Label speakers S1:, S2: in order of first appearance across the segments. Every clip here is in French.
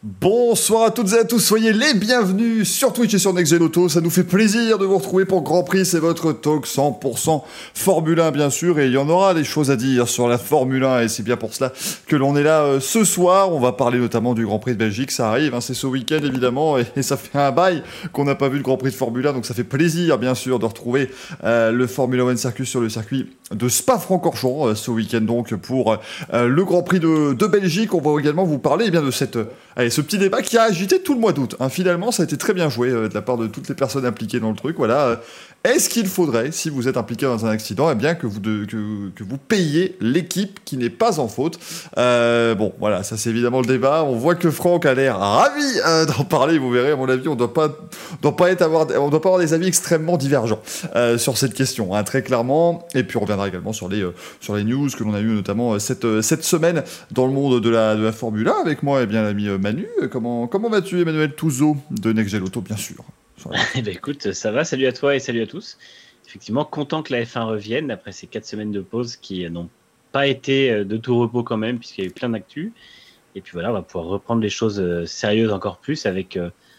S1: Bonsoir à toutes et à tous, soyez les bienvenus sur Twitch et sur NextGen Auto, ça nous fait plaisir de vous retrouver pour Grand Prix, c'est votre talk 100% Formule 1 bien sûr, et il y en aura des choses à dire sur la Formule 1 et c'est bien pour cela que l'on est là ce soir. On va parler notamment du Grand Prix de Belgique, ça arrive, c'est ce week-end évidemment, et ça fait un bail qu'on n'a pas vu le Grand Prix de Formule 1, donc ça fait plaisir bien sûr de retrouver le Formula One Circus sur le circuit de Spa-Francorchamps ce week-end donc pour le Grand Prix de Belgique. On va également vous parler de ce petit débat qui a agité tout le mois d'août. Finalement, ça a été très bien joué de la part de toutes les personnes impliquées dans le truc. Voilà. Est-ce qu'il faudrait, si vous êtes impliqué dans un accident, que vous payiez l'équipe qui n'est pas en faute? Bon, voilà, ça c'est évidemment le débat. On voit que Franck a l'air ravi d'en parler. Vous verrez, à mon avis, on doit pas avoir des avis extrêmement divergents sur cette question, très clairement. Et puis on reviendra également sur les news que l'on a eu notamment cette semaine dans le monde de la Formule 1 avec moi, l'ami Manu. Comment vas-tu, Emmanuel Touzeau de NextGen Auto, bien sûr.
S2: Écoute, ça va, salut à toi et salut à tous. Effectivement, content que la F1 revienne après ces 4 semaines de pause qui n'ont pas été de tout repos quand même, puisqu'il y a eu plein d'actu. Et puis voilà, on va pouvoir reprendre les choses sérieuses encore plus avec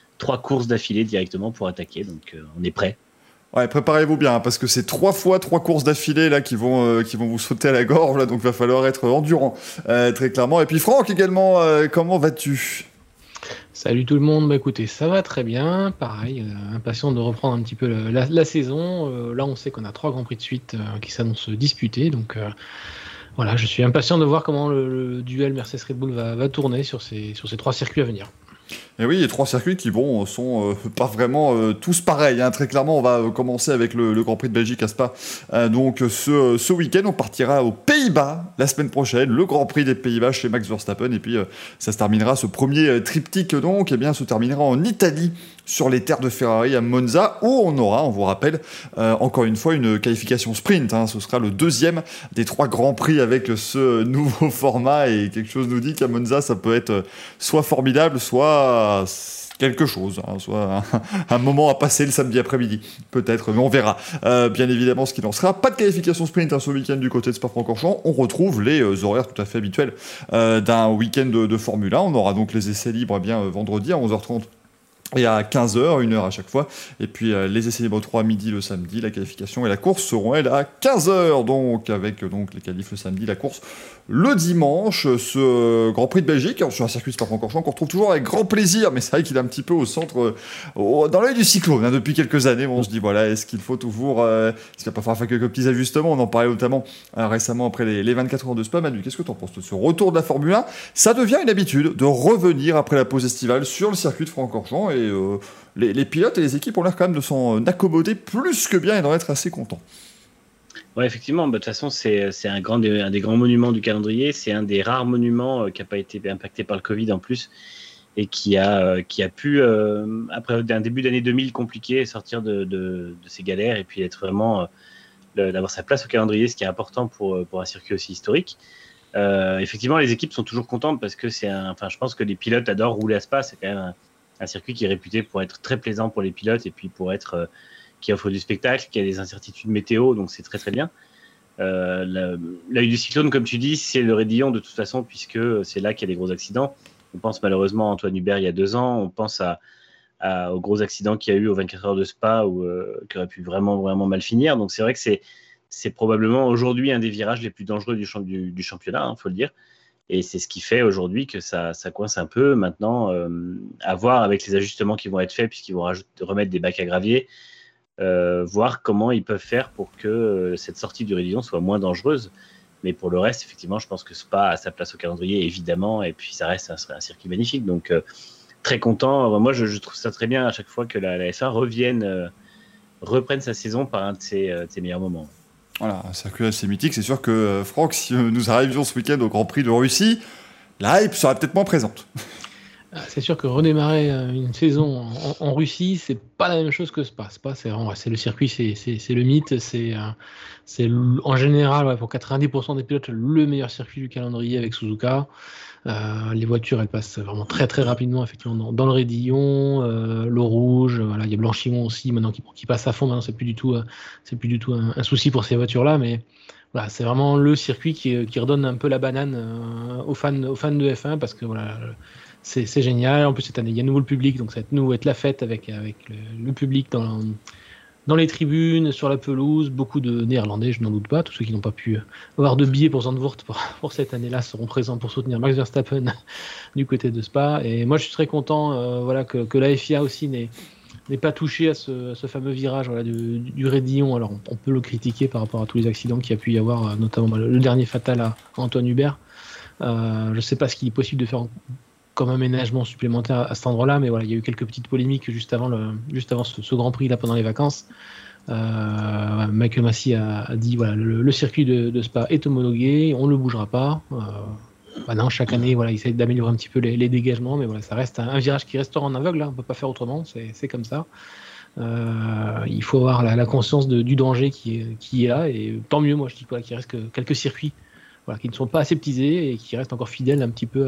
S2: 3 courses d'affilée directement pour attaquer. Donc on est prêt.
S1: Ouais, préparez-vous bien, parce que c'est 3 courses d'affilée là qui vont vous sauter à la gorge, là, donc va falloir être endurant, très clairement. Et puis Franck également, comment vas-tu ?
S3: Salut tout le monde, écoutez, ça va très bien, pareil, impatient de reprendre un petit peu la saison. Là on sait qu'on a 3 Grands Prix de suite qui s'annoncent disputés, donc voilà, je suis impatient de voir comment le duel Mercedes-Red Bull va tourner sur ces 3 circuits à venir.
S1: Et oui, les 3 circuits qui sont pas vraiment tous pareils. Très clairement, on va commencer avec le Grand Prix de Belgique à Spa. Donc ce week-end, on partira aux Pays-Bas la semaine prochaine. Le Grand Prix des Pays-Bas chez Max Verstappen. Et puis ça se terminera, ce premier triptyque donc, se terminera en Italie sur les terres de Ferrari à Monza, où on aura, on vous rappelle, encore une fois, une qualification sprint. Ce sera le 2e des 3 Grands Prix avec ce nouveau format. Et quelque chose nous dit qu'à Monza, ça peut être soit formidable, soit quelque chose, soit un moment à passer le samedi après-midi, peut-être, mais on verra bien évidemment ce qu'il en sera. Pas de qualification sprint ce week-end du côté de Spa-Francorchamps, on retrouve les horaires tout à fait habituels d'un week-end de Formule 1. On aura donc les essais libres vendredi à 11h30 et à 15h, 1h à chaque fois. Et puis les essais libres 3 à midi le samedi, la qualification et la course seront elles à 15h, donc avec les qualifs le samedi, la course le dimanche. Ce Grand Prix de Belgique sur un circuit Spa-Francorchamps qu'on retrouve toujours avec grand plaisir, mais c'est vrai qu'il est un petit peu au centre, dans l'œil du cyclone depuis quelques années. On se dit voilà, est-ce qu'il faut toujours est-ce qu'il va pas falloir faire quelques petits ajustements? On en parlait notamment récemment après les 24 heures de Spa. Manu, qu'est-ce que tu en penses de ce retour de la Formule 1? Ça devient une habitude de revenir après la pause estivale sur le circuit de Francorchamps, et les pilotes et les équipes ont l'air quand même de s'en accommoder plus que bien et d'en être assez contents.
S2: Ouais, effectivement, de toute façon, c'est un des grands monuments du calendrier. C'est un des rares monuments qui n'a pas été impacté par le Covid en plus, et qui a pu, après un début d'année 2000 compliqué, sortir de ces galères et puis être vraiment d'avoir sa place au calendrier, ce qui est important pour un circuit aussi historique. Effectivement, les équipes sont toujours contentes parce que je pense que les pilotes adorent rouler à Spa. C'est quand même un circuit qui est réputé pour être très plaisant pour les pilotes et puis pour être qui offre du spectacle, qui a des incertitudes météo, donc c'est très très bien. L'œil du cyclone, comme tu dis, c'est le raidillon de toute façon, puisque c'est là qu'il y a des gros accidents. On pense malheureusement à Antoine Hubert il y a 2 ans, on pense aux gros accidents qu'il y a eu aux 24 heures de Spa, qui aurait pu vraiment, vraiment mal finir. Donc c'est vrai que c'est probablement aujourd'hui un des virages les plus dangereux du championnat, faut le dire. Et c'est ce qui fait aujourd'hui que ça coince un peu. Maintenant, à voir avec les ajustements qui vont être faits, puisqu'ils vont remettre des bacs à gravier, voir comment ils peuvent faire pour que cette sortie du raidillon soit moins dangereuse. Mais pour le reste, effectivement, je pense que Spa a sa place au calendrier, évidemment, et puis ça reste un circuit magnifique. Donc, très content. Moi, je trouve ça très bien à chaque fois que la F1 reprenne sa saison par un de ses meilleurs moments.
S1: Voilà, un circuit assez mythique. C'est sûr que, Franck, si nous arrivions ce week-end au Grand Prix de Russie, la hype sera peut-être moins présente.
S3: C'est sûr que redémarrer une saison en Russie, c'est pas la même chose que Spa. Spa, c'est le circuit, c'est le mythe, c'est en général, pour 90% des pilotes, le meilleur circuit du calendrier avec Suzuka. Les voitures, elles passent vraiment très très rapidement, effectivement, dans le raidillon, l'eau rouge. Voilà, il y a Blanchimont aussi maintenant qui passe à fond. Maintenant, c'est plus du tout un souci pour ces voitures-là, mais voilà, c'est vraiment le circuit qui redonne un peu la banane aux fans de F1, parce que voilà. c'est génial. En plus, cette année, il y a nouveau le public, donc ça va nouveau être la fête avec le public dans les tribunes, sur la pelouse. Beaucoup de Néerlandais, je n'en doute pas. Tous ceux qui n'ont pas pu avoir de billets pour Zandvoort pour cette année-là seront présents pour soutenir Max Verstappen du côté de Spa. Et moi, je suis très content que la FIA aussi n'est pas touché à ce fameux virage du Raidillon. Alors, on peut le critiquer par rapport à tous les accidents qu'il y a pu y avoir, notamment le dernier fatal à Antoine Hubert. Je ne sais pas ce qu'il est possible de faire comme aménagement supplémentaire à cet endroit-là, mais voilà, il y a eu quelques petites polémiques juste avant ce Grand Prix là pendant les vacances. Michael Massey a dit voilà, le circuit de Spa est homologué, on ne le bougera pas. Non, chaque année, voilà, il essaie d'améliorer un petit peu les dégagements, mais voilà, ça reste un virage qui restera en aveugle. Hein, on ne peut pas faire autrement, c'est comme ça. Il faut avoir la conscience du danger qui est là, et tant mieux, moi je dis qu'il reste que quelques circuits qui ne sont pas aseptisés et qui restent encore fidèles un petit peu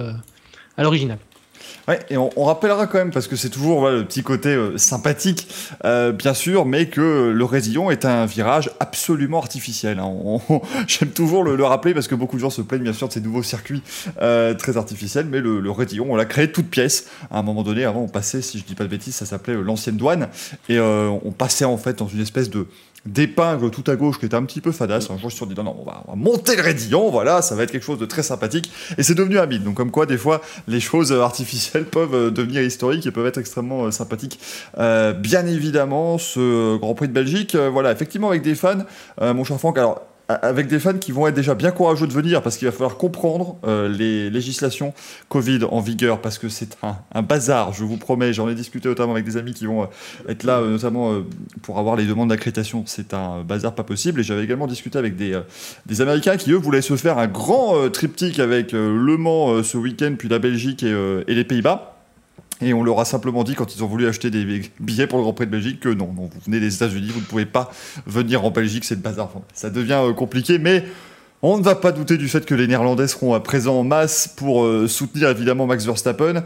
S3: à l'original.
S1: Ouais, et on rappellera quand même, parce que c'est toujours le petit côté sympathique, bien sûr, mais que le Raidillon est un virage absolument artificiel. Hein. J'aime toujours le rappeler, parce que beaucoup de gens se plaignent bien sûr de ces nouveaux circuits très artificiels, mais le Raidillon, on l'a créé de toutes pièces. À un moment donné, avant, on passait, si je dis pas de bêtises, ça s'appelait l'ancienne douane, et on passait en fait dans une espèce d'épingle tout à gauche qui était un petit peu fadasse. Un jour, je me suis dit, non, on va monter le Raidillon, voilà, ça va être quelque chose de très sympathique. Et c'est devenu un mythe. Donc, comme quoi, des fois, les choses artificielles peuvent devenir historiques et peuvent être extrêmement sympathiques. Bien évidemment, ce Grand Prix de Belgique, voilà, effectivement, avec des fans, mon cher Franck, alors, avec des fans qui vont être déjà bien courageux de venir, parce qu'il va falloir comprendre les législations Covid en vigueur, parce que c'est un bazar, je vous promets. J'en ai discuté notamment avec des amis qui vont être là, notamment pour avoir les demandes d'accréditation. C'est un bazar pas possible. Et j'avais également discuté avec des Américains qui, eux, voulaient se faire un grand triptyque avec Le Mans ce week-end, puis la Belgique et les Pays-Bas. Et on leur a simplement dit, quand ils ont voulu acheter des billets pour le Grand Prix de Belgique, que non, vous venez des États-Unis, vous ne pouvez pas venir en Belgique, c'est le bazar. Enfin, ça devient compliqué, mais on ne va pas douter du fait que les Néerlandais seront présents en masse pour soutenir évidemment Max Verstappen,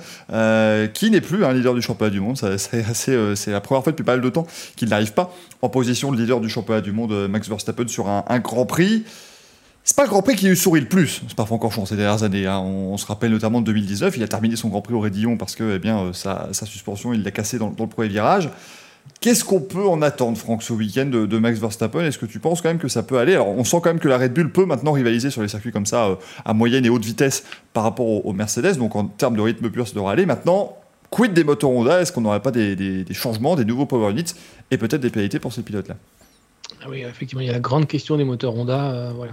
S1: qui n'est plus un leader du championnat du monde. C'est la première fois depuis pas mal de temps qu'il n'arrive pas en position de leader du championnat du monde, Max Verstappen, sur un Grand Prix. C'est pas le Grand Prix qui lui sourit le plus, c'est pas Francorchamps ces dernières années. Hein. On se rappelle notamment de 2019, il a terminé son Grand Prix au Raidillon parce que sa suspension, il l'a cassée dans le premier virage. Qu'est-ce qu'on peut en attendre, Franck, ce week-end de Max Verstappen ? Est-ce que tu penses quand même que ça peut aller ? Alors, on sent quand même que la Red Bull peut maintenant rivaliser sur les circuits comme ça, à moyenne et haute vitesse par rapport au Mercedes, donc en termes de rythme pur, ça devrait aller. Maintenant, quid des moteurs Honda ? Est-ce qu'on n'aurait pas des changements, des nouveaux power units et peut-être des pénalités pour ces pilotes-là ?
S3: Ah oui, effectivement, il y a la grande question des moteurs Honda. Voilà.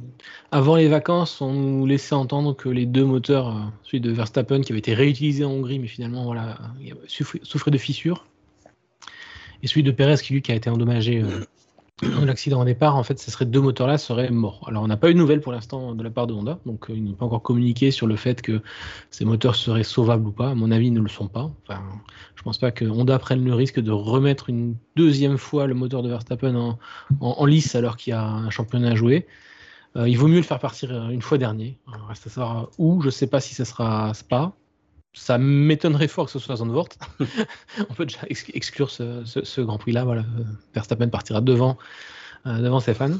S3: Avant les vacances, on nous laissait entendre que les deux moteurs, celui de Verstappen qui avait été réutilisé en Hongrie, mais finalement voilà, souffrait de fissures, et celui de Perez qui lui a été endommagé dans l'accident au départ. En fait, ces deux moteurs-là seraient morts. Alors, on n'a pas eu de nouvelles pour l'instant de la part de Honda, donc ils n'ont pas encore communiqué sur le fait que ces moteurs seraient sauvables ou pas. À mon avis, ils ne le sont pas. Enfin, je ne pense pas que Honda prenne le risque de remettre une deuxième fois le moteur de Verstappen en lice alors qu'il y a un championnat à jouer. Il vaut mieux le faire partir une fois dernier. Alors, reste à savoir où. Je ne sais pas si ça sera Spa. Ça m'étonnerait fort que ce soit Zandvoort. On peut déjà exclure ce Grand Prix-là. Voilà. Verstappen partira devant ses fans.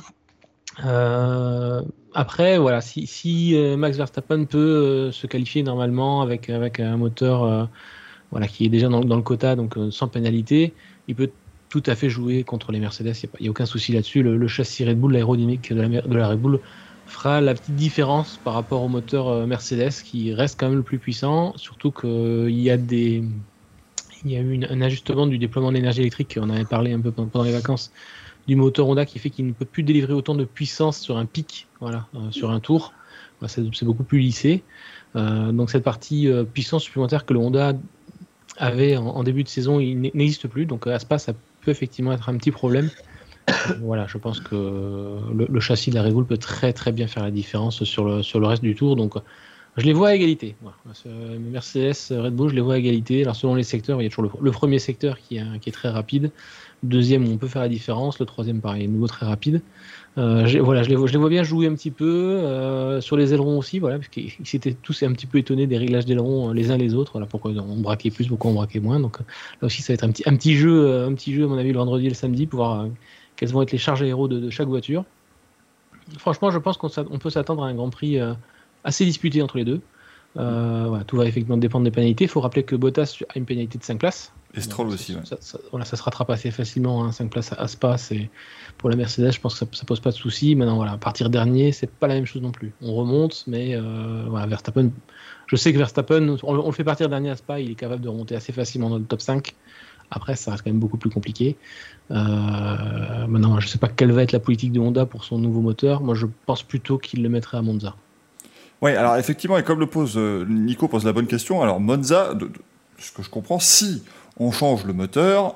S3: Après, voilà, si Max Verstappen peut se qualifier normalement avec un moteur qui est déjà dans le quota, donc sans pénalité, il peut tout à fait jouer contre les Mercedes. Il n'y a aucun souci là-dessus. Le châssis Red Bull, l'aérodynamique de la Red Bull fera la petite différence par rapport au moteur Mercedes qui reste quand même le plus puissant, surtout qu'il y a eu un ajustement du déploiement de l'énergie électrique, on avait parlé un peu pendant les vacances, du moteur Honda qui fait qu'il ne peut plus délivrer autant de puissance sur un pic, sur un tour. Voilà, c'est beaucoup plus lissé. Donc cette partie puissance supplémentaire que le Honda avait en début de saison, il n'existe plus, donc à Spa ça peut effectivement être un petit problème. Voilà, je pense que le châssis de la Red Bull peut très très bien faire la différence sur le reste du tour. Donc, je les vois à égalité. Voilà. Mercedes, Red Bull, je les vois à égalité. Alors, selon les secteurs, il y a toujours le premier secteur qui est très rapide. Le deuxième, où on peut faire la différence. Le troisième, pareil, nouveau très rapide. Je les vois bien jouer un petit peu. Sur les ailerons aussi, voilà, parce qu'ils s'étaient tous un petit peu étonnés des réglages d'ailerons les uns les autres. Voilà, pourquoi on braquait plus, pourquoi on braquait moins. Donc, là aussi, ça va être un petit jeu, à mon avis, le vendredi et le samedi, pour voir quelles vont être les charges aéro de chaque voiture. Franchement, je pense qu'on peut s'attendre à un Grand Prix assez disputé entre les deux. Voilà, tout va effectivement dépendre des pénalités. Il faut rappeler que Bottas a une pénalité de 5 places.
S1: Et Stroll aussi. Ouais.
S3: Ça se rattrape assez facilement. Hein, 5 places à Spa, pour la Mercedes, je pense que ça pose pas de souci. Maintenant, voilà, partir dernier, c'est pas la même chose non plus. On remonte, mais voilà, Verstappen. Je sais que Verstappen, on le fait partir dernier à Spa, il est capable de remonter assez facilement dans le top 5. Après, ça reste quand même beaucoup plus compliqué. Maintenant, je sais pas quelle va être la politique de Honda pour son nouveau moteur. Moi, je pense plutôt qu'il le mettrait à Monza.
S1: Oui, alors effectivement, et comme Nico pose la bonne question, alors Monza, de ce que je comprends, si on change le moteur,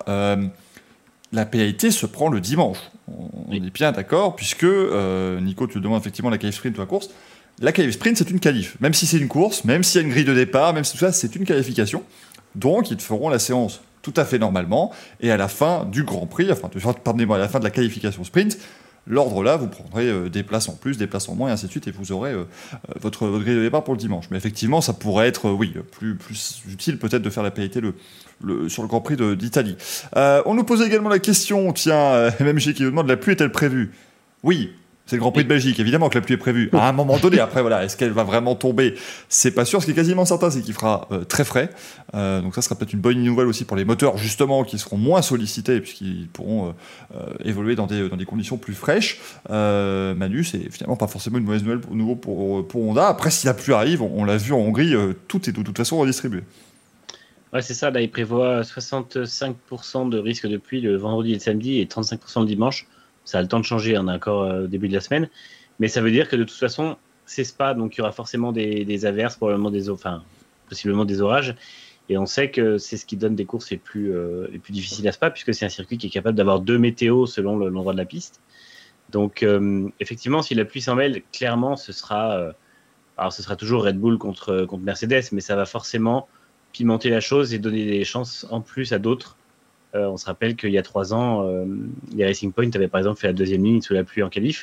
S1: la pénalité se prend le dimanche. On est bien d'accord, puisque, Nico, tu demandes effectivement la qualif sprint ou la course. La qualif sprint, c'est une qualif. Même si c'est une course, même s'il y a une grille de départ, même si tout ça, c'est une qualification. Donc, ils te feront la séance tout à fait normalement. Et à la fin du Grand Prix, pardonnez-moi, à la fin de la qualification sprint, l'ordre là, vous prendrez des places en plus, des places en moins, et ainsi de suite, et vous aurez votre grille de départ pour le dimanche. Mais effectivement, ça pourrait être, plus utile peut-être de faire la pénalité sur le Grand Prix d'Italie. On nous posait également la question, MMG qui nous demande, la pluie est-elle prévue ? Oui. C'est le Grand Prix de Belgique, évidemment que la pluie est prévue. À un moment donné, après, voilà, est-ce qu'elle va vraiment tomber ? C'est pas sûr. Ce qui est quasiment certain, c'est qu'il fera très frais. Donc ça sera peut-être une bonne nouvelle aussi pour les moteurs, justement, qui seront moins sollicités, puisqu'ils pourront évoluer dans des conditions plus fraîches. Manu, c'est finalement pas forcément une mauvaise nouvelle pour Honda. Après, si la pluie arrive, on l'a vu en Hongrie, tout est de toute façon redistribué.
S2: Ouais, c'est ça. Là, il prévoit 65% de risque de pluie le vendredi et le samedi et 35% le dimanche. Ça a le temps de changer, on est encore au début de la semaine. Mais ça veut dire que de toute façon, c'est Spa, donc il y aura forcément des averses, possiblement des orages. Et on sait que c'est ce qui donne des courses les plus difficiles à Spa, puisque c'est un circuit qui est capable d'avoir 2 météos selon l'endroit de la piste. Donc effectivement, si la pluie s'en mêle, clairement, ce sera toujours Red Bull contre Mercedes, mais ça va forcément pimenter la chose et donner des chances en plus à d'autres. On se rappelle qu'il y a 3 ans, les Racing Point avaient par exemple fait la 2e ligne sous la pluie en qualif.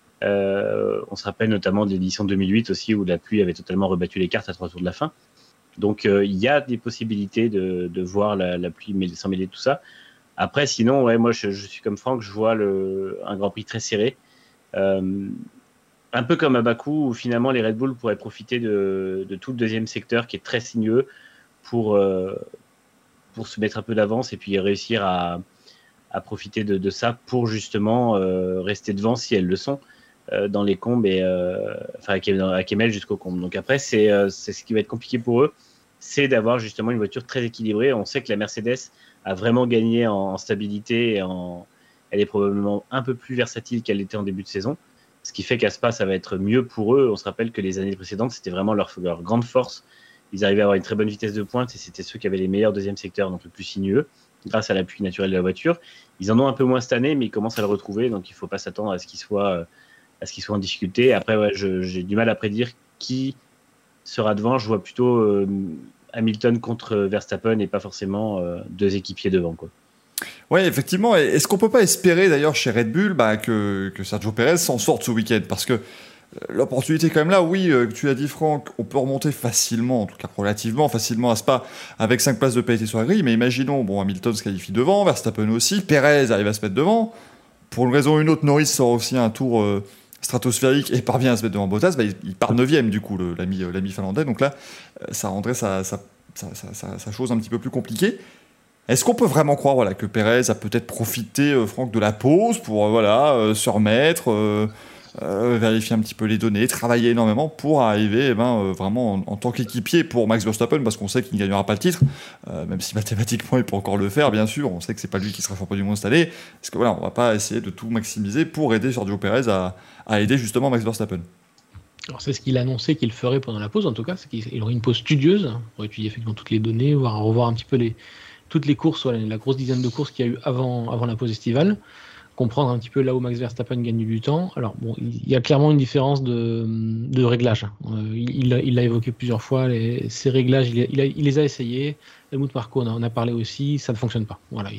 S2: On se rappelle notamment de l'édition 2008 aussi, où la pluie avait totalement rebattu les cartes à 3 tours de la fin. Donc il y a des possibilités de voir la pluie s'en mêler de tout ça. Après, sinon, ouais, moi je suis comme Franck, je vois un Grand Prix très serré. Un peu comme à Bakou, où finalement les Red Bull pourraient profiter de tout le 2e secteur qui est très sinueux pour se mettre un peu d'avance et puis réussir à profiter de ça pour justement rester devant si elles le sont dans les combes et à Kemmel jusqu'aux combes. Donc après, c'est ce qui va être compliqué pour eux, c'est d'avoir justement une voiture très équilibrée. On sait que la Mercedes a vraiment gagné en stabilité et elle est probablement un peu plus versatile qu'elle l'était en début de saison, ce qui fait qu'à Spa, ça va être mieux pour eux. On se rappelle que les années précédentes, c'était vraiment leur grande force. Ils arrivaient à avoir une très bonne vitesse de pointe et c'était ceux qui avaient les meilleurs 2e secteurs, donc le plus sinueux, grâce à l'appui naturel de la voiture. Ils en ont un peu moins cette année, mais ils commencent à le retrouver, donc il ne faut pas s'attendre à ce qu'ils soient en difficulté. Après, ouais, j'ai du mal à prédire qui sera devant. Je vois plutôt Hamilton contre Verstappen et pas forcément 2 équipiers devant, quoi.
S1: Oui, effectivement. Est-ce qu'on ne peut pas espérer d'ailleurs chez Red Bull que Sergio Pérez s'en sorte ce week-end ? Parce que l'opportunité est quand même là, oui, tu l'as dit Franck, on peut remonter facilement, en tout cas relativement facilement à Spa, avec 5 places de pénalité sur la grille, mais imaginons, Hamilton se qualifie devant, Verstappen aussi, Pérez arrive à se mettre devant, pour une raison ou une autre, Norris sort aussi un tour stratosphérique et parvient à se mettre devant Bottas, il part 9ème du coup, l'ami finlandais, donc là, ça rendrait sa chose un petit peu plus compliquée. Est-ce qu'on peut vraiment croire que Pérez a peut-être profité, Franck, de la pause pour se remettre vérifier un petit peu les données, travailler énormément pour arriver vraiment en tant qu'équipier pour Max Verstappen, parce qu'on sait qu'il ne gagnera pas le titre, même si mathématiquement il peut encore le faire, bien sûr, on sait que c'est pas lui qui sera champion du monde cette année, parce que on va pas essayer de tout maximiser pour aider Sergio Pérez à aider justement Max Verstappen.
S3: Alors c'est ce qu'il a annoncé qu'il ferait pendant la pause, en tout cas, c'est qu'il aurait une pause studieuse pour étudier effectivement toutes les données, revoir un petit peu toutes les courses, la grosse dizaine de courses qu'il y a eu avant la pause estivale, comprendre un petit peu là où Max Verstappen gagne du temps. Alors il y a clairement une différence de réglage. Il l'a évoqué plusieurs fois, ces réglages, il les a essayés. Helmut Marko on a parlé aussi, ça ne fonctionne pas. Voilà,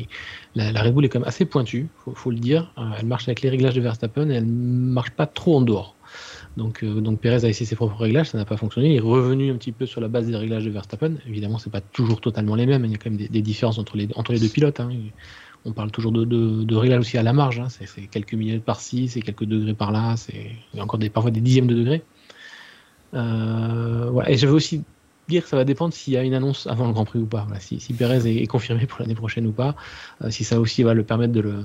S3: la Red Bull est quand même assez pointue, faut le dire. Elle marche avec les réglages de Verstappen et elle ne marche pas trop en dehors. Donc Pérez a essayé ses propres réglages, ça n'a pas fonctionné. Il est revenu un petit peu sur la base des réglages de Verstappen. Évidemment, c'est pas toujours totalement les mêmes. Il y a quand même des différences entre les deux pilotes. On parle toujours de réglages aussi à la marge. C'est quelques millimètres par-ci, c'est quelques degrés par-là. Il y a encore parfois des dixièmes de degrés. Et je veux aussi dire que ça va dépendre s'il y a une annonce avant le Grand Prix ou pas. Voilà, si Pérez est confirmé pour l'année prochaine ou pas, si ça aussi va le permettre de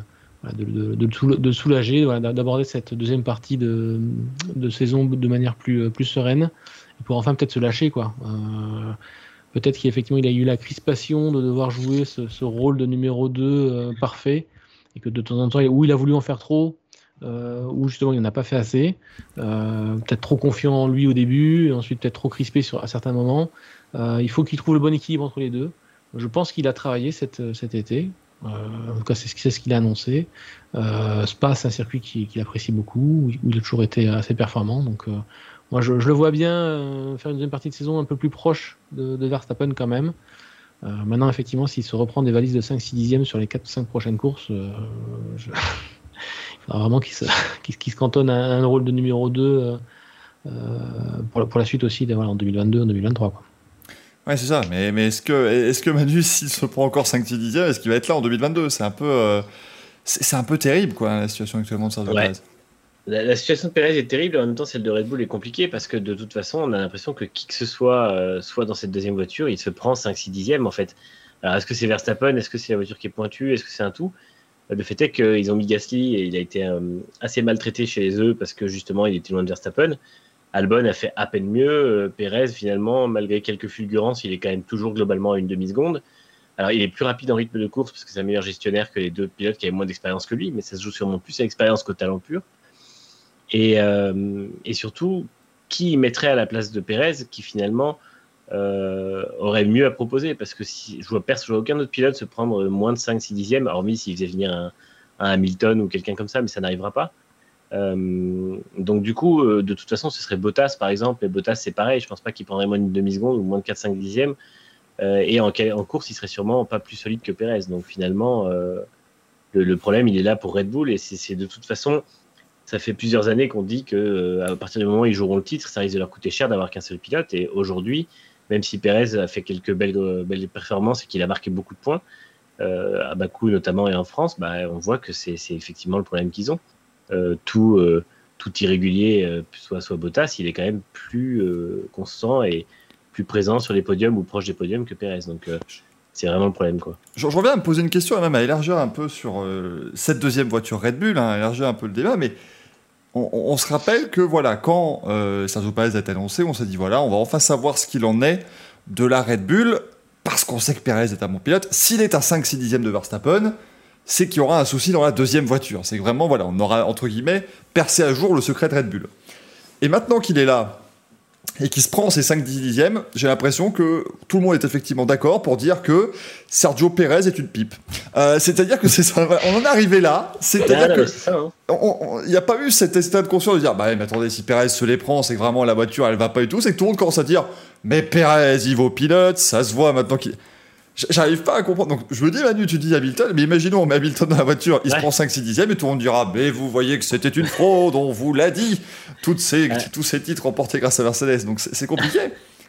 S3: le soulager, d'aborder cette deuxième partie de saison de manière plus sereine, et pour enfin peut-être se lâcher, quoi. Peut-être qu'effectivement il a eu la crispation de devoir jouer ce rôle de numéro 2 parfait, et que de temps en temps, où il a voulu en faire trop, où justement il n'en a pas fait assez, peut-être trop confiant en lui au début, et ensuite peut-être trop crispé à certains moments. Il faut qu'il trouve le bon équilibre entre les deux. Je pense qu'il a travaillé cet été. En tout cas, c'est ce qu'il a annoncé. Spa, c'est un circuit qu'il apprécie beaucoup, où il a toujours été assez performant. Donc, moi, je le vois bien faire une deuxième partie de saison un peu plus proche de Verstappen quand même. Maintenant, effectivement, s'il se reprend des valises de 5-6 dixièmes sur les 4-5 prochaines courses, il faudra vraiment qu'il se cantonne à un rôle de numéro 2 pour la suite aussi, en 2022, en 2023. Quoi.
S1: Ouais, c'est ça. Mais est-ce que Manu, s'il se prend encore 5-6 dixièmes, est-ce qu'il va être là en 2022 ? C'est un peu terrible, quoi, la situation actuellement de Sergio Pérez.
S2: La situation de Pérez est terrible, et en même temps celle de Red Bull est compliquée, parce que de toute façon on a l'impression que qui que ce soit dans cette deuxième voiture, il se prend 5-6 dixièmes en fait. Alors est-ce que c'est Verstappen, est-ce que c'est la voiture qui est pointue, est-ce que c'est un tout ? Le fait est qu'ils ont mis Gasly et il a été assez maltraité chez eux parce que justement il était loin de Verstappen. Albon a fait à peine mieux. Pérez finalement, malgré quelques fulgurances, il est quand même toujours globalement à une demi-seconde. Alors il est plus rapide en rythme de course parce que c'est un meilleur gestionnaire que les deux pilotes qui avaient moins d'expérience que lui, mais ça se joue sûrement plus à l'expérience qu'au talent pur. Et surtout, qui mettrait à la place de Pérez qui finalement aurait mieux à proposer, parce que je vois aucun autre pilote se prendre moins de 5-6 dixièmes, hormis s'il faisait venir un Hamilton ou quelqu'un comme ça, mais ça n'arrivera pas. Donc du coup, de toute façon, ce serait Bottas par exemple, et Bottas c'est pareil, je pense pas qu'il prendrait moins d'une demi-seconde ou moins de 4-5 dixièmes, et en course il serait sûrement pas plus solide que Pérez. Donc finalement, le problème il est là pour Red Bull, et c'est de toute façon, ça fait plusieurs années qu'on dit que à partir du moment où ils joueront le titre, ça risque de leur coûter cher d'avoir qu'un seul pilote, et aujourd'hui, même si Pérez a fait quelques belles performances et qu'il a marqué beaucoup de points, à Bakou notamment et en France, on voit que c'est effectivement le problème qu'ils ont. Tout irrégulier, soit Bottas, il est quand même plus constant et plus présent sur les podiums ou proche des podiums que Pérez. Donc c'est vraiment le problème, quoi.
S1: Je reviens à me poser une question et même à élargir un peu sur cette deuxième voiture Red Bull, élargir un peu le débat, mais on se rappelle que voilà, quand Sergio Pérez a été annoncé, on s'est dit voilà, on va enfin savoir ce qu'il en est de la Red Bull, parce qu'on sait que Pérez est un bon pilote. S'il est à 5-6 dixièmes de Verstappen, c'est qu'il y aura un souci dans la deuxième voiture. C'est que vraiment, voilà, on aura, entre guillemets, percé à jour le secret de Red Bull. Et maintenant qu'il est là, et qu'il se prend ces 5-10 dixièmes, j'ai l'impression que tout le monde est effectivement d'accord pour dire que Sergio Pérez est une pipe. C'est-à-dire que on en est arrivé là, c'est-à-dire il n'y a pas eu cet état de conscience de dire mais attendez, si Pérez se les prend, c'est que vraiment la voiture elle va pas du tout, c'est que tout le monde commence à dire mais Pérez il vaut pilote, ça se voit maintenant qu'il... J'arrive pas à comprendre. Donc, je me dis, Manu, tu dis Hamilton, mais imaginons, on met Hamilton dans la voiture, il se prend 5-6 dixièmes et tout le monde dira, mais vous voyez que c'était une fraude, on vous l'a dit. Tous ces titres remportés grâce à Mercedes. Donc, c'est compliqué.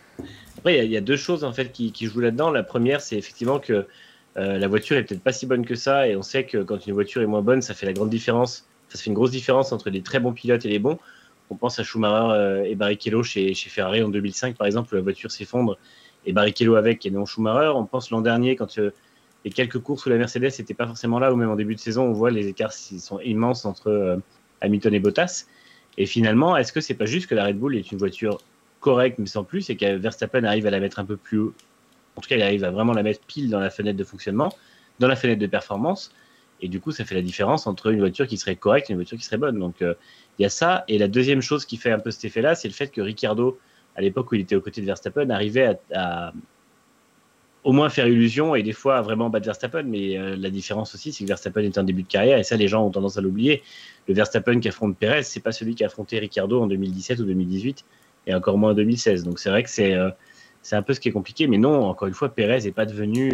S2: Après, il y a deux choses, en fait, qui jouent là-dedans. La première, c'est effectivement que la voiture est peut-être pas si bonne que ça, et on sait que quand une voiture est moins bonne, ça fait la grande différence. Ça fait une grosse différence entre les très bons pilotes et les bons. On pense à Schumacher et Barrichello chez Ferrari en 2005, par exemple, où la voiture s'effondre. Et Barrichello avec et non Schumacher. On pense l'an dernier, quand les quelques courses où la Mercedes n'était pas forcément là, ou même en début de saison, on voit les écarts sont immenses entre Hamilton et Bottas. Et finalement, est-ce que c'est pas juste que la Red Bull est une voiture correcte, mais sans plus, et que Verstappen arrive à la mettre un peu plus haut ? En tout cas, il arrive à vraiment la mettre pile dans la fenêtre de fonctionnement, dans la fenêtre de performance. Et du coup, ça fait la différence entre une voiture qui serait correcte et une voiture qui serait bonne. Donc, il y a ça. Et la deuxième chose qui fait un peu cet effet-là, c'est le fait que Ricciardo, à l'époque où il était aux côtés de Verstappen, arrivait à au moins faire illusion et des fois à vraiment battre Verstappen. Mais la différence aussi, c'est que Verstappen est un début de carrière et ça, les gens ont tendance à l'oublier. Le Verstappen qui affronte Pérez, c'est pas celui qui a affronté Ricciardo en 2017 ou 2018 et encore moins en 2016. Donc c'est vrai que c'est un peu ce qui est compliqué. Mais non, encore une fois, Pérez n'est pas devenu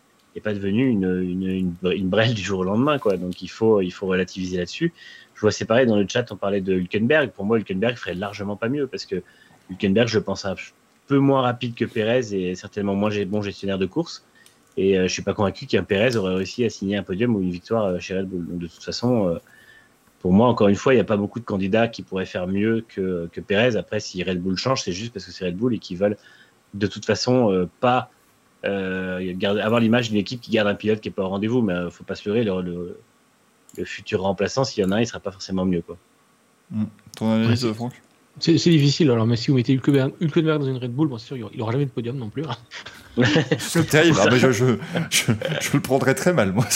S2: une brêle du jour au lendemain, quoi. Donc il faut relativiser là-dessus. Je vois, c'est pareil, dans le chat, on parlait de Hülkenberg. Pour moi, Hülkenberg ferait largement pas mieux parce que Hülkenberg, je pense, un peu moins rapide que Pérez et certainement moins bon gestionnaire de course. Et je suis pas convaincu qu'un Pérez aurait réussi à signer un podium ou une victoire chez Red Bull. Donc de toute façon, pour moi, encore une fois, il n'y a pas beaucoup de candidats qui pourraient faire mieux que Pérez. Après, si Red Bull change, c'est juste parce que c'est Red Bull et qu'ils veulent de toute façon pas avoir l'image d'une équipe qui garde un pilote qui n'est pas au rendez-vous. Mais il ne faut pas se leurrer, le futur remplaçant, s'il y en a un, il ne sera pas forcément mieux, quoi.
S1: Ton analyse, Franck?
S3: C'est difficile, alors, mais si vous mettez Hülkenberg dans une Red Bull, bon, c'est sûr, il n'aura jamais de podium non plus.
S1: C'est terrible, mais je le prendrais très mal, moi.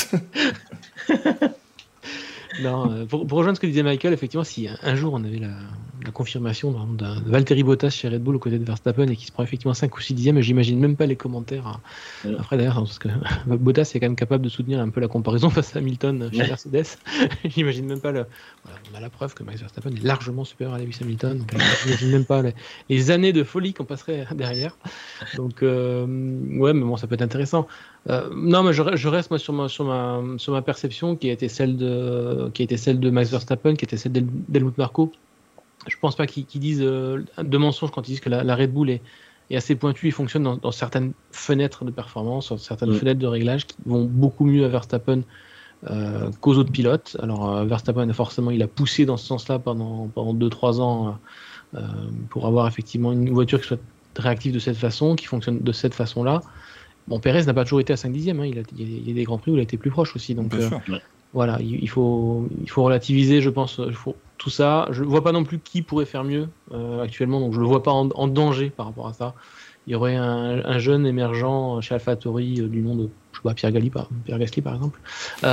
S3: Non, pour rejoindre ce que disait Michael, effectivement, si un jour on avait la confirmation d'un Valtteri Bottas chez Red Bull aux côtés de Verstappen et qui se prend effectivement 5 ou 6 dixièmes, j'imagine même pas les commentaires après d'ailleurs, parce que Bottas est quand même capable de soutenir un peu la comparaison face à Hamilton chez Mercedes. J'imagine même pas on a la preuve que Max Verstappen est largement supérieur à Lewis Hamilton, donc j'imagine même pas les années de folie qu'on passerait derrière. Donc ouais, mais bon, ça peut être intéressant. Non, mais je reste moi sur ma perception qui a été celle de Max Verstappen, qui était celle d'Helmut Marko. Je pense pas qu'ils disent de mensonges quand ils disent que la Red Bull est assez pointue et fonctionne dans certaines fenêtres de performance, dans certaines fenêtres de réglage qui vont beaucoup mieux à Verstappen qu'aux autres pilotes. Alors Verstappen forcément il a poussé dans ce sens-là pendant 2-3 ans pour avoir effectivement une voiture qui soit réactive de cette façon, qui fonctionne de cette façon-là. Bon, Pérez n'a pas toujours été à 5 dixièmes, hein. Il y a des grands prix où il a été plus proche aussi. Donc voilà, il faut relativiser, je pense, tout ça. Je ne vois pas non plus qui pourrait faire mieux actuellement, donc je ne le vois pas en danger par rapport à ça. Il y aurait un jeune émergent chez AlphaTauri du nom de, je sais pas, Pierre Gasly par exemple,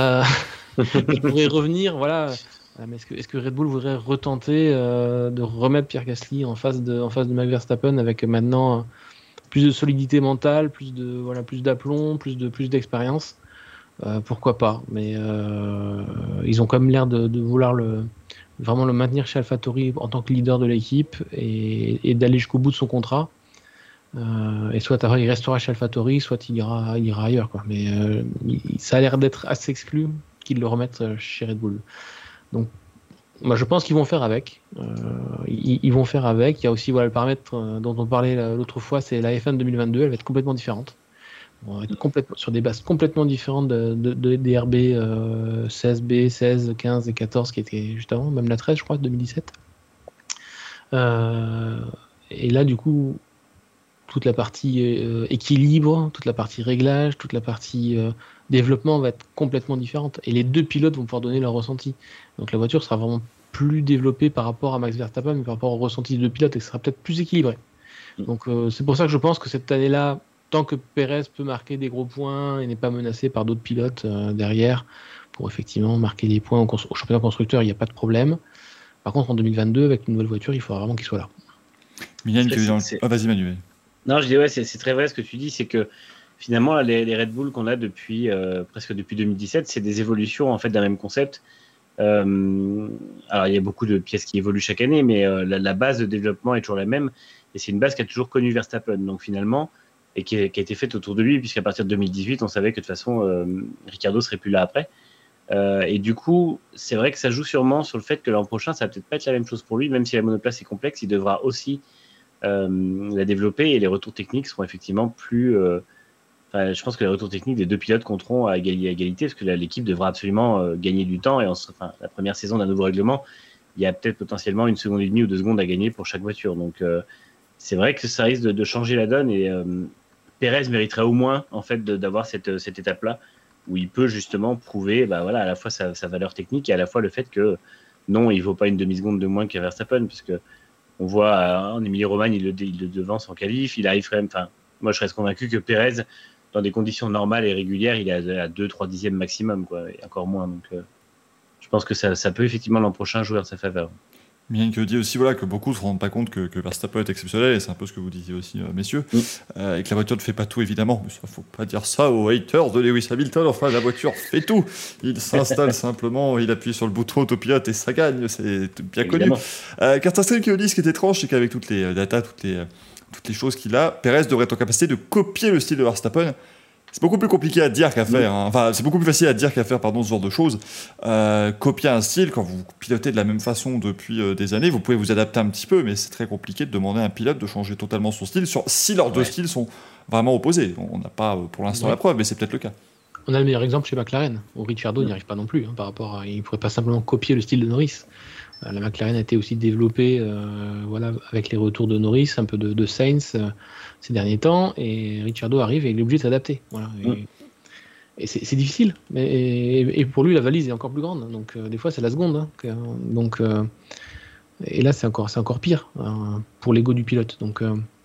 S3: qui pourrait revenir, voilà. Mais est-ce que Red Bull voudrait retenter de remettre Pierre Gasly en face de Max Verstappen avec maintenant plus de solidité mentale, plus d'aplomb, plus d'expérience? Pourquoi pas, mais ils ont quand même l'air de vouloir vraiment le maintenir chez AlphaTauri en tant que leader de l'équipe et d'aller jusqu'au bout de son contrat. Et soit il restera chez AlphaTauri, soit il ira ailleurs, quoi. Mais ça a l'air d'être assez exclu qu'ils le remettent chez Red Bull. Donc moi je pense qu'ils vont faire avec. Ils vont faire avec. Il y a aussi le paramètre dont on parlait l'autre fois, c'est la F1 2022, elle va être complètement différente. On va être sur des bases complètement différentes des RB 16B, 16, 15 et 14 qui étaient juste avant, même la 13 je crois, 2017. Et là du coup, toute la partie équilibre, toute la partie réglage, toute la partie développement va être complètement différente. Et les deux pilotes vont pouvoir donner leur ressenti. Donc la voiture sera vraiment plus développée par rapport à Max Verstappen, mais par rapport au ressenti des deux pilotes, et ce sera peut-être plus équilibré. Donc c'est pour ça que je pense que cette année-là, tant que Pérez peut marquer des gros points et n'est pas menacé par d'autres pilotes derrière pour effectivement marquer des points au championnat constructeur, il n'y a pas de problème. Par contre, en 2022, avec une nouvelle voiture, il faudra vraiment qu'il soit là.
S1: Vas-y Manu.
S2: Non, je dis c'est très vrai ce que tu dis, c'est que finalement là, les Red Bull qu'on a presque depuis 2017, c'est des évolutions en fait d'un même concept. Alors il y a beaucoup de pièces qui évoluent chaque année, mais la base de développement est toujours la même, et c'est une base qui a toujours connu Verstappen. Donc finalement, et qui a été faite autour de lui, puisqu'à partir de 2018, on savait que de toute façon, Ricciardo serait plus là après. Et du coup, c'est vrai que ça joue sûrement sur le fait que l'an prochain, ça va peut-être pas être la même chose pour lui, même si la monoplace est complexe, il devra aussi la développer, et les retours techniques seront effectivement plus... je pense que les retours techniques des deux pilotes compteront à égalité, parce que l'équipe devra absolument gagner du temps, et la première saison d'un nouveau règlement, il y a peut-être potentiellement 1 seconde et demie ou 2 secondes à gagner pour chaque voiture. Donc c'est vrai que ça risque de changer la donne, et Pérez mériterait au moins en fait d'avoir cette étape-là où il peut justement prouver à la fois sa valeur technique et à la fois le fait que non, il ne vaut pas une demi-seconde de moins que Verstappen, puisque on voit en Émilie-Romagne, il le devance en qualif, il arrive quand même. Moi, je reste convaincu que Pérez, dans des conditions normales et régulières, il est à 2-3 dixièmes maximum, quoi, et encore moins. Donc, je pense que ça peut effectivement l'an prochain jouer en sa faveur.
S1: Bien que dit aussi que beaucoup ne se rendent pas compte que Verstappen est exceptionnel, et c'est un peu ce que vous disiez aussi, messieurs, et que la voiture ne fait pas tout, évidemment. Mais il ne faut pas dire ça aux haters de Lewis Hamilton. Enfin, la voiture fait tout. Il s'installe simplement, il appuie sur le bouton autopilote et ça gagne. C'est bien connu. Cartastream qui nous dit ce qui est étrange, c'est qu'avec toutes les datas, toutes les choses qu'il a, Pérez devrait être en capacité de copier le style de Verstappen. C'est beaucoup plus compliqué à dire qu'à faire. Hein. Enfin, c'est beaucoup plus facile à dire qu'à faire, ce genre de choses. Copier un style, quand vous pilotez de la même façon depuis des années, vous pouvez vous adapter un petit peu, mais c'est très compliqué de demander à un pilote de changer totalement son style si leurs deux styles sont vraiment opposés. On n'a pas pour l'instant la preuve, mais c'est peut-être le cas.
S3: On a le meilleur exemple chez McLaren, où Ricciardo n'y arrive pas non plus, par rapport à, il ne pourrait pas simplement copier le style de Norris. La McLaren a été aussi développée avec les retours de Norris, un peu de Sainz ces derniers temps, et Ricciardo arrive et il est obligé de s'adapter. Voilà. Et c'est difficile, et pour lui la valise est encore plus grande, donc des fois c'est la seconde. Et là c'est encore pire pour l'ego du pilote. Donc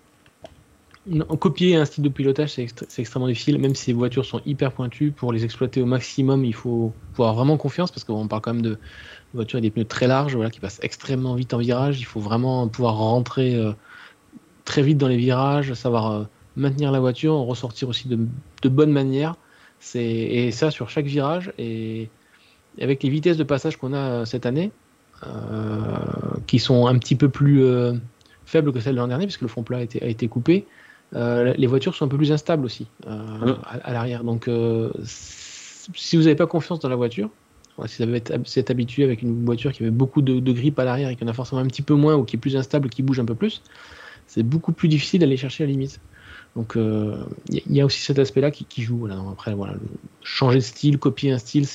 S3: copier un style de pilotage c'est extrêmement difficile, même si les voitures sont hyper pointues. Pour les exploiter au maximum, il faut avoir vraiment confiance, parce qu'on parle quand même de voitures avec des pneus très larges, qui passent extrêmement vite en virage. Il faut vraiment pouvoir rentrer très vite dans les virages, savoir maintenir la voiture, en ressortir aussi de bonne manière. Et ça sur chaque virage, et avec les vitesses de passage qu'on a cette année, qui sont un petit peu plus faibles que celles de l'an dernier, puisque le front plat a été coupé, les voitures sont un peu plus instables aussi à l'arrière. Donc si vous n'avez pas confiance dans la voiture, si vous êtes habitué avec une voiture qui avait beaucoup de grippe à l'arrière et qui en a forcément un petit peu moins, ou qui est plus instable, qui bouge un peu plus, c'est beaucoup plus difficile d'aller chercher la limite. Donc il y a aussi cet aspect-là qui joue. Après, changer de style, copier un style,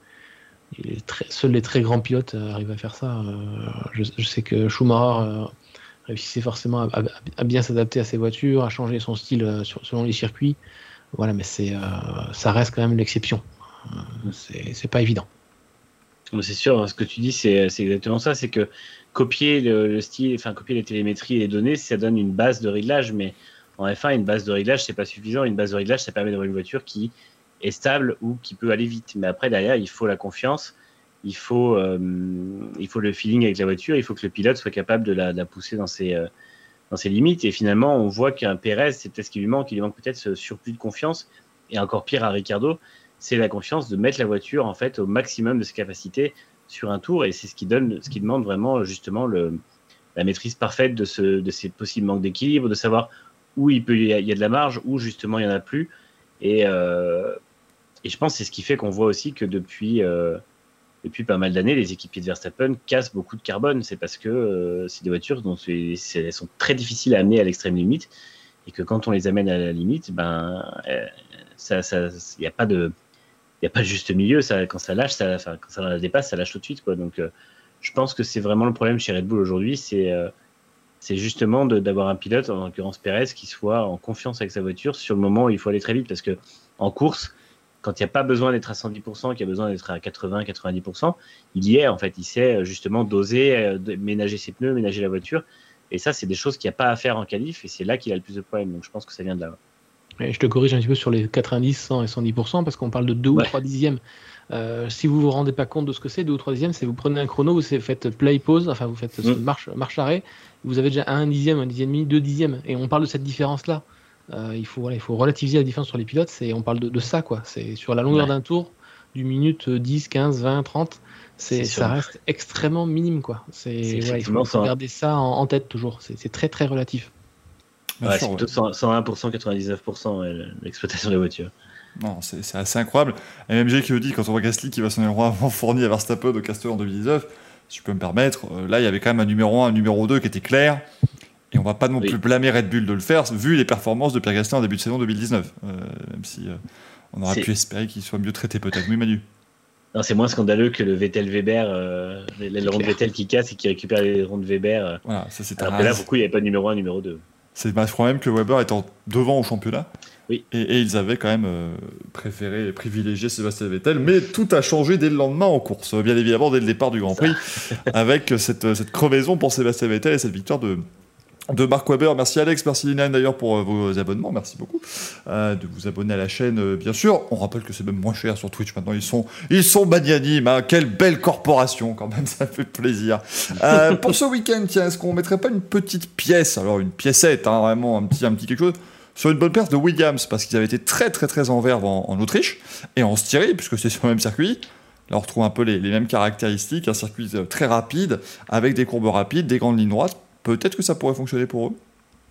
S3: seuls les très grands pilotes arrivent à faire ça. Je sais que Schumacher réussissait forcément à bien s'adapter à ses voitures, à changer son style selon les circuits. Mais ça reste quand même l'exception. C'est pas évident.
S2: C'est sûr, ce que tu dis, c'est exactement ça. C'est que copier le style, copier les télémétries et les données, ça donne une base de réglage, mais en F1, une base de réglage, c'est pas suffisant. Une base de réglage, ça permet d'avoir une voiture qui est stable ou qui peut aller vite. Mais après, derrière, il faut la confiance, il faut le feeling avec la voiture, il faut que le pilote soit capable de la pousser dans ses limites. Et finalement, on voit qu'un Pérez, c'est peut-être ce qui lui manque. Il lui manque peut-être ce surplus de confiance. Et encore pire à Ricciardo, c'est la confiance de mettre la voiture en fait au maximum de ses capacités sur un tour. Et c'est ce qui demande vraiment justement la maîtrise parfaite de ces possibles manques d'équilibre, de savoir où il y a de la marge, où justement il n'y en a plus. Et je pense que c'est ce qui fait qu'on voit aussi que depuis pas mal d'années, les équipiers de Verstappen cassent beaucoup de carbone. C'est parce que c'est des voitures dont elles sont très difficiles à amener à l'extrême limite, et que quand on les amène à la limite, il n'y a pas de juste milieu. Quand ça lâche, quand ça la dépasse, ça lâche tout de suite, quoi. Donc je pense que c'est vraiment le problème chez Red Bull aujourd'hui, c'est justement d'avoir un pilote, en l'occurrence Pérez, qui soit en confiance avec sa voiture sur le moment où il faut aller très vite. Parce que en course, quand il n'y a pas besoin d'être à 110%, qu'il y a besoin d'être à 80-90%, il y est, en fait. Il sait justement doser, ménager ses pneus, ménager la voiture. Et ça, c'est des choses qu'il n'y a pas à faire en qualif, et c'est là qu'il a le plus de problèmes. Donc je pense que ça vient de là.
S3: Et je te corrige un petit peu sur les 90, 100 et 110%, parce qu'on parle de 2 ou 3 dixièmes. Si vous ne vous rendez pas compte de ce que c'est, 2 ou 3 dixièmes, c'est vous prenez un chrono, vous faites play, pause, vous faites marche arrêt, vous avez déjà 1 dixième, 1 dixième et demi, 2 dixièmes. Et on parle de cette différence-là. Il faut relativiser la différence sur les pilotes, on parle de ça, quoi. C'est sur la longueur d'un tour, du minute 10, 15, 20, 30, ça reste extrêmement minime, quoi. Il faut garder ça en tête toujours. C'est très très relatif.
S2: C'est plutôt 101%, 99% l'exploitation des voitures.
S1: Non, c'est assez incroyable. MMG qui le dit, quand on voit Gasly qui va son numéro 1 fourni à Verstappen au Caster en 2019, si je peux me permettre, là il y avait quand même un numéro 1, un numéro 2 qui était clair, et on va pas non plus blâmer Red Bull de le faire, vu les performances de Pierre Gasly en début de saison 2019, même si on aurait pu espérer qu'il soit mieux traité peut-être. Oui, Manu.
S2: Non, c'est moins scandaleux que le Vettel-Weber, l'aileron de Vettel qui casse et qui récupère l'aileron de Weber.
S1: Voilà, ça c'est
S2: alors que là, beaucoup, il n'y avait pas de numéro 1, numéro 2.
S1: Je crois même que Weber était devant au championnat.
S2: Oui.
S1: Et ils avaient quand même préféré privilégier Sébastien Vettel, mais tout a changé dès le lendemain en course, bien évidemment dès le départ du Grand Prix, avec cette crevaison pour Sébastien Vettel et cette victoire de Mark Webber. Merci Alex, merci Linan d'ailleurs pour vos abonnements, merci beaucoup de vous abonner à la chaîne, bien sûr. On rappelle que c'est même moins cher sur Twitch maintenant, ils sont magnanimes, hein. Quelle belle corporation quand même, ça fait plaisir. Pour ce week-end, tiens, est-ce qu'on mettrait pas une petite pièce, alors une piécette, hein, vraiment un petit quelque chose, sur une bonne paire de Williams, parce qu'ils avaient été très très très en verve en Autriche et en Styrie, puisque c'est sur le même circuit. Là on retrouve un peu les mêmes caractéristiques, un circuit très rapide, avec des courbes rapides, des grandes lignes droites. Peut-être que ça pourrait fonctionner pour eux.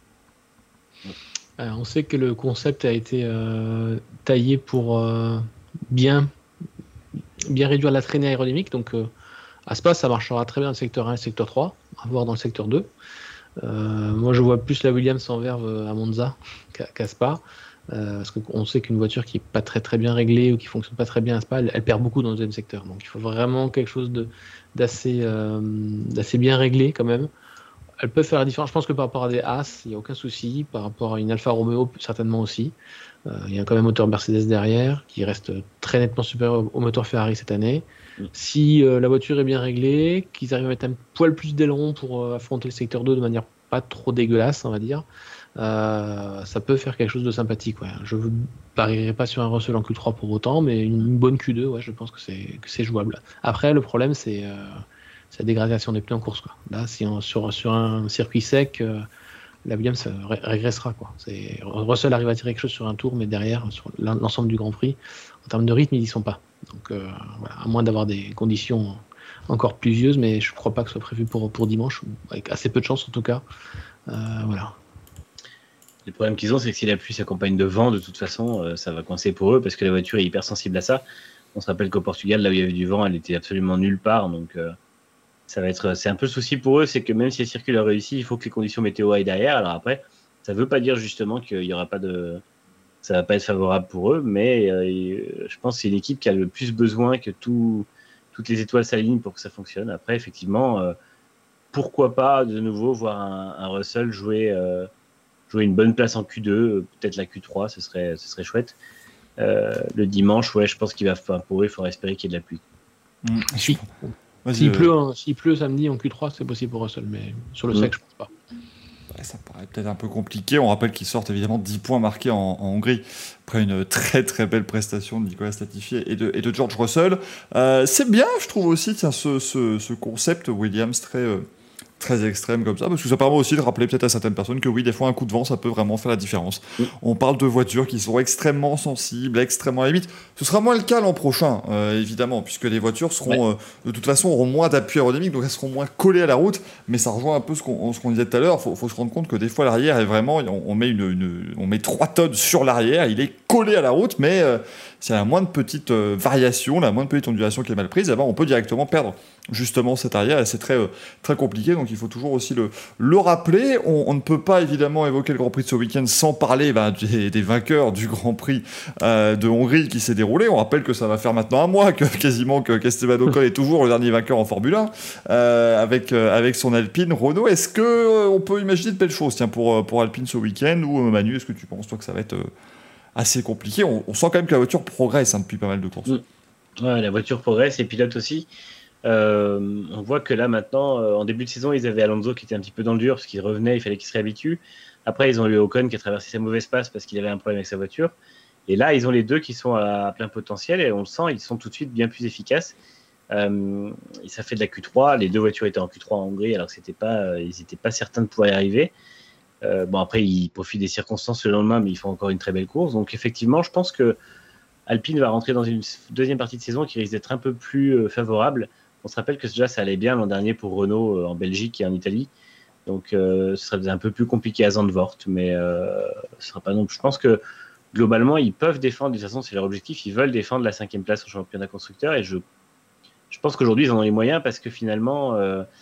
S3: On sait que le concept a été taillé pour bien réduire la traînée aérodynamique. Donc à Spa, ça marchera très bien dans le secteur 1 et le secteur 3, à voir dans le secteur 2. Moi, je vois plus la Williams en verve à Monza qu'à Spa. Parce qu'on sait qu'une voiture qui n'est pas très très bien réglée ou qui ne fonctionne pas très bien à Spa, elle perd beaucoup dans le deuxième secteur. Donc il faut vraiment quelque chose d'assez bien réglé quand même. Elles peuvent faire la différence. Je pense que par rapport à des As, il n'y a aucun souci. Par rapport à une Alfa Romeo, certainement aussi. Il y a quand même un moteur Mercedes derrière qui reste très nettement supérieur au moteur Ferrari cette année. Si la voiture est bien réglée, qu'ils arrivent à mettre un poil plus d'aileron pour affronter le secteur 2 de manière pas trop dégueulasse, on va dire, ça peut faire quelque chose de sympathique. Ouais. Je ne parierai pas sur un Russell en Q3 pour autant, mais une bonne Q2, ouais, je pense que c'est jouable. Après, le problème, c'est la dégradation des pneus en course. Quoi. Là, sur un circuit sec, la Williams régressera. Quoi. Russell arrive à tirer quelque chose sur un tour, mais derrière, sur l'ensemble du Grand Prix, en termes de rythme, ils n'y sont pas. Donc, voilà, à moins d'avoir des conditions encore pluvieuses, mais je ne crois pas que ce soit prévu pour dimanche, avec assez peu de chance en tout cas. Voilà.
S2: Le problème qu'ils ont, c'est que si la pluie s'accompagne de vent, de toute façon, ça va coincer pour eux, parce que la voiture est hyper sensible à ça. On se rappelle qu'au Portugal, là où il y avait du vent, elle était absolument nulle part, donc c'est un peu le souci pour eux, c'est que même si le circuit leur réussit, il faut que les conditions météo aillent derrière. Alors après, ça ne veut pas dire justement qu'il y aura pas ça va pas être favorable pour eux, mais je pense que c'est une équipe qui a le plus besoin que toutes les étoiles s'alignent pour que ça fonctionne. Après, effectivement, pourquoi pas de nouveau voir un Russell jouer une bonne place en Q2, peut-être la Q3, ce serait chouette. Le dimanche, ouais, je pense pour eux, il faudra espérer qu'il y ait de la pluie.
S3: S'il pleut samedi en Q3, c'est possible pour Russell, mais sur le sec, je pense pas.
S1: Ouais, ça paraît peut-être un peu compliqué. On rappelle qu'ils sortent évidemment 10 points marqués en Hongrie, après une très très belle prestation de Nicolas Latifi et de George Russell. C'est bien, je trouve aussi, ce concept Williams très extrême comme ça, parce que ça permet aussi de rappeler peut-être à certaines personnes que oui, des fois un coup de vent ça peut vraiment faire la différence. On parle de voitures qui sont extrêmement sensibles, extrêmement à la limite. Ce sera moins le cas l'an prochain, évidemment, puisque les voitures seront de toute façon auront moins d'appui aérodynamique, donc elles seront moins collées à la route, mais ça rejoint un peu ce qu'on disait tout à l'heure. Faut se rendre compte que des fois l'arrière est vraiment, on met 3 tonnes sur l'arrière, il est collé à la route, mais s'il y a la moindre petite variation, la moindre petite ondulation qui est mal prise, eh ben, on peut directement perdre justement cette arrière, et c'est très, très compliqué, donc il faut toujours aussi le rappeler. On ne peut pas évidemment évoquer le Grand Prix de ce week-end sans parler des vainqueurs du Grand Prix de Hongrie qui s'est déroulé. On rappelle que ça va faire maintenant un mois qu'Esteban Ocon est toujours le dernier vainqueur en Formule 1 avec son Alpine Renault. Est-ce qu'on peut imaginer de belles choses pour Alpine ce week-end, ou Manu, est-ce que tu penses toi que ça va être assez compliqué? On sent quand même que la voiture progresse depuis pas mal de courses.
S2: Ouais, la voiture progresse, et pilote aussi. On voit que là maintenant, en début de saison, ils avaient Alonso qui était un petit peu dans le dur parce qu'il revenait, il fallait qu'il se réhabitue. Après, ils ont eu Ocon qui a traversé sa mauvaise passe parce qu'il avait un problème avec sa voiture. Et là, ils ont les deux qui sont à plein potentiel, et on le sent, ils sont tout de suite bien plus efficaces. Ça fait de la Q3, les deux voitures étaient en Q3 en Hongrie, alors que ils n'étaient pas certains de pouvoir y arriver. Bon, après, ils profitent des circonstances le lendemain, mais ils font encore une très belle course. Donc effectivement, je pense que Alpine va rentrer dans une deuxième partie de saison qui risque d'être un peu plus favorable. On se rappelle que déjà ça allait bien l'an dernier pour Renault en Belgique et en Italie, donc ce serait un peu plus compliqué à Zandvoort, mais ce sera pas non plus. Je pense que globalement ils peuvent défendre, de toute façon c'est leur objectif, ils veulent défendre la 5e place au championnat constructeur, et je pense qu'aujourd'hui ils en ont les moyens, parce que finalement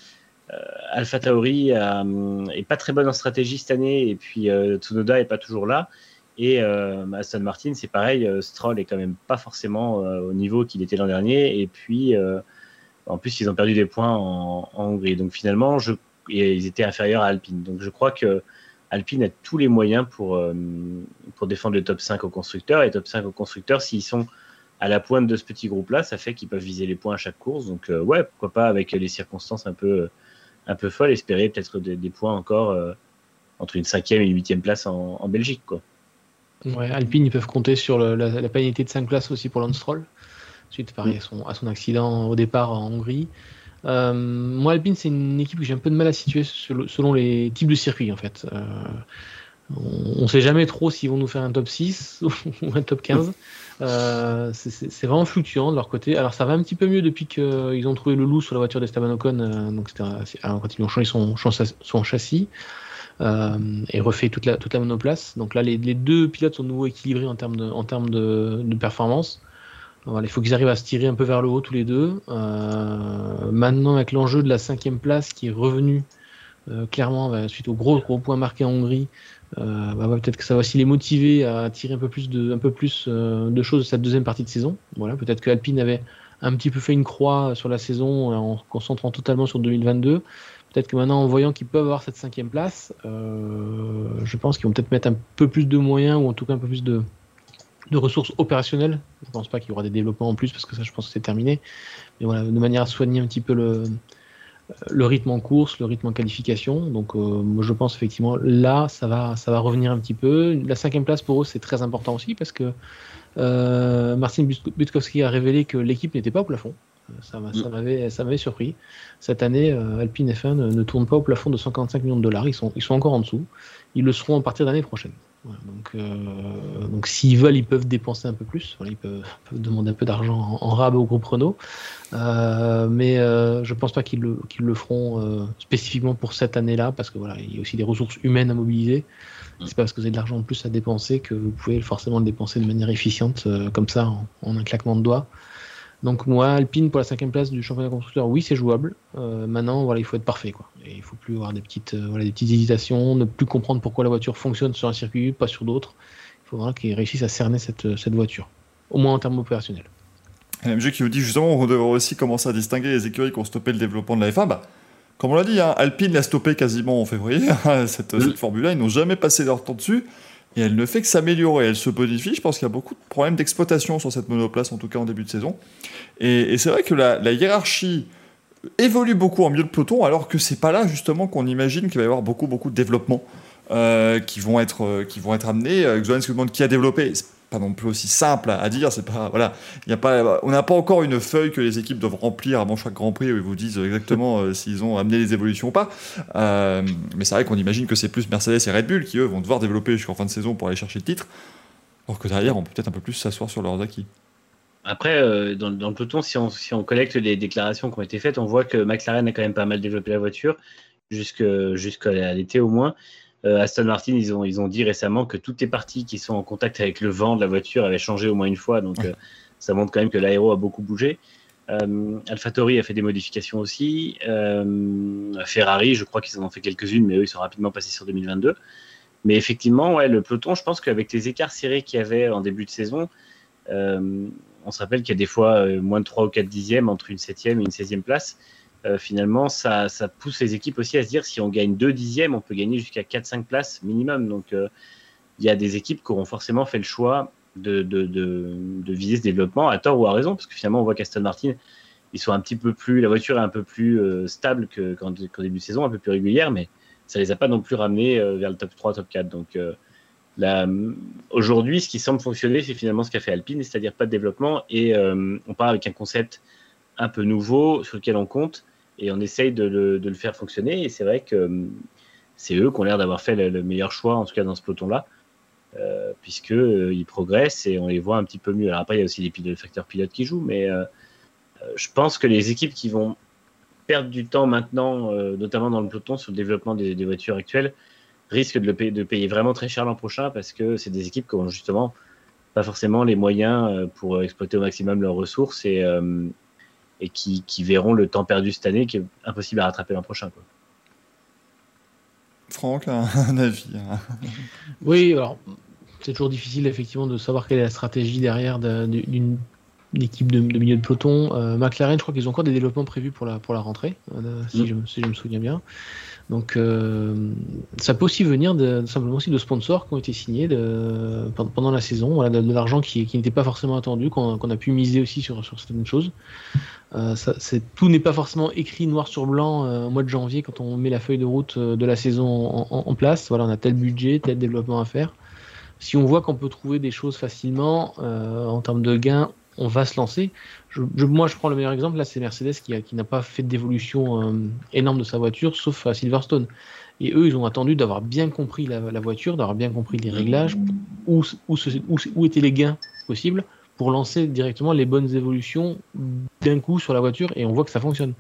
S2: AlphaTauri est pas très bonne en stratégie cette année, et puis Tsunoda est pas toujours là, et Aston Martin c'est pareil, Stroll est quand même pas forcément au niveau qu'il était l'an dernier, et puis en plus, ils ont perdu des points en Hongrie. Donc finalement, ils étaient inférieurs à Alpine. Donc je crois que Alpine a tous les moyens pour défendre le top 5 au constructeur. Et top 5 au constructeur, s'ils sont à la pointe de ce petit groupe-là, ça fait qu'ils peuvent viser les points à chaque course. Donc ouais, pourquoi pas, avec les circonstances un peu folles, espérer peut-être des points encore entre une 5e et une 8e place en Belgique, quoi.
S3: Ouais, Alpine, ils peuvent compter sur la pénalité de 5 places aussi pour Lance Stroll, suite pareil à son accident au départ en Hongrie. Moi, Alpine, c'est une équipe que j'ai un peu de mal à situer selon les types de circuits, en fait. On ne sait jamais trop s'ils vont nous faire un top 6 ou un top 15. C'est vraiment fluctuant de leur côté. Alors, ça va un petit peu mieux depuis qu'ils ont trouvé le loup sur la voiture d'Esteban Ocon, donc quand ils ont changé son châssis. Et refait toute la monoplace. Donc là, les deux pilotes sont de nouveau équilibrés en termes de performance. Voilà, il faut qu'ils arrivent à se tirer un peu vers le haut tous les deux. Maintenant, avec l'enjeu de la 5e place qui est revenue clairement suite aux gros points marqués en Hongrie, Peut-être que ça va aussi les motiver à tirer un peu plus de choses de cette deuxième partie de saison. Voilà, peut-être que Alpine avait un petit peu fait une croix sur la saison en se concentrant totalement sur 2022. Peut-être que maintenant, en voyant qu'ils peuvent avoir cette 5e place, je pense qu'ils vont peut-être mettre un peu plus de moyens ou en tout cas un peu plus de ressources opérationnelles. Je ne pense pas qu'il y aura des développements en plus parce que ça, je pense que c'est terminé. Mais voilà, de manière à soigner un petit peu le rythme en course, le rythme en qualification. Donc, moi, je pense effectivement, là, ça va revenir un petit peu. La 5e place pour eux, c'est très important aussi parce que Marcin Budkowski a révélé que l'équipe n'était pas au plafond. Ça m'avait surpris. Cette année, Alpine F1 ne tourne pas au plafond de 145 millions de dollars. Ils sont encore en dessous. Ils le seront à partir de l'année prochaine. Voilà, donc s'ils veulent, ils peuvent dépenser un peu plus. Voilà, ils peuvent demander un peu d'argent en rabais au groupe Renault. Mais je pense pas qu'ils le feront spécifiquement pour cette année-là, parce que voilà, il y a aussi des ressources humaines à mobiliser. C'est pas parce que vous avez de l'argent en plus à dépenser que vous pouvez forcément le dépenser de manière efficiente, comme ça, en un claquement de doigts. Donc moi, Alpine pour la 5e place du championnat constructeur, oui, c'est jouable. Maintenant, voilà, il faut être parfait, quoi. Et il faut plus avoir des petites hésitations, ne plus comprendre pourquoi la voiture fonctionne sur un circuit, pas sur d'autres. Il faudra qu'ils réussissent à cerner cette voiture, au moins en termes opérationnels.
S1: LMG qui nous dit justement, on devrait aussi commencer à distinguer les écuries qui ont stoppé le développement de la F1. Comme on l'a dit, Alpine l'a stoppé quasiment en février. cette Formule 1, ils n'ont jamais passé leur temps dessus. Et elle ne fait que s'améliorer, elle se bonifie. Je pense qu'il y a beaucoup de problèmes d'exploitation sur cette monoplace, en tout cas en début de saison. Et c'est vrai que la hiérarchie évolue beaucoup en milieu de peloton, alors que c'est pas là justement qu'on imagine qu'il va y avoir beaucoup de développements qui vont être amenés. Xoan se demande qui a développé. C'est pas non plus aussi simple à dire. C'est pas, voilà, on n'a pas encore une feuille que les équipes doivent remplir avant chaque Grand Prix où ils vous disent exactement s'ils ont amené les évolutions ou pas. Mais c'est vrai qu'on imagine que c'est plus Mercedes et Red Bull qui eux vont devoir développer jusqu'en fin de saison pour aller chercher le titre, alors que derrière on peut peut-être un peu plus s'asseoir sur leurs acquis.
S2: Après, dans le peloton, si on collecte les déclarations qui ont été faites, on voit que McLaren a quand même pas mal développé la voiture jusqu'à l'été au moins. Aston Martin, ils ont dit récemment que toutes les parties qui sont en contact avec le vent de la voiture avaient changé au moins une fois, donc ça montre quand même que l'aéro a beaucoup bougé. AlphaTauri a fait des modifications aussi. Ferrari, je crois qu'ils en ont fait quelques-unes, mais eux, ils sont rapidement passés sur 2022. Mais effectivement, le peloton, je pense qu'avec les écarts serrés qu'il y avait en début de saison, on se rappelle qu'il y a des fois moins de 3 ou 4 dixièmes entre une 7e et une 16e place. Finalement, ça pousse les équipes aussi à se dire si on gagne 2 dixièmes, on peut gagner jusqu'à 4-5 places minimum. Donc, il y a des équipes qui auront forcément fait le choix de viser ce développement, à tort ou à raison, parce que finalement, on voit qu'Aston Martin, la voiture est un peu plus stable qu'en début de saison, un peu plus régulière, mais ça les a pas non plus ramenés vers le top 3, top 4. Donc, aujourd'hui, ce qui semble fonctionner, c'est finalement ce qu'a fait Alpine, c'est-à-dire pas de développement, et on part avec un concept un peu nouveau sur lequel on compte, et on essaye de le faire fonctionner. Et c'est vrai que c'est eux qui ont l'air d'avoir fait le meilleur choix, en tout cas dans ce peloton-là, puisqu'ils progressent et on les voit un petit peu mieux. Alors après, il y a aussi le facteur pilote qui joue, mais je pense que les équipes qui vont perdre du temps maintenant, notamment dans le peloton, sur le développement des voitures actuelles, risquent de payer vraiment très cher l'an prochain, parce que c'est des équipes qui ont justement pas forcément les moyens pour exploiter au maximum leurs ressources et qui verront le temps perdu cette année qui est impossible à rattraper l'an prochain, quoi.
S1: Franck, un avis?
S3: Oui, alors c'est toujours difficile effectivement de savoir quelle est la stratégie derrière d'une équipe de milieu de peloton. McLaren, je crois qu'ils ont encore des développements prévus pour la rentrée, si je me souviens bien. Donc ça peut aussi venir simplement aussi de sponsors qui ont été signés pendant la saison, voilà, de l'argent qui n'était pas forcément attendu, qu'on a pu miser aussi sur certaines choses. Tout n'est pas forcément écrit noir sur blanc au mois de janvier quand on met la feuille de route de la saison en place. Voilà, on a tel budget, tel développement à faire. Si on voit qu'on peut trouver des choses facilement en termes de gains, on va se lancer. Moi, je prends le meilleur exemple, là, c'est Mercedes qui n'a pas fait d'évolution énorme de sa voiture, sauf à Silverstone. Et eux, ils ont attendu d'avoir bien compris la voiture, d'avoir bien compris les réglages, où étaient les gains possibles, pour lancer directement les bonnes évolutions d'un coup sur la voiture, et on voit que ça fonctionne.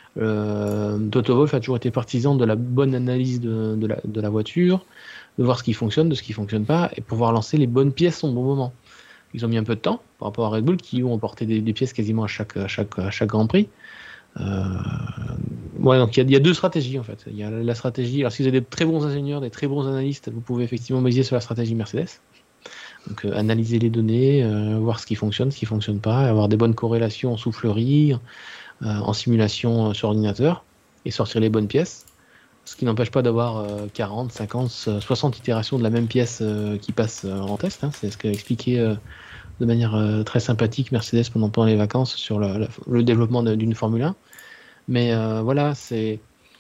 S3: Toto Wolff a toujours été partisan de la bonne analyse de la voiture, de voir ce qui fonctionne, de ce qui fonctionne pas, et pouvoir lancer les bonnes pièces au bon moment. Ils ont mis un peu de temps par rapport à Red Bull qui ont emporté des pièces quasiment à chaque Grand Prix. Ouais, donc il y a deux stratégies en fait. Il y a la stratégie. Alors si vous avez des très bons ingénieurs, des très bons analystes, vous pouvez effectivement miser sur la stratégie Mercedes. Donc analyser les données, voir ce qui fonctionne pas, avoir des bonnes corrélations en soufflerie, en simulation sur ordinateur et sortir les bonnes pièces. Ce qui n'empêche pas d'avoir 40, 50, 60 itérations de la même pièce qui passe en test. Hein. C'est ce qu'a expliqué de manière très sympathique Mercedes pendant les vacances sur le développement d'une Formule 1. Mais voilà, c'est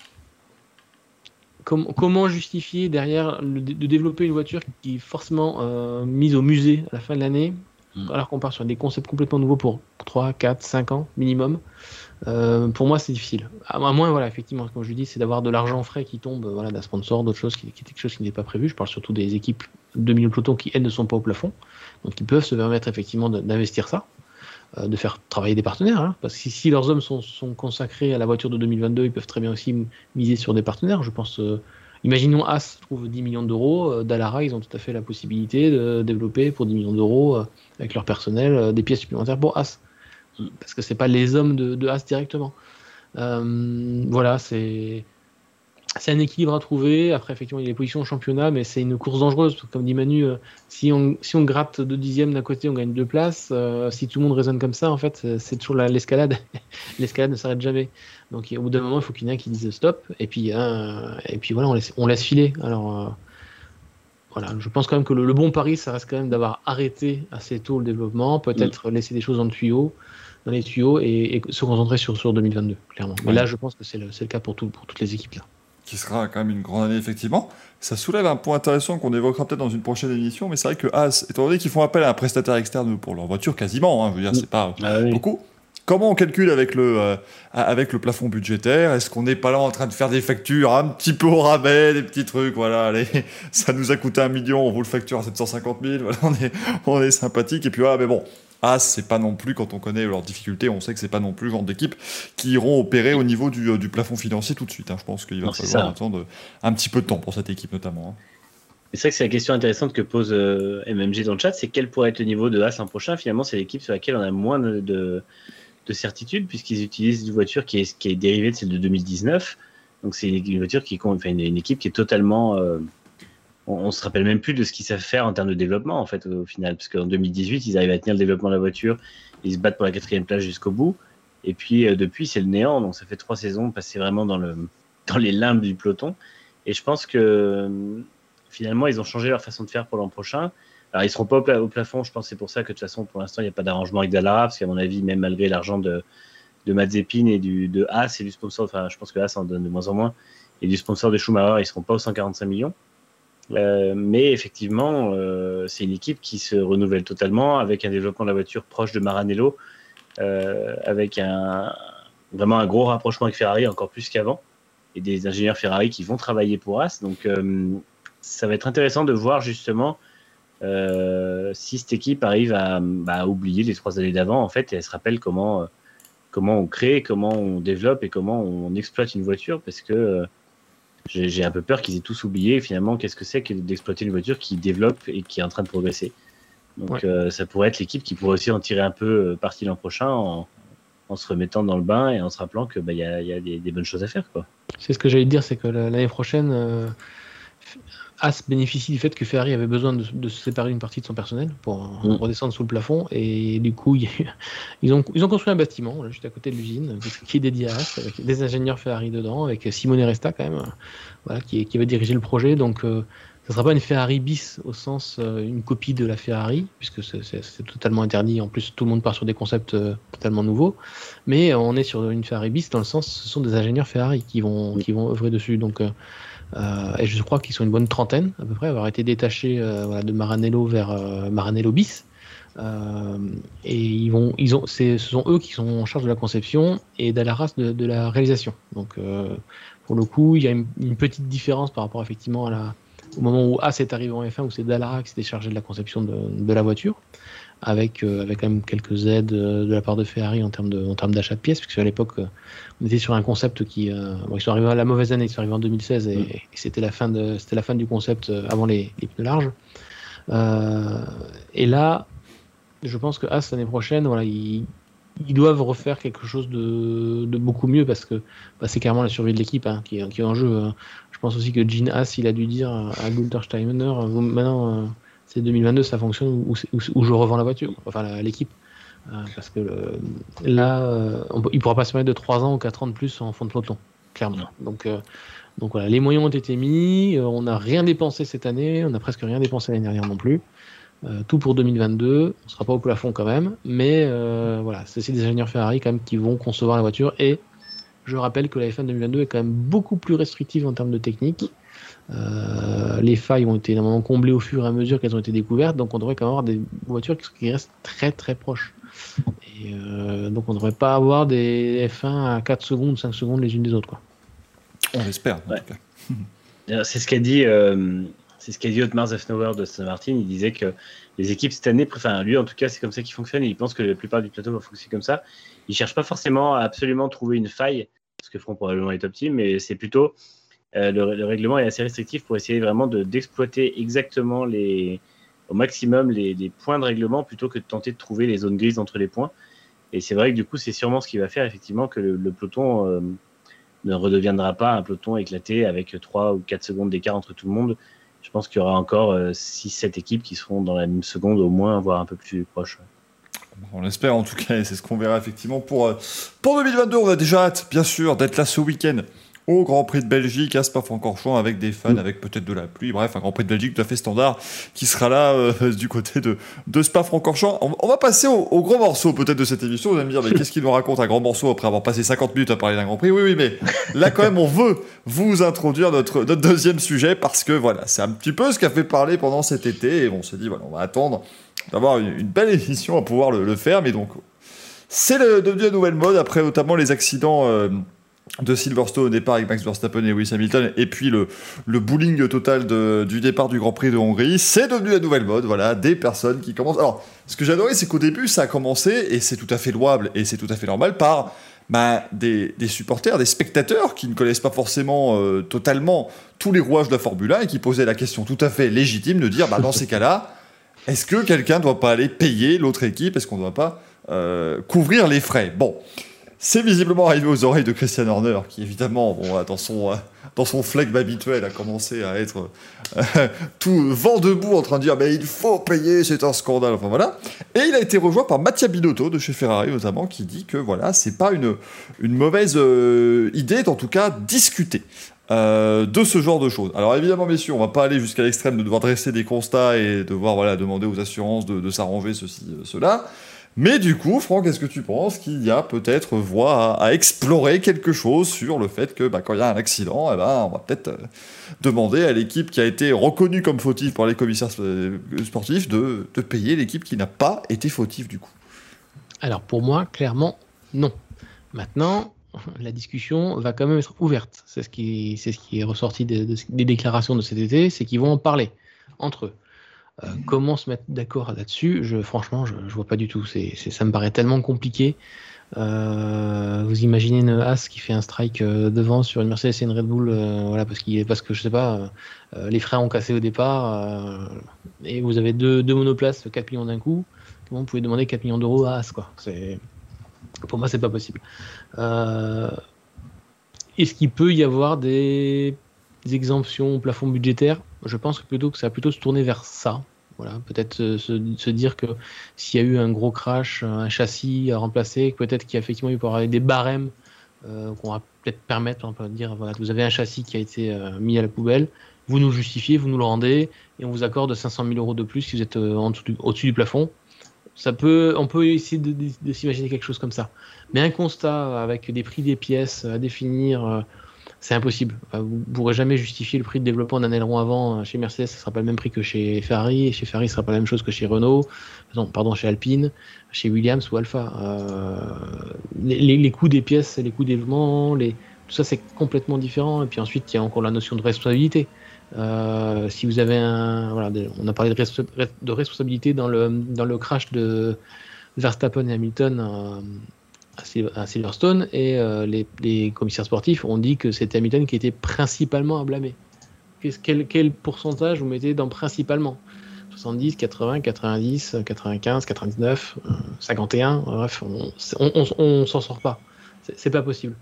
S3: comment justifier derrière de développer une voiture qui est forcément mise au musée à la fin de l'année, alors qu'on part sur des concepts complètement nouveaux pour 3, 4, 5 ans minimum. Pour moi, c'est difficile. À moins, voilà, effectivement, comme je le dis, c'est d'avoir de l'argent frais qui tombe, voilà, d'un sponsor, d'autres choses qui est quelque chose qui n'est pas prévu. Je parle surtout des équipes de milieu de peloton qui, elles, ne sont pas au plafond, donc ils peuvent se permettre effectivement d'investir ça, de faire travailler des partenaires, hein, parce que si leurs hommes sont consacrés à la voiture de 2022, ils peuvent très bien aussi miser sur des partenaires. Je pense, imaginons As trouve 10 millions d'euros, Dallara, ils ont tout à fait la possibilité de développer pour 10 millions d'euros avec leur personnel des pièces supplémentaires pour As. Parce que c'est pas les hommes de As directement. Voilà, c'est un équilibre à trouver. Après, effectivement, il y a les positions au championnat, mais c'est une course dangereuse. Comme dit Manu, si on gratte 2 dixièmes d'un côté, on gagne 2 places. Si tout le monde raisonne comme ça, en fait, c'est toujours l'escalade. L'escalade ne s'arrête jamais. Donc, au bout d'un moment, il faut qu'il y en ait un qui dise stop. Et puis voilà, on laisse filer. Alors, voilà, je pense quand même que le bon pari, ça reste quand même d'avoir arrêté assez tôt le développement, peut-être laisser des choses dans les tuyaux et se concentrer sur 2022, clairement. Mais là, je pense que c'est le cas pour toutes les équipes là.
S1: Qui sera quand même une grande année, effectivement. Ça soulève un point intéressant qu'on évoquera peut-être dans une prochaine émission, mais c'est vrai que As, étant donné qu'ils font appel à un prestataire externe pour leur voiture, quasiment, je veux dire, c'est pas beaucoup. Comment on calcule avec le plafond budgétaire? Est-ce qu'on n'est pas là en train de faire des factures un petit peu au rabais, des petits trucs, voilà, allez, ça nous a coûté 1 million, on vous le facture à 750 000, voilà, on est sympathique, et puis voilà, mais bon, As, c'est pas non plus, quand on connaît leurs difficultés, on sait que c'est pas non plus le genre d'équipe qui iront opérer au niveau du plafond financier tout de suite. Je pense qu'il va falloir attendre un petit peu de temps pour cette équipe notamment.
S2: C'est vrai que c'est la question intéressante que pose MMG dans le chat, c'est quel pourrait être le niveau de As l'an prochain. Finalement, c'est l'équipe sur laquelle on a moins de certitude, puisqu'ils utilisent une voiture qui est dérivée de celle de 2019. Donc c'est une voiture une équipe qui est totalement... on se rappelle même plus de ce qu'ils savent faire en termes de développement, en fait, au final. Parce qu'en 2018, ils arrivent à tenir le développement de la voiture, ils se battent pour la 4e place jusqu'au bout. Et puis, depuis, c'est le néant. Donc ça fait 3 saisons passées vraiment dans les limbes du peloton. Et je pense que finalement, ils ont changé leur façon de faire pour l'an prochain. Alors, ils ne seront pas au plafond. Je pense que c'est pour ça que de toute façon, pour l'instant, il n'y a pas d'arrangement avec Dallara, parce qu'à mon avis, même malgré l'argent de Mazepin et de As et du sponsor, enfin, je pense que As en donne de moins en moins, et du sponsor de Schumacher, ils ne seront pas aux 145 millions. Mais effectivement, c'est une équipe qui se renouvelle totalement, avec un développement de la voiture proche de Maranello, avec vraiment un gros rapprochement avec Ferrari, encore plus qu'avant, et des ingénieurs Ferrari qui vont travailler pour As. Donc, ça va être intéressant de voir justement si cette équipe arrive à oublier les 3 années d'avant, en fait, et elle se rappelle comment on crée, comment on développe et comment on exploite une voiture, parce que j'ai un peu peur qu'ils aient tous oublié finalement qu'est-ce que c'est que d'exploiter une voiture qui développe et qui est en train de progresser. Donc ça pourrait être l'équipe qui pourrait aussi en tirer un peu parti l'an prochain en se remettant dans le bain et en se rappelant que y a des bonnes choses à faire, quoi.
S3: C'est ce que j'allais te dire, c'est que l'année prochaine, As bénéficie du fait que Ferrari avait besoin de se séparer d'une partie de son personnel pour redescendre sous le plafond, et du coup ils ont construit un bâtiment là, juste à côté de l'usine qui est dédié à As, avec des ingénieurs Ferrari dedans, avec Simone Resta quand même, voilà, qui va diriger le projet. Donc ça ne sera pas une Ferrari bis au sens une copie de la Ferrari, puisque c'est totalement interdit. En plus, tout le monde part sur des concepts totalement nouveaux, mais on est sur une Ferrari bis dans le sens ce sont des ingénieurs Ferrari qui vont œuvrer dessus. Donc et je crois qu'ils sont une bonne trentaine à peu près, avoir été détachés de Maranello vers Maranello bis. Et ce sont eux qui sont en charge de la conception et Dallara de la réalisation. Donc pour le coup, il y a une petite différence par rapport effectivement au moment où As est arrivé en F1, où c'est Dallara qui s'était chargé de la conception de la voiture, avec quand même quelques aides de la part de Ferrari en termes d'achat de pièces, puisque à l'époque on était sur un concept qui ils sont arrivés à la mauvaise année, ils sont arrivés en 2016 et c'était la fin du concept avant les pneus larges. Et là, je pense que As l'année prochaine, voilà, ils ils doivent refaire quelque chose de beaucoup mieux parce que c'est carrément la survie de l'équipe qui est en jeu. Je pense aussi que Gene Haas, il a dû dire à Günther Steiner, maintenant c'est 2022, ça fonctionne ou je revends la voiture, enfin l'équipe. Parce que là, il ne pourra pas se permettre de 3 ans ou 4 ans de plus en fond de peloton, clairement. Donc voilà, les moyens ont été mis, on n'a rien dépensé cette année, on n'a presque rien dépensé l'année dernière non plus. Tout pour 2022, on ne sera pas au plafond quand même, mais voilà, c'est des ingénieurs Ferrari quand même qui vont concevoir la voiture. Et je rappelle que la F1 2022 est quand même beaucoup plus restrictive en termes de technique. Les failles ont été énormément comblées au fur et à mesure qu'elles ont été découvertes, donc on devrait quand même avoir des voitures qui restent très très proches. Et donc on ne devrait pas avoir des F1 à 4 secondes, 5 secondes les unes des autres, quoi.
S1: On l'espère, en tout
S2: cas. C'est ce qu'a dit Otmar Zafnauer de Aston Martin. Il disait que les équipes cette année, enfin lui en tout cas, c'est comme ça qu'il fonctionne. Il pense que la plupart du plateau va fonctionner comme ça. Ils ne cherchent pas forcément à absolument trouver une faille, ce que feront probablement les top teams, mais c'est plutôt le règlement est assez restrictif pour essayer vraiment d'exploiter exactement au maximum les points de règlement plutôt que de tenter de trouver les zones grises entre les points. Et c'est vrai que du coup, c'est sûrement ce qui va faire effectivement que le peloton ne redeviendra pas un peloton éclaté avec 3 ou 4 secondes d'écart entre tout le monde. Je pense qu'il y aura encore 6-7 équipes qui seront dans la même seconde au moins, voire un peu plus proche.
S1: On l'espère en tout cas, et c'est ce qu'on verra effectivement pour 2022. On a déjà hâte, bien sûr, d'être là ce week-end au Grand Prix de Belgique à Spa-Francorchamps avec des fans, avec peut-être de la pluie. Bref, un Grand Prix de Belgique tout à fait standard qui sera là du côté de Spa-Francorchamps. On va passer au gros morceau peut-être de cette émission. Vous allez me dire, mais qu'est-ce qu'il nous raconte un grand morceau après avoir passé 50 minutes à parler d'un Grand Prix ? Oui, mais là quand même, on veut vous introduire notre deuxième sujet parce que voilà, c'est un petit peu ce qu'a fait parler pendant cet été et on s'est dit, voilà, on va attendre d'avoir une belle émission à pouvoir le faire. Mais donc, c'est devenu la nouvelle mode après notamment les accidents de Silverstone au départ avec Max Verstappen et Lewis Hamilton, et puis le bowling total du départ du Grand Prix de Hongrie. C'est devenu la nouvelle mode, voilà, des personnes qui commencent... Alors, ce que j'ai adoré, c'est qu'au début, ça a commencé, et c'est tout à fait louable, et c'est tout à fait normal, par des supporters, des spectateurs qui ne connaissent pas forcément totalement tous les rouages de la Formule 1, et qui posaient la question tout à fait légitime de dire, dans ces cas-là, est-ce que quelqu'un ne doit pas aller payer l'autre équipe ? Est-ce qu'on ne doit pas couvrir les frais ? Bon... C'est visiblement arrivé aux oreilles de Christian Horner, qui évidemment, dans son flegme habituel, a commencé à être tout vent debout en train de dire mais il faut payer, c'est un scandale. Enfin voilà. Et il a été rejoint par Mattia Binotto de chez Ferrari notamment, qui dit que voilà, c'est pas une mauvaise idée, en tout cas discuter de ce genre de choses. Alors évidemment, messieurs, on va pas aller jusqu'à l'extrême de devoir dresser des constats et devoir demander aux assurances de s'arranger ceci, cela. Mais du coup, Franck, est-ce que tu penses qu'il y a peut-être voie à explorer quelque chose sur le fait que quand il y a un accident, on va peut-être demander à l'équipe qui a été reconnue comme fautive par les commissaires sportifs de payer l'équipe qui n'a pas été fautive du coup ?
S3: Alors pour moi, clairement, non. Maintenant, la discussion va quand même être ouverte. C'est ce qui est ressorti des déclarations de cet été, c'est qu'ils vont en parler entre eux. Comment se mettre d'accord là-dessus ? Franchement, je vois pas du tout. Ça me paraît tellement compliqué. Vous imaginez une Haas qui fait un strike devant sur une Mercedes et une Red Bull, parce que je sais pas, les freins ont cassé au départ, et vous avez deux monoplaces, 4 millions d'un coup. Comment vous pouvez demander 4 millions d'euros à Haas, quoi ? Pour moi, c'est pas possible. Est-ce qu'il peut y avoir des exemptions au plafond budgétaire ? Je pense que ça va plutôt se tourner vers ça. Voilà, peut-être se dire que s'il y a eu un gros crash, un châssis à remplacer, peut-être qu'il y a effectivement eu pour avoir des barèmes qu'on va peut-être permettre, on peut dire, voilà, vous avez un châssis qui a été mis à la poubelle, vous nous le justifiez, vous nous le rendez, et on vous accorde 500 000 euros de plus si vous êtes au-dessus du plafond. On peut essayer de s'imaginer quelque chose comme ça. Mais un constat avec des prix des pièces à définir... c'est impossible. Vous ne pourrez jamais justifier le prix de développement d'un aileron avant chez Mercedes, ce ne sera pas le même prix que chez Ferrari, et chez Ferrari, ce ne sera pas la même chose que chez Renault, chez Alpine, chez Williams ou Alpha. Les coûts des pièces, les coûts de développement, tout ça c'est complètement différent. Et puis ensuite, il y a encore la notion de responsabilité. Si vous avez on a parlé de responsabilité dans le crash de Verstappen et Hamilton à Silverstone, et les commissaires sportifs ont dit que c'était Hamilton qui était principalement à blâmer. Quel pourcentage vous mettez dans principalement ? 70, 80, 90, 95, 99, 51. Bref, on s'en sort pas. C'est pas possible.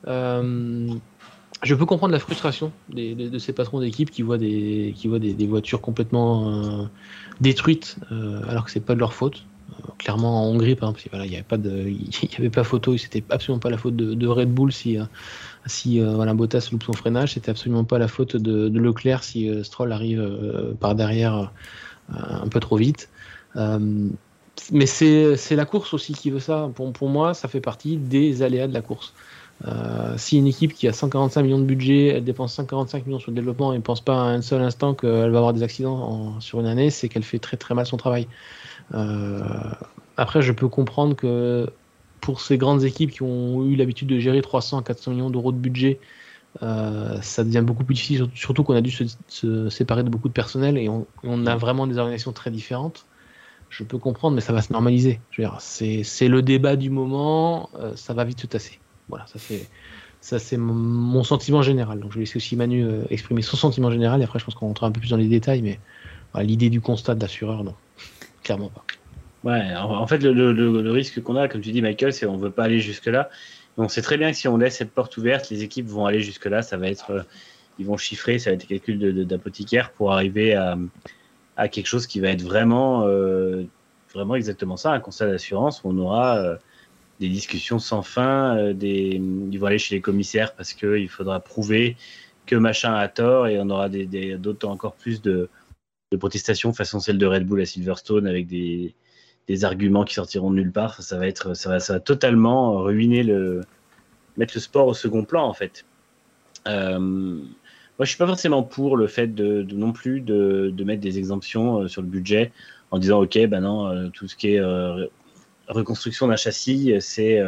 S3: Je peux comprendre la frustration de ces patrons d'équipe qui voient des voitures complètement détruites alors que c'est pas de leur faute. Clairement en Hongrie par exemple, voilà, il n'y avait pas photo, c'était absolument pas la faute de Red Bull si voilà, Bottas loupe son freinage, c'était absolument pas la faute de Leclerc si Stroll arrive par derrière un peu trop vite. Mais c'est la course aussi qui veut ça. Pour moi, ça fait partie des aléas de la course. Si une équipe qui a 145 millions de budget, elle dépense 145 millions sur le développement et ne pense pas à un seul instant qu'elle va avoir des accidents sur une année, c'est qu'elle fait très très mal son travail. Après, je peux comprendre que pour ces grandes équipes qui ont eu l'habitude de gérer 300 à 400 millions d'euros de budget, ça devient beaucoup plus difficile, surtout qu'on a dû se séparer de beaucoup de personnel et on a vraiment des organisations très différentes. Je peux comprendre, mais ça va se normaliser. Je veux dire, c'est le débat du moment, ça va vite se tasser. Voilà, ça c'est mon sentiment général. Donc je vais laisser aussi Manu exprimer son sentiment général et après je pense qu'on rentrera un peu plus dans les détails, mais voilà, l'idée du constat de l'assureur, non, clairement pas.
S2: Ouais, en fait le risque qu'on a, comme tu dis Michael, c'est qu'on veut pas aller jusque là. On sait très bien que si on laisse cette porte ouverte, les équipes vont aller jusque là. Ça va être, ils vont chiffrer, ça va être des calculs d'apothicaire pour arriver à quelque chose qui va être vraiment exactement ça, un constat d'assurance où on aura des discussions sans fin, ils vont aller chez les commissaires parce qu'il faudra prouver que machin a tort et on aura d'autant encore plus de protestations façon celle de Red Bull à Silverstone avec des arguments qui sortiront de nulle part. Ça va totalement ruiner mettre le sport au second plan en fait. Moi je suis pas forcément pour le fait non plus de mettre des exemptions sur le budget en disant ok non tout ce qui est reconstruction d'un châssis, c'est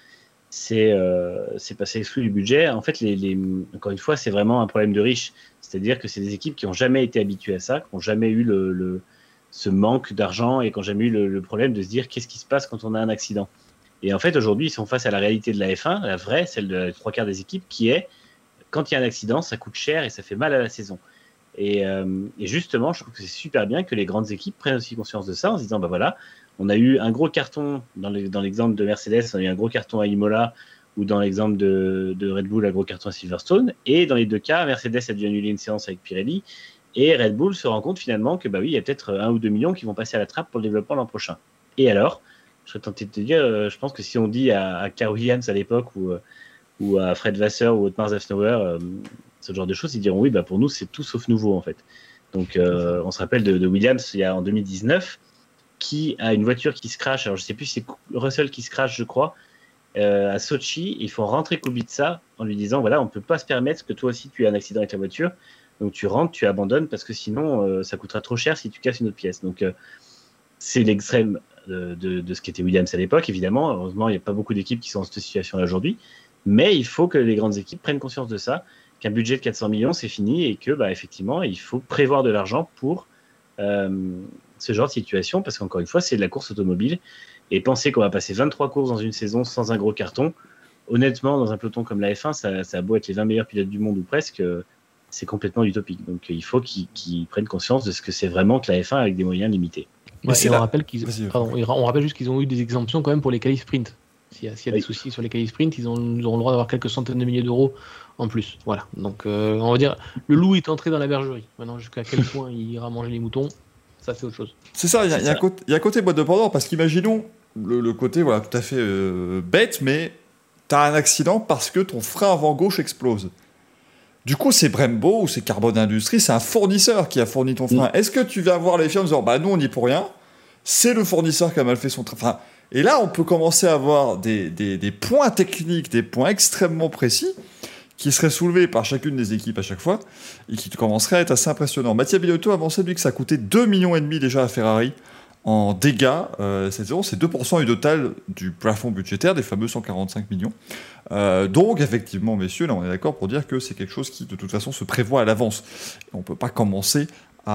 S2: passé exclu du budget. En fait, encore une fois, c'est vraiment un problème de riches. C'est-à-dire que c'est des équipes qui n'ont jamais été habituées à ça, qui n'ont jamais eu ce manque d'argent et qui n'ont jamais eu le problème de se dire qu'est-ce qui se passe quand on a un accident. Et en fait, aujourd'hui, ils sont face à la réalité de la F1, la vraie, celle de 3/4 des équipes, qui est quand il y a un accident, ça coûte cher et ça fait mal à la saison. Et justement, je trouve que c'est super bien que les grandes équipes prennent aussi conscience de ça en se disant, voilà, on a eu un gros carton, dans l'exemple de Mercedes, on a eu un gros carton à Imola, ou dans l'exemple de Red Bull, un gros carton à Silverstone. Et dans les deux cas, Mercedes a dû annuler une séance avec Pirelli, et Red Bull se rend compte finalement que il y a peut-être 1 ou 2 millions qui vont passer à la trappe pour le développement l'an prochain. Et alors, je serais tenté de te dire, je pense que si on dit à Carl Williams à l'époque, ou à Fred Vasseur, ou Otmar Zafnauer, ce genre de choses, ils diront oui, pour nous, c'est tout sauf nouveau en fait. Donc, on se rappelle de Williams, il y a en 2019, qui a une voiture qui se crache. Alors, je ne sais plus si c'est Russell qui se crache, je crois, à Sochi. Il faut rentrer Kubica en lui disant voilà, on ne peut pas se permettre que toi aussi tu aies un accident avec la voiture. Donc, tu rentres, tu abandonnes parce que sinon, ça coûtera trop cher si tu casses une autre pièce. Donc, c'est l'extrême de ce qu'était Williams à l'époque, évidemment. Heureusement, il n'y a pas beaucoup d'équipes qui sont dans cette situation-là aujourd'hui. Mais il faut que les grandes équipes prennent conscience de ça, qu'un budget de 400 millions, c'est fini et que, effectivement, il faut prévoir de l'argent pour ce genre de situation, parce qu'encore une fois, c'est de la course automobile. Et penser qu'on va passer 23 courses dans une saison sans un gros carton, honnêtement, dans un peloton comme la F1, ça a beau être les 20 meilleurs pilotes du monde ou presque, c'est complètement utopique. Donc il faut qu'ils prennent conscience de ce que c'est vraiment que la F1 avec des moyens limités.
S3: Ouais, et on rappelle juste qu'ils ont eu des exemptions quand même pour les qualifs sprint. S'il y a des soucis sur les qualifs sprint, ils auront le droit d'avoir quelques centaines de milliers d'euros en plus. Voilà. Donc on va dire, le loup est entré dans la bergerie. Maintenant, jusqu'à quel point il ira manger les moutons, ça c'est autre chose.
S1: C'est ça, il y a un côté boîte de Pandore, parce qu'imaginons le côté tout à fait bête, mais t'as un accident parce que ton frein avant gauche explose. Du coup, c'est Brembo ou c'est Carbone Industries, c'est un fournisseur qui a fourni ton frein. Est-ce que tu vas voir les firmes en disant nous on n'y est pour rien, c'est le fournisseur qui a mal fait son travail. Et là, on peut commencer à avoir des points techniques, des points extrêmement précis qui seraient soulevés par chacune des équipes à chaque fois et qui commenceraient à être assez impressionnants. Mattia Binotto avançait lui que ça coûtait 2,5 millions déjà à Ferrari en dégâts cette saison. C'est 2% du total du plafond budgétaire des fameux 145 millions. Donc, effectivement, messieurs, là, on est d'accord pour dire que c'est quelque chose qui, de toute façon, se prévoit à l'avance. On ne peut pas commencer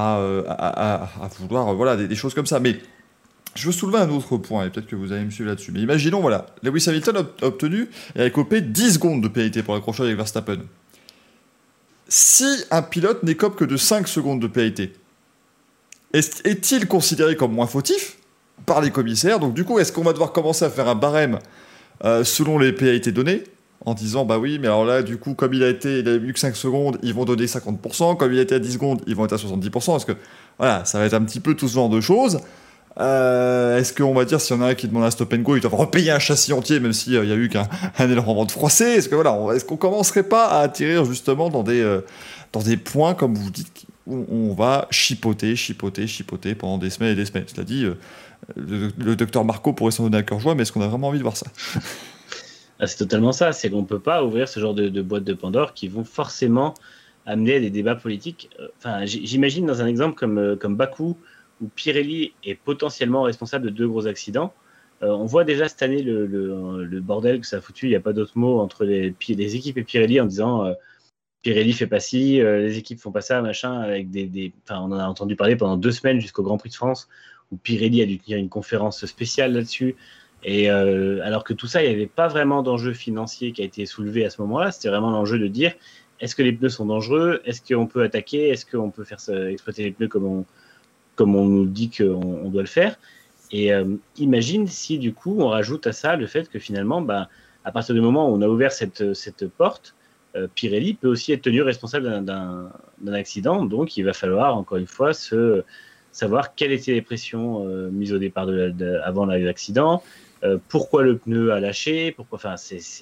S1: à vouloir des choses comme ça. Mais je veux soulever un autre point, et peut-être que vous allez me suivre là-dessus. Mais imaginons, Lewis Hamilton a obtenu et a écopé 10 secondes de pénalité pour l'accrochage avec Verstappen. Si un pilote n'écope que de 5 secondes de pénalité, est-il considéré comme moins fautif par les commissaires? Donc du coup, est-ce qu'on va devoir commencer à faire un barème selon les pénalités données, en disant bah oui, mais alors là, du coup, comme il a eu que 5 secondes, ils vont donner 50%, comme il a été à 10 secondes, ils vont être à 70%, parce que voilà, ça va être un petit peu tout ce genre de choses. Est-ce qu'on va dire, s'il y en a un qui demande un stop and go, ils doivent repayer un châssis entier, même s'il n'y a eu qu'un aileron de froissé? Est-ce que voilà, est-ce qu'on commencerait pas à atterrir justement dans des points, comme vous dites, où on va chipoter pendant des semaines et des semaines? Cela dit, le docteur Marco pourrait s'en donner à cœur joie, mais est-ce qu'on a vraiment envie de voir ça?
S2: C'est totalement ça, c'est qu'on ne peut pas ouvrir ce genre de boîte de Pandore qui vont forcément amener à des débats politiques. Enfin, j'imagine dans un exemple comme Bakou, où Pirelli est potentiellement responsable de 2 gros accidents. On voit déjà cette année le bordel que ça a foutu, il n'y a pas d'autre mot, entre les équipes et Pirelli, en disant Pirelli fait pas ci, les équipes font pas ça, machin, avec enfin, on en a entendu parler pendant 2 semaines jusqu'au Grand Prix de France, où Pirelli a dû tenir une conférence spéciale là-dessus. Et alors que tout ça, il n'y avait pas vraiment d'enjeu financier qui a été soulevé à ce moment-là. C'était vraiment l'enjeu de dire, est-ce que les pneus sont dangereux? Est-ce qu'on peut attaquer? Est-ce qu'on peut faire exploiter les pneus comme on nous dit qu'on doit le faire? Et imagine si du coup on rajoute à ça le fait que finalement, à partir du moment où on a ouvert cette porte, Pirelli peut aussi être tenu responsable d'un accident. Donc il va falloir encore une fois savoir quelles étaient les pressions mises au départ avant l'accident, pourquoi le pneu a lâché, enfin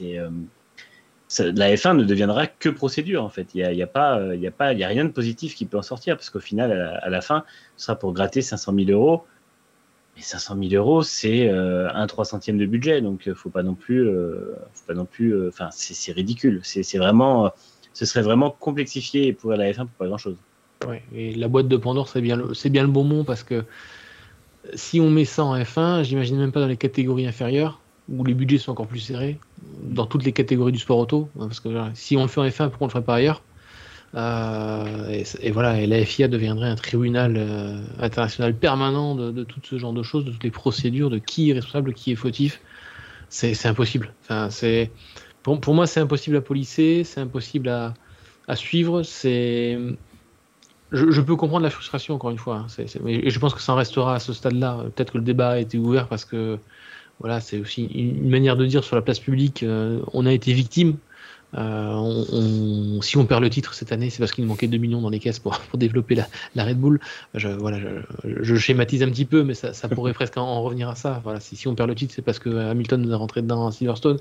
S2: la F1 ne deviendra que procédure en fait. Il y a rien de positif qui peut en sortir, parce qu'au final à la fin ce sera pour gratter 500 000 euros. Mais 500 000 euros, c'est 1/300 de budget, donc faut pas non plus. Enfin, c'est ridicule. C'est vraiment, ce serait vraiment complexifié pour la F1 pour pas grand chose.
S3: Ouais, et la boîte de Pandore, c'est bien le bon mot, parce que si on met ça en F1, j'imagine même pas dans les catégories inférieures, où les budgets sont encore plus serrés, dans toutes les catégories du sport auto, parce que si on le fait en F1, pourquoi on le ferait pas ailleurs? Et voilà, et la FIA deviendrait un tribunal international permanent de tout ce genre de choses, de toutes les procédures, de qui est responsable, qui est fautif. C'est impossible. Enfin, pour moi, c'est impossible à policer, c'est impossible à suivre. Je peux comprendre la frustration, encore une fois, hein. Et je pense que ça en restera à ce stade-là. Peut-être que le débat a été ouvert parce que voilà, c'est aussi une manière de dire sur la place publique, on a été victime. Si on perd le titre cette année, c'est parce qu'il manquait 2 millions dans les caisses pour développer la Red Bull. Je schématise un petit peu, mais ça pourrait presque en revenir à ça. Voilà, si on perd le titre, c'est parce que Hamilton nous a rentré dedans à Silverstone.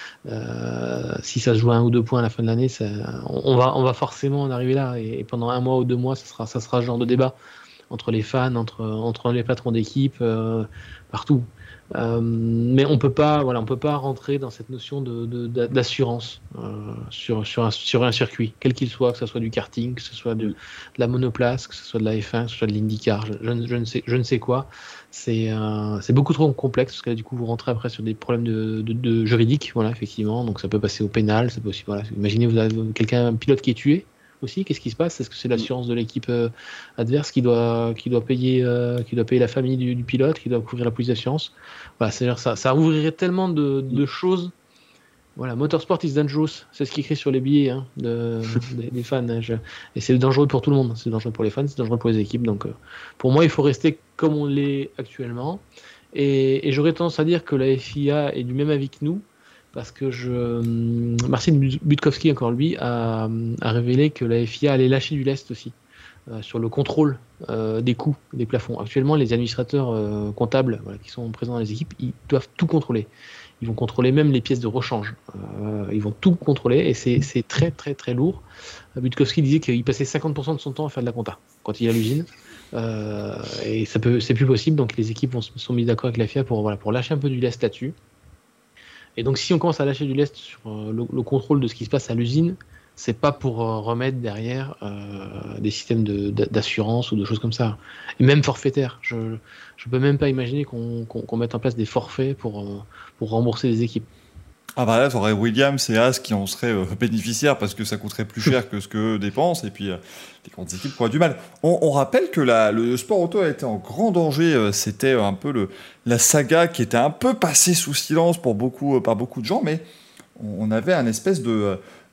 S3: Si ça se joue à 1 ou 2 points à la fin de l'année, on va forcément en arriver là. Et pendant 1 mois ou 2 mois, ça sera ce genre de débat entre les fans, entre les patrons d'équipe, partout. Mais on peut pas rentrer dans cette notion d'assurance sur un circuit, quel qu'il soit, que ce soit du karting, que ce soit de la monoplace, que ce soit de la F1, que ce soit de l'IndyCar, je ne sais quoi. C'est beaucoup trop complexe, parce que là, du coup, vous rentrez après sur des problèmes de juridiques, voilà, effectivement. Donc ça peut passer au pénal, ça peut aussi, voilà. Imaginez, vous avez un pilote qui est tué. Aussi, qu'est-ce qui se passe? Est-ce que c'est l'assurance de l'équipe adverse qui doit payer la famille du pilote, qui doit couvrir la police d'assurance? Voilà, c'est-à-dire ça ouvrirait tellement de choses. Voilà, Motorsport is dangerous, c'est ce qui est écrit sur les billets, hein, des fans. Et c'est dangereux pour tout le monde. C'est dangereux pour les fans, c'est dangereux pour les équipes. Donc, pour moi, il faut rester comme on l'est actuellement. Et j'aurais tendance à dire que la FIA est du même avis que nous. Parce que Marcin Budkowski, encore lui, a révélé que la FIA allait lâcher du lest aussi sur le contrôle des coûts, des plafonds. Actuellement, les administrateurs comptables qui sont présents dans les équipes, ils doivent tout contrôler. Ils vont contrôler même les pièces de rechange. Ils vont tout contrôler, et c'est très très très lourd. Budkowski disait qu'il passait 50% de son temps à faire de la compta quand il est à l'usine. Et c'est plus possible, donc les équipes sont mises d'accord avec la FIA pour lâcher un peu du lest là-dessus. Et donc, si on commence à lâcher du lest sur le contrôle de ce qui se passe à l'usine, c'est pas pour remettre derrière des systèmes d'assurance ou de choses comme ça. Et même forfaitaire. Je peux même pas imaginer qu'on mette en place des forfaits pour rembourser les équipes.
S1: Ah bah là, t'aurais Williams et Haas qui en seraient bénéficiaires, parce que ça coûterait plus cher que ce que dépensent, et puis les grandes équipes qui auraient du mal. On rappelle que le sport auto a été en grand danger. C'était un peu la saga qui était un peu passée sous silence par beaucoup de gens, mais on avait un espèce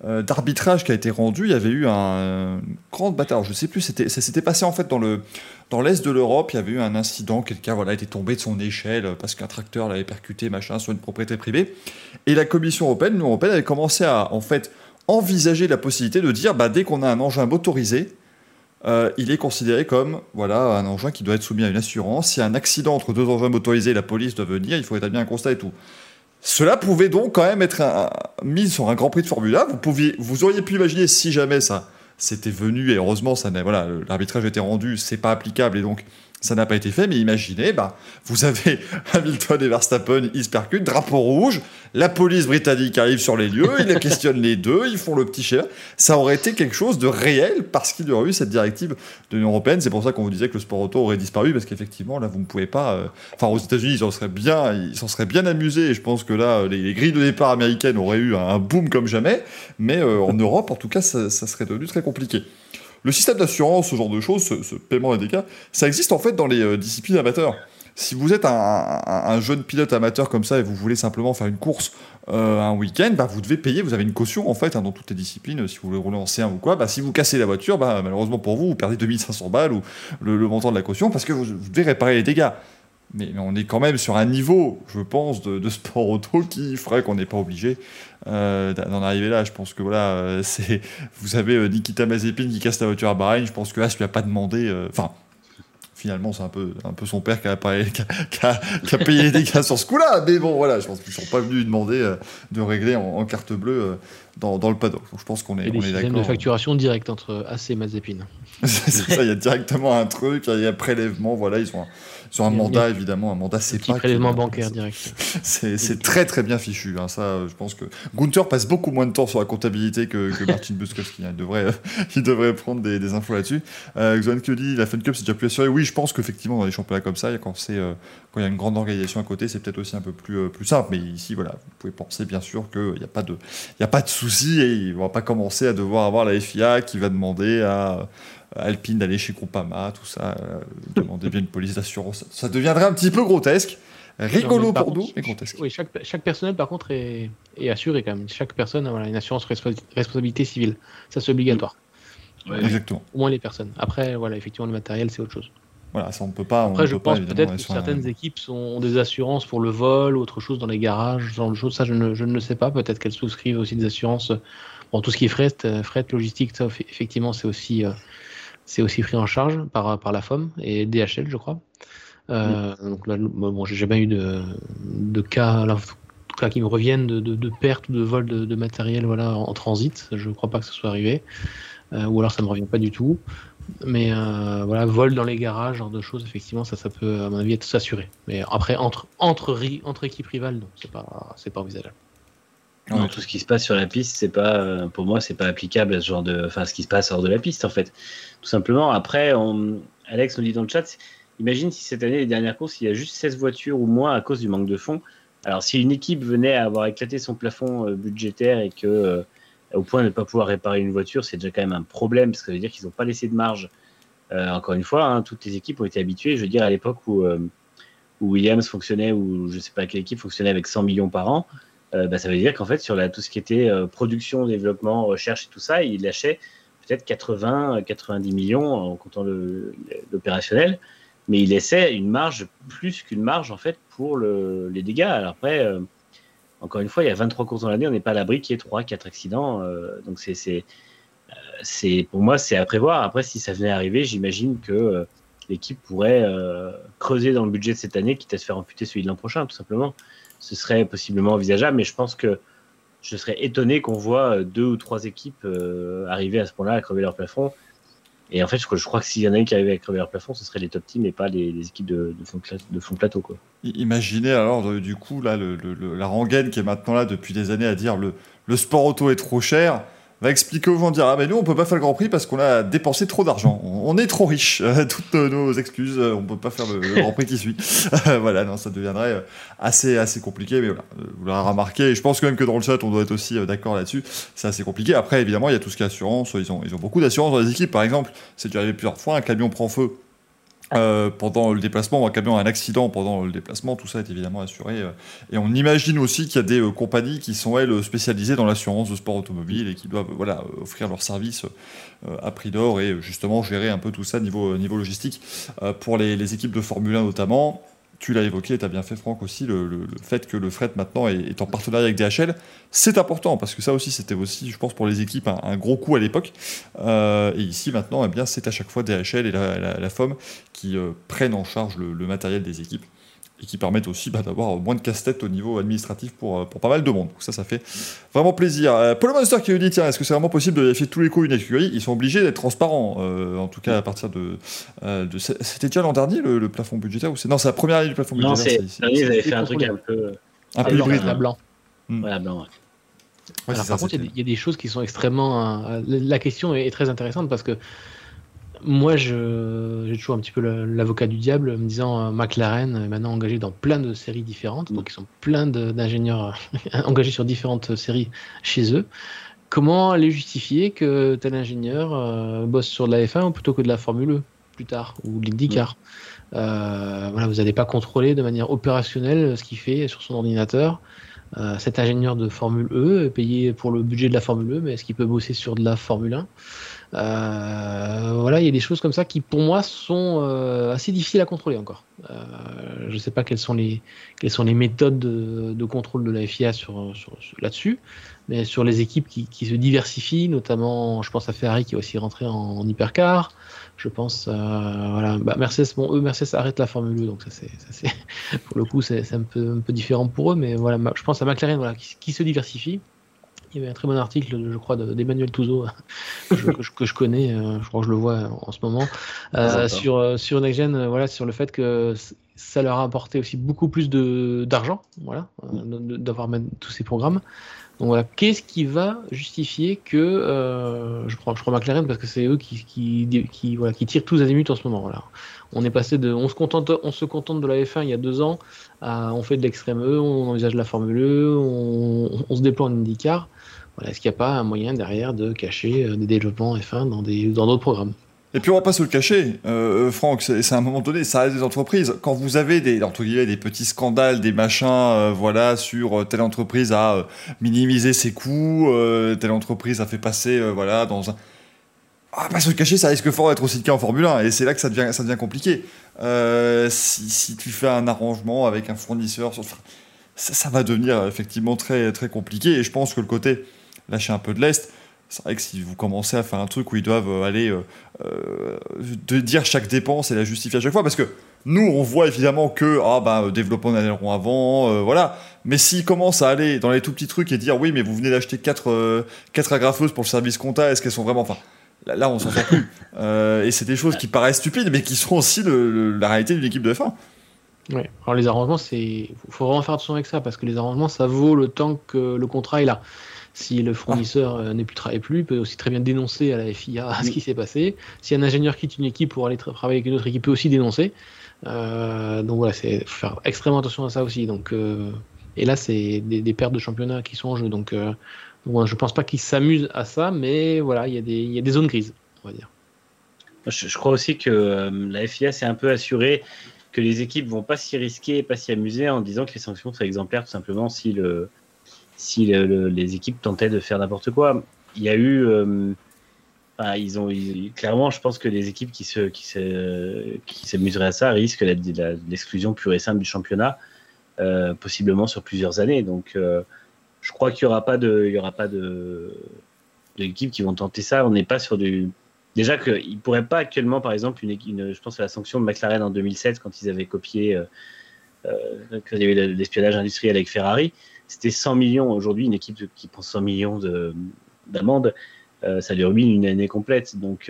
S1: d'arbitrage qui a été rendu. Il y avait eu une grande bataille. Alors, je sais plus, ça s'était passé en fait dans dans l'est de l'Europe, il y avait eu un incident, quelqu'un était tombé de son échelle parce qu'un tracteur l'avait percuté, machin, sur une propriété privée. Et la Commission européenne, l'Union européenne, avait commencé à, en fait, envisager la possibilité de dire, dès qu'on a un engin motorisé, il est considéré comme un engin qui doit être soumis à une assurance. S'il y a un accident entre deux engins motorisés, la police doit venir, il faut établir un constat et tout. Cela pouvait donc quand même être mis sur un Grand Prix de Formule 1. Vous auriez pu imaginer si jamais ça c'était venu, et heureusement l'arbitrage a été rendu, c'est pas applicable et donc ça n'a pas été fait, mais imaginez, vous avez Hamilton et Verstappen, ils se percutent, drapeau rouge, la police britannique arrive sur les lieux, ils questionnent les deux, ils font le petit schéma. Ça aurait été quelque chose de réel parce qu'il y aurait eu cette directive de l'Union européenne. C'est pour ça qu'on vous disait que le sport auto aurait disparu, parce qu'effectivement, là, vous ne pouvez pas... aux États-Unis, ils s'en seraient bien amusés, et je pense que là, les grilles de départ américaines auraient eu un boom comme jamais, mais en Europe, en tout cas, ça serait devenu très compliqué. Le système d'assurance, ce genre de choses, ce paiement des dégâts, ça existe en fait dans les disciplines amateurs. Si vous êtes un jeune pilote amateur comme ça et vous voulez simplement faire une course un week-end, vous devez payer, vous avez une caution en fait dans toutes les disciplines, si vous voulez rouler en C1 ou quoi, si vous cassez la voiture, malheureusement pour vous, vous perdez 2500 balles ou le montant de la caution parce que vous devez réparer les dégâts. Mais on est quand même sur un niveau, je pense, de sport auto qui ferait qu'on n'est pas obligé d'en arriver là. Je pense que vous avez Nikita Mazepin qui casse la voiture à Bahreïn. Je pense que là, ça lui a pas demandé. Finalement, c'est un peu son père qui a payé les dégâts sur ce coup-là. Mais bon, voilà, je pense qu'ils ne sont pas venus lui demander de régler en carte bleue dans le paddock. Donc, je pense qu'on est d'accord. Il y a des systèmes
S3: de facturation directe entre AC et Mazepin.
S1: C'est ça, il y a directement un truc, il y a prélèvement, ils ont un mandat, évidemment, un mandat CEPA.
S3: Un prélèvement bancaire direct.
S1: C'est très très bien fichu. Ça, je pense que Gunther passe beaucoup moins de temps sur la comptabilité que Martin Buskowski. Il devrait prendre des infos là-dessus. Xoan que dit, la Fun Cup, c'est déjà plus assuré. Oui, je pense qu'effectivement, dans les championnats comme ça, quand il y a une grande organisation à côté, c'est peut-être aussi un peu plus simple. Mais ici, vous pouvez penser bien sûr qu'il n'y a pas de souci et ils ne vont pas commencer à devoir avoir la FIA qui va demander à Alpine d'aller chez Groupama, tout ça, demander bien une police d'assurance. Ça deviendrait un petit peu grotesque. Rigolo pour nous, mais grotesque.
S3: Oui, chaque personnel, par contre, est assuré quand même. Chaque personne a une assurance responsabilité civile. Ça, c'est obligatoire.
S1: Ouais, exactement.
S3: Au moins les personnes. Après, effectivement, le matériel, c'est autre chose.
S1: Voilà, ça on peut pas.
S3: Après, je pense peut-être que certaines équipes ont des assurances pour le vol, autre chose dans les garages, ce genre de choses. Ça, je ne le sais pas. Peut-être qu'elles souscrivent aussi des assurances. Bon, tout ce qui est fret, logistique, ça, effectivement, c'est aussi pris en charge par la FOM et DHL, je crois. Donc là, j'ai jamais eu de cas, là, en tout cas, qui me reviennent de perte ou de vol de matériel en transit. Je ne crois pas que ça soit arrivé. Ou alors ça me revient pas du tout. Mais vol dans les garages, genre de choses, effectivement, ça peut, à mon avis, être s'assurer. Mais après, entre équipes rivales, non, c'est pas envisageable.
S2: Non, tout ce qui se passe sur la piste, pour moi, c'est pas applicable à ce genre ce qui se passe hors de la piste, en fait. Tout simplement. Après, Alex nous dit dans le chat, imagine si cette année, les dernières courses, il y a juste 16 voitures ou moins à cause du manque de fonds. Alors, si une équipe venait à avoir éclaté son plafond budgétaire et que, au point de ne pas pouvoir réparer une voiture, c'est déjà quand même un problème, parce que ça veut dire qu'ils n'ont pas laissé de marge. Encore une fois, toutes les équipes ont été habituées, je veux dire, à l'époque où Williams fonctionnait, ou je ne sais pas quelle équipe fonctionnait avec 100 millions par an, ça veut dire qu'en fait, sur tout ce qui était production, développement, recherche et tout ça, il lâchait peut-être 80-90 millions en comptant l'opérationnel, mais il laissait une marge, plus qu'une marge en fait, pour les dégâts. Alors après, encore une fois, il y a 23 courses dans l'année, on n'est pas à l'abri qu'il y ait 3-4 accidents, donc pour moi, c'est à prévoir. Après, si ça venait à arriver, j'imagine que l'équipe pourrait creuser dans le budget de cette année, quitte à se faire amputer celui de l'an prochain, tout simplement. Ce serait possiblement envisageable, mais je pense que je serais étonné qu'on voit 2 ou 3 équipes arriver à ce point-là à crever leur plafond. Et en fait, je crois que s'il y en a une qui arrivait à crever leur plafond, ce serait les top teams et pas les équipes de fond de plateau, quoi.
S1: Imaginez alors, du coup, là, la rengaine qui est maintenant là depuis des années à dire le sport auto est trop cher, va expliquer aux gens, dire mais nous on peut pas faire le Grand Prix parce qu'on a dépensé trop d'argent, on est trop riche, toutes nos excuses, on peut pas faire le Grand Prix qui suit. Voilà, non, ça deviendrait assez compliqué, mais voilà, vous l'aurez remarqué, et je pense quand même que dans le chat on doit être aussi d'accord là-dessus, c'est assez compliqué. Après évidemment il y a tout ce qui est assurance, ils ont beaucoup d'assurance dans les équipes, par exemple, c'est déjà arrivé plusieurs fois, un camion prend feu pendant le déplacement, un camion a un accident pendant le déplacement, tout ça est évidemment assuré. Et on imagine aussi qu'il y a des compagnies qui sont, elles, spécialisées dans l'assurance de sport automobile et qui doivent offrir leurs services à prix d'or et justement gérer un peu tout ça niveau logistique. Pour les équipes de Formule 1 notamment, tu l'as évoqué, tu as bien fait Franck aussi, le fait que le fret maintenant est en partenariat avec DHL, c'est important parce que ça aussi c'était aussi, je pense, pour les équipes un gros coup à l'époque. Et ici maintenant, eh bien, c'est à chaque fois DHL et la FOM qui prennent en charge le matériel des équipes et qui permettent aussi d'avoir moins de casse-tête au niveau administratif pour pas mal de monde. Donc ça fait vraiment plaisir. Paul Monster qui nous dit, tiens, est-ce que c'est vraiment possible de vérifier tous les coûts d'une écurie ? Ils sont obligés d'être transparents, en tout cas à partir de c'était déjà l'an dernier le plafond budgétaire ou non, c'est la première année du plafond
S2: budgétaire.
S1: Non,
S2: c'est l'année, ils avaient fait un truc un peu
S3: hybride. À blanc.
S2: Ouais, à blanc, ouais.
S3: Ouais, alors, par contre, il y a des choses qui sont extrêmement... la question est très intéressante parce que moi, j'ai toujours un petit peu l'avocat du diable, me disant McLaren est maintenant engagé dans plein de séries différentes, donc ils sont plein d'ingénieurs engagés sur différentes séries chez eux. Comment aller justifier que tel ingénieur bosse sur de la F1 plutôt que de la Formule E plus tard, ou de l'IndyCar ? Voilà, vous n'allez pas contrôler de manière opérationnelle ce qu'il fait sur son ordinateur. Cet ingénieur de Formule E est payé pour le budget de la Formule E, mais est-ce qu'il peut bosser sur de la Formule 1 ? Voilà, il y a des choses comme ça qui, pour moi, sont assez difficiles à contrôler encore. Je ne sais pas quelles sont les méthodes de contrôle de la FIA là-dessus, mais sur les équipes qui se diversifient, notamment, je pense à Ferrari qui est aussi rentré en hypercar. Je pense, voilà, Mercedes, Mercedes arrête la Formule 1, donc ça c'est pour le coup c'est un peu différent pour eux, mais voilà, je pense à McLaren, voilà, qui se diversifie. Il y avait un très bon article, je crois, d'Emmanuel Touzeau que je connais, je crois que je le vois en ce moment, sur Next Gen, voilà, sur le fait que ça leur a apporté aussi beaucoup plus d'argent, voilà, d'avoir même tous ces programmes. Donc voilà, qu'est-ce qui va justifier que je prends McLaren parce que c'est eux qui tirent tous azimuts en ce moment. Voilà. On est passé on se contente de la F1 il y a 2 ans, on fait de l'extrême E, on envisage la Formule E, on se déploie en IndyCar. Voilà, est-ce qu'il n'y a pas un moyen derrière de cacher des développements F1 dans d'autres programmes ?
S1: Et puis on va pas se le cacher, Franck, c'est à un moment donné, ça reste des entreprises. Quand vous avez des petits scandales, des machins, voilà, sur telle entreprise a minimisé ses coûts, telle entreprise a fait passer, voilà, dans un... Ah, pas se le cacher, ça risque fort d'être aussi le cas en Formule 1, et c'est là que ça devient compliqué. Si tu fais un arrangement avec un fournisseur, ça va devenir effectivement très, très compliqué, et je pense que le côté lâcher un peu de lest, c'est vrai que si vous commencez à faire un truc où ils doivent aller de dire chaque dépense et la justifier à chaque fois, parce que nous, on voit évidemment que développons un aileron avant, voilà. Mais s'ils commencent à aller dans les tout petits trucs et dire oui, mais vous venez d'acheter 4 agrafeuses pour le service compta, est-ce qu'elles sont vraiment... Enfin, là on s'en sort plus. Et c'est des choses qui paraissent stupides, mais qui sont aussi la réalité d'une équipe de F1.
S3: Ouais. Alors les arrangements, faut vraiment faire attention avec ça, parce que les arrangements, ça vaut le temps que le contrat est là. Si le fournisseur travaille plus, il peut aussi très bien dénoncer à la FIA ce qui s'est passé. Si un ingénieur quitte une équipe pour aller travailler avec une autre équipe, il peut aussi dénoncer. Donc voilà, faut faire extrêmement attention à ça aussi. Donc, et là, c'est des pertes de championnat qui sont en jeu. Donc je pense pas qu'ils s'amusent à ça, mais voilà, il y a des zones grises, on va dire.
S2: Je crois aussi que la FIA s'est un peu assurée que les équipes vont pas s'y risquer et pas s'y amuser en disant que les sanctions seraient exemplaires tout simplement si les équipes tentaient de faire n'importe quoi. Il y a eu... clairement, je pense que les équipes qui s'amuseraient à ça risquent l'exclusion pure et simple du championnat, possiblement sur plusieurs années. Donc, je crois qu'il n'y aura pas d'équipes qui vont tenter ça. On n'est pas sur du... Déjà qu'ils ne pourraient pas actuellement, par exemple, je pense à la sanction de McLaren en 2007, quand ils avaient copié, quand il y avait l'espionnage industriel avec Ferrari, c'était 100 millions. Aujourd'hui, une équipe qui prend 100 millions d'amende, ça lui ruine une année complète. Donc,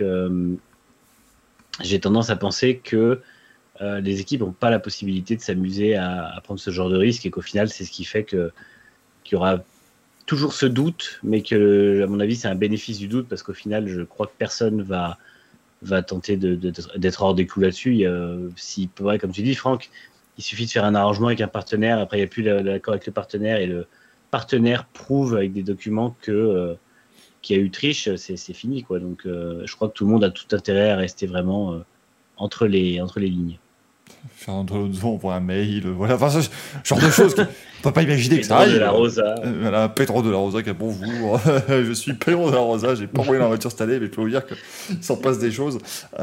S2: j'ai tendance à penser que les équipes n'ont pas la possibilité de s'amuser à prendre ce genre de risque et qu'au final, c'est ce qui fait qu'il y aura toujours ce doute, mais que, à mon avis, c'est un bénéfice du doute parce qu'au final, je crois que personne va tenter d'être hors des clous là-dessus. Comme tu dis, Franck, il suffit de faire un arrangement avec un partenaire, après il n'y a plus l'accord avec le partenaire et le partenaire prouve avec des documents qu'il y a eu triche, c'est fini, quoi. Donc je crois que tout le monde a tout intérêt à rester vraiment entre les lignes.
S1: Fernando Alonso envoie un mail, voilà, enfin, ce genre de choses qu'on ne peut pas imaginer que ça arrive.
S2: Pedro de la Rosa.
S1: Voilà, Pedro de la Rosa qui a bonjour, je suis Pedro de la Rosa, j'ai pas envoyé la voiture cette année, mais je peux vous dire qu'il s'en passe des choses.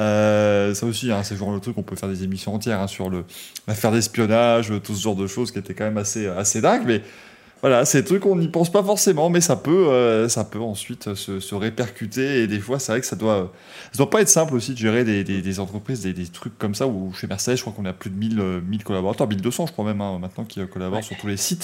S1: Ça aussi, c'est le genre de truc, on peut faire des émissions entières sur l'affaire d'espionnage, tout ce genre de choses qui étaient quand même assez dingue, mais voilà, c'est des trucs qu'on n'y pense pas forcément, mais ça peut ensuite se répercuter. Et des fois, c'est vrai que ça doit pas être simple aussi de gérer des entreprises, des trucs comme ça. Où chez Mercedes, je crois qu'on a plus de 1000 collaborateurs, 1200, je crois même, maintenant, qui collaborent sur tous les sites.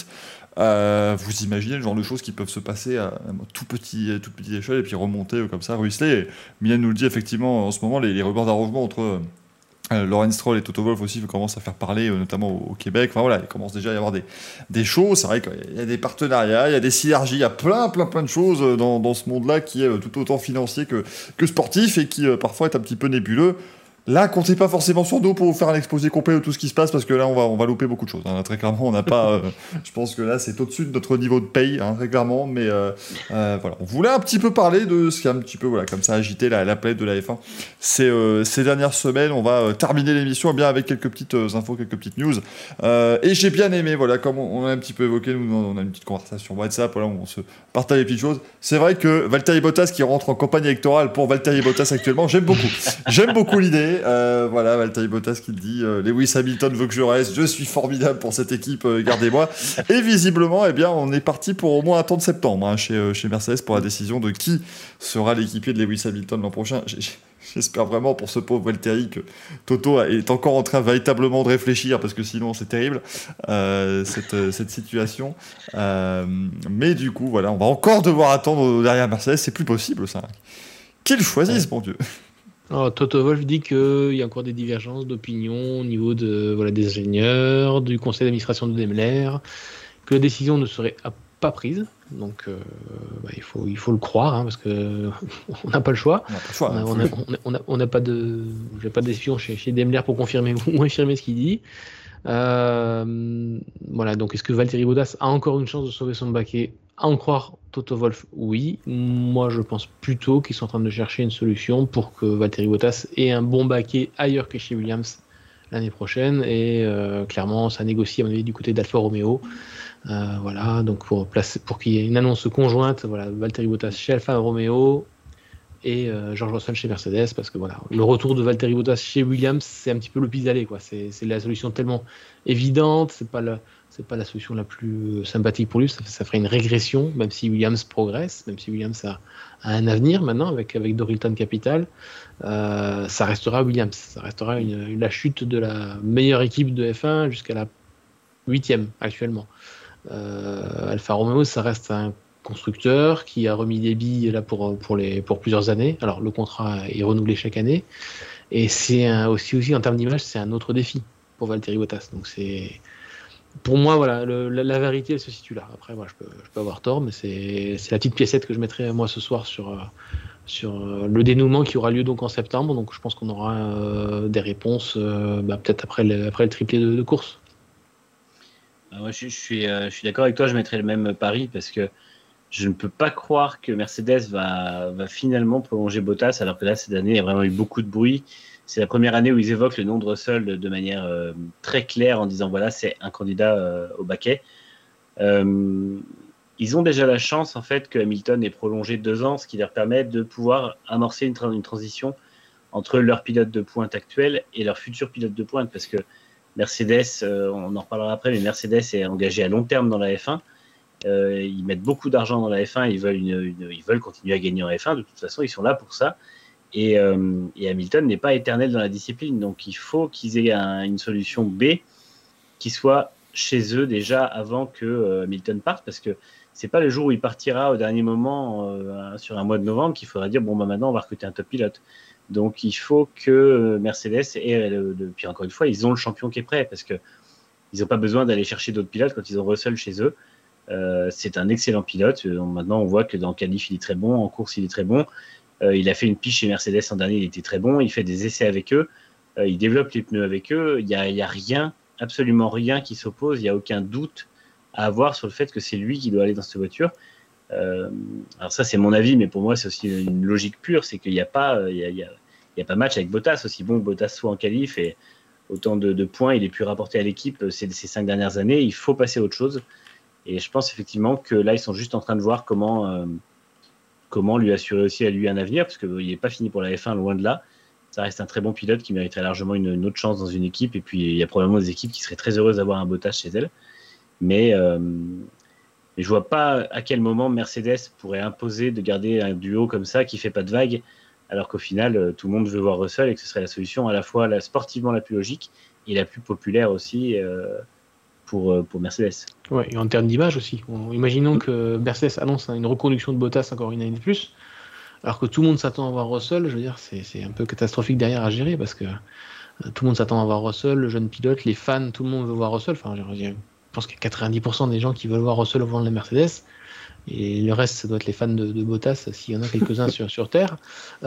S1: Vous imaginez le genre de choses qui peuvent se passer à toute petite échelle et puis remonter comme ça, ruisseler. Et Mylène nous le dit effectivement, en ce moment, les rumeurs d'arrangement entre Lawrence Stroll et Toto Wolff aussi commencent à faire parler, notamment au Québec. Enfin voilà, il commence déjà à y avoir des choses. C'est vrai qu'il y a des partenariats, il y a des synergies, il y a plein de choses dans ce monde-là qui est tout autant financier que sportif et qui parfois est un petit peu nébuleux. Là, comptez pas forcément sur nous pour vous faire un exposé complet de tout ce qui se passe, parce que là, on va louper beaucoup de choses. Très clairement, on n'a pas. Je pense que là, c'est au-dessus de notre niveau de paye, très clairement. Mais voilà, on voulait un petit peu parler de ce qui a un petit peu, voilà, comme ça, agité la planète de la F1 ces dernières semaines. On va terminer l'émission bien avec quelques petites infos, quelques petites news. Et j'ai bien aimé, voilà, comme on a un petit peu évoqué, nous, on a une petite conversation sur WhatsApp, voilà, où on se partage des petites choses. C'est vrai que Valtteri Bottas qui rentre en campagne électorale pour Valtteri Bottas actuellement, j'aime beaucoup. J'aime beaucoup l'idée. Voilà, Valtteri Bottas qui dit Lewis Hamilton veut que je reste, je suis formidable pour cette équipe, gardez-moi. Et visiblement, eh bien, on est parti pour au moins attendre septembre chez Mercedes pour la décision de qui sera l'équipier de Lewis Hamilton l'an prochain. J'espère vraiment pour ce pauvre Valtteri que Toto est encore en train véritablement de réfléchir, parce que sinon c'est terrible cette situation. Mais du coup, voilà, on va encore devoir attendre derrière Mercedes, c'est plus possible ça. Qu'ils choisissent, mon Dieu.
S3: Alors, Toto Wolff dit qu'il y a encore des divergences d'opinion au niveau des ingénieurs, du conseil d'administration de Daimler, que la décision ne serait pas prise. Donc, il faut le croire, parce que on n'a pas le choix. On n'a pas de décision chez Daimler pour confirmer ou infirmer ce qu'il dit. Voilà. Donc, est-ce que Valtteri Bottas a encore une chance de sauver son baquet? À en croire Toto Wolff, oui. Moi, je pense plutôt qu'ils sont en train de chercher une solution pour que Valtteri Bottas ait un bon baquet ailleurs que chez Williams l'année prochaine. Et clairement, ça négocie, à mon avis, du côté d'Alfa Romeo. Voilà, donc pour qu'il y ait une annonce conjointe, voilà, Valtteri Bottas chez Alfa Romeo et George Russell chez Mercedes, parce que voilà, le retour de Valtteri Bottas chez Williams, c'est un petit peu le pis-aller, quoi. C'est la solution tellement évidente, c'est pas la solution la plus sympathique pour lui, ça ferait une régression, même si Williams progresse, même si Williams a un avenir maintenant avec Dorilton Capital, ça restera Williams, ça restera la chute de la meilleure équipe de F1 jusqu'à la 8e actuellement. Alfa Romeo, ça reste un constructeur qui a remis des billes là pour plusieurs années. Alors le contrat est renouvelé chaque année, et c'est aussi en termes d'image, c'est un autre défi pour Valtteri Bottas. Donc c'est, pour moi, voilà, la vérité, elle se situe là. Après, voilà, je peux avoir tort, mais c'est la petite piécette que je mettrai moi ce soir sur le dénouement qui aura lieu donc en septembre. Donc je pense qu'on aura des réponses peut-être après le triplé de course.
S2: Moi, je suis d'accord avec toi, je mettrai le même pari, parce que je ne peux pas croire que Mercedes va finalement prolonger Bottas, alors que là, cette année, il y a vraiment eu beaucoup de bruit. C'est la première année où ils évoquent le nom de Russell de manière très claire, en disant voilà, c'est un candidat au baquet. Ils ont déjà la chance, en fait, que Hamilton ait prolongé 2 ans, ce qui leur permet de pouvoir amorcer une transition entre leur pilote de pointe actuel et leur futur pilote de pointe, parce que Mercedes, on en reparlera après, mais Mercedes est engagé à long terme dans la F1. Ils mettent beaucoup d'argent dans la F1, ils veulent continuer à gagner en F1. De toute façon, ils sont là pour ça. Et Hamilton n'est pas éternel dans la discipline. Donc, il faut qu'ils aient une solution B qui soit chez eux déjà avant que Hamilton parte, parce que c'est pas le jour où il partira au dernier moment sur un mois de novembre qu'il faudra dire bon, maintenant, on va recruter un top pilote. Donc, il faut que Mercedes puis encore une fois, ils ont le champion qui est prêt, parce qu'ils n'ont pas besoin d'aller chercher d'autres pilotes quand ils ont Russell chez eux. C'est un excellent pilote. Maintenant, on voit que dans qualif, il est très bon. En course, il est très bon. Il a fait une piste chez Mercedes l'an dernier, il était très bon. Il fait des essais avec eux. Il développe les pneus avec eux. Il y a rien, absolument rien qui s'oppose. Il n'y a aucun doute à avoir sur le fait que c'est lui qui doit aller dans cette voiture. Alors ça, c'est mon avis, mais pour moi, c'est aussi une logique pure. C'est qu'il n'y a pas, il n'y a pas match avec Bottas, aussi bon que Bottas soit en qualif et autant de points il est pu rapporter à l'équipe ces 5 dernières années. Il faut passer à autre chose. Et je pense effectivement que là, ils sont juste en train de voir comment lui assurer aussi à lui un avenir, parce qu'il n'est pas fini pour la F1, loin de là. Ça reste un très bon pilote qui mériterait largement une autre chance dans une équipe. Et puis, il y a probablement des équipes qui seraient très heureuses d'avoir un Bottas chez elles. Mais je vois pas à quel moment Mercedes pourrait imposer de garder un duo comme ça qui fait pas de vagues, alors qu'au final, tout le monde veut voir Russell et que ce serait la solution à la fois sportivement la plus logique et la plus populaire aussi pour Mercedes.
S3: Ouais, et en termes d'image aussi. Imaginons que Mercedes annonce une reconduction de Bottas encore une année de plus, alors que tout le monde s'attend à voir Russell. Je veux dire, c'est un peu catastrophique derrière à gérer, parce que tout le monde s'attend à voir Russell, le jeune pilote, les fans, tout le monde veut voir Russell. Enfin, je pense qu'il y a 90% des gens qui veulent voir Russell avant la Mercedes. Et le reste, ça doit être les fans de Bottas, s'il y en a quelques-uns sur Terre.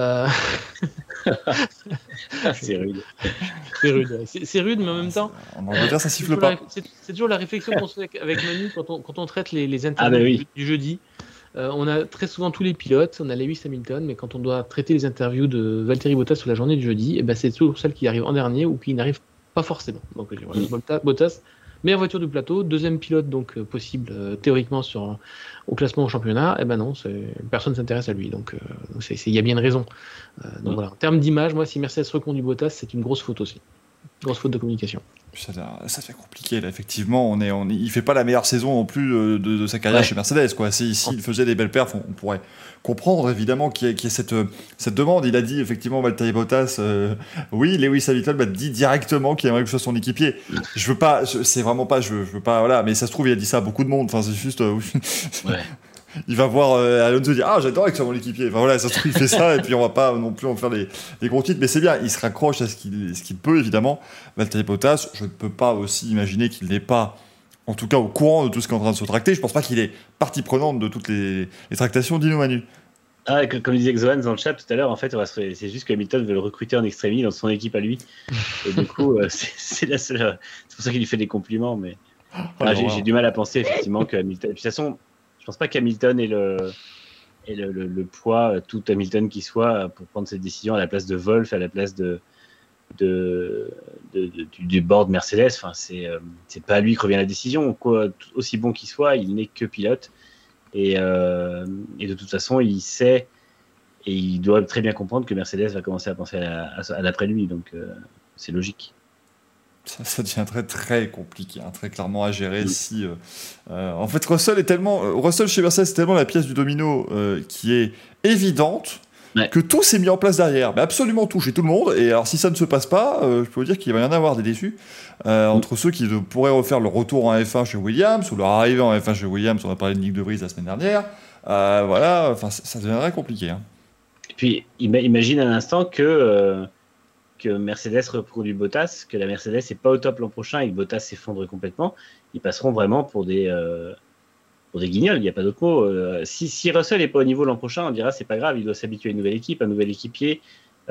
S2: C'est rude.
S3: C'est rude, mais en même temps,
S1: en Angleterre, ça siffle pas.
S3: C'est toujours la réflexion qu'on se fait avec Manu quand on traite les interviews du jeudi. On a très souvent tous les pilotes, on a Lewis Hamilton, mais quand on doit traiter les interviews de Valtteri Bottas sur la journée du jeudi, et ben c'est toujours celle qui arrive en dernier ou qui n'arrive pas forcément. Donc Bottas, meilleure voiture du plateau, deuxième pilote donc possible théoriquement au classement au championnat, et ben non, personne ne s'intéresse à lui, donc il y a bien une raison. Donc voilà, en termes d'image, moi si Mercedes reconduit Bottas, c'est une grosse faute aussi, grosse faute de communication.
S1: Ça fait compliqué là, effectivement. Il fait pas la meilleure saison non plus de sa carrière chez Mercedes, quoi. S'il faisait des belles perfs, on pourrait comprendre évidemment qu'il y ait cette demande. Il a dit effectivement, Valtteri Bottas, oui, Lewis Hamilton m'a dit directement qu'il aimerait que je sois son équipier. Je veux pas, voilà, mais ça se trouve, il a dit ça à beaucoup de monde. Enfin, c'est juste. Il va voir Alonso dire j'adorerais que ce soit mon équipier. Enfin voilà, ça se trouve il fait ça et puis on va pas non plus en faire des gros titres, mais c'est bien, il se raccroche à ce qu'il peut évidemment. Valtteri Bottas, je ne peux pas aussi imaginer qu'il n'est pas en tout cas au courant de tout ce qui est en train de se tracter. Je pense pas qu'il est partie prenante de toutes les tractations d'Ino Manu.
S2: Comme disait Xohan dans le chat tout à l'heure, en fait, c'est juste que Hamilton veut le recruter en extrémie dans son équipe à lui. Et du coup, c'est pour ça qu'il lui fait des compliments. Mais j'ai du mal à penser effectivement que Hamilton. De toute façon, je pense pas qu'Hamilton ait le poids, tout Hamilton qui soit, pour prendre cette décision à la place de Wolff, à la place du board Mercedes. Enfin, c'est pas à lui que revient la décision. Aussi bon qu'il soit, il n'est que pilote. Et de toute façon, il sait et il doit très bien comprendre que Mercedes va commencer à penser à l'après lui. Donc, c'est logique.
S1: Ça devient très très compliqué, très clairement à gérer. Si en fait Russell chez Mercedes c'est tellement la pièce du domino qui est évidente que tout s'est mis en place derrière, mais absolument tout chez tout le monde. Et alors si ça ne se passe pas, je peux vous dire qu'il va y en avoir des déçus entre ceux qui pourraient refaire le retour en F1 chez Williams ou leur arrivée en F1 chez Williams. On a parlé de Nick De Vries la semaine dernière. Voilà, enfin ça deviendrait compliqué.
S2: Et puis imagine un instant que Mercedes reproduit Bottas, que la Mercedes n'est pas au top l'an prochain et que Bottas s'effondre complètement, ils passeront vraiment pour des guignols, il n'y a pas d'autre mot. Si Russell n'est pas au niveau l'an prochain, on dira c'est pas grave, il doit s'habituer à une nouvelle équipe, un nouvel équipier,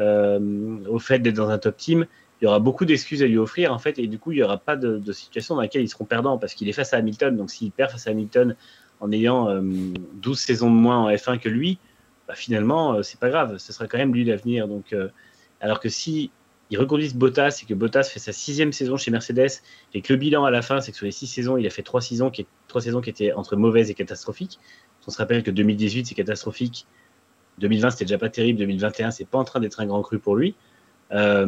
S2: au fait d'être dans un top team. Il y aura beaucoup d'excuses à lui offrir en fait, et du coup il n'y aura pas de situation dans laquelle ils seront perdants parce qu'il est face à Hamilton. Donc s'il perd face à Hamilton en ayant 12 saisons de moins en F1 que lui, finalement c'est pas grave, ce sera quand même lui l'avenir. Donc alors que si ils reconduisent Bottas et que Bottas fait sa 6e saison chez Mercedes et que le bilan à la fin, c'est que sur les 6 saisons, il a fait 3 saisons qui étaient entre mauvaises et catastrophiques. On se rappelle que 2018, c'est catastrophique. 2020, c'était déjà pas terrible. 2021, c'est pas en train d'être un grand cru pour lui. Là,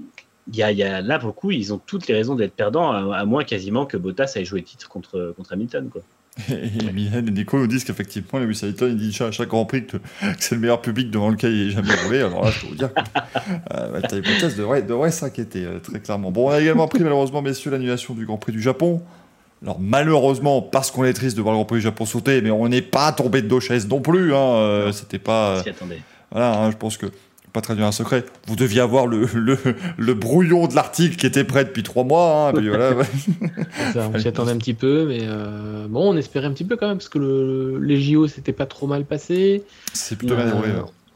S2: pour le coup, ils ont toutes les raisons d'être perdants, à moins quasiment que Bottas aille jouer titre contre Hamilton, quoi.
S1: Et Milan et Nico nous disent qu'effectivement, Lewis Hamilton, il dit à chaque Grand Prix que c'est le meilleur public devant lequel il ait jamais roulé. Alors là, je peux vous dire que Valtteri Bottas devrait s'inquiéter, très clairement. Bon, on a également pris, malheureusement, messieurs, l'annulation du Grand Prix du Japon. Alors, malheureusement, parce qu'on est triste de voir le Grand Prix du Japon sauter, mais on n'est pas tombé de dos chaises non plus. C'était pas.
S2: On s'y attendait.
S1: Voilà, je pense que. Pas traduire un secret, vous deviez avoir le brouillon de l'article qui était prêt depuis 3 mois. Puis voilà,
S3: on s'y attendait un petit peu, mais bon, on espérait un petit peu quand même, parce que les JO s'étaient pas trop mal passés.
S1: C'est plutôt bien déroulé.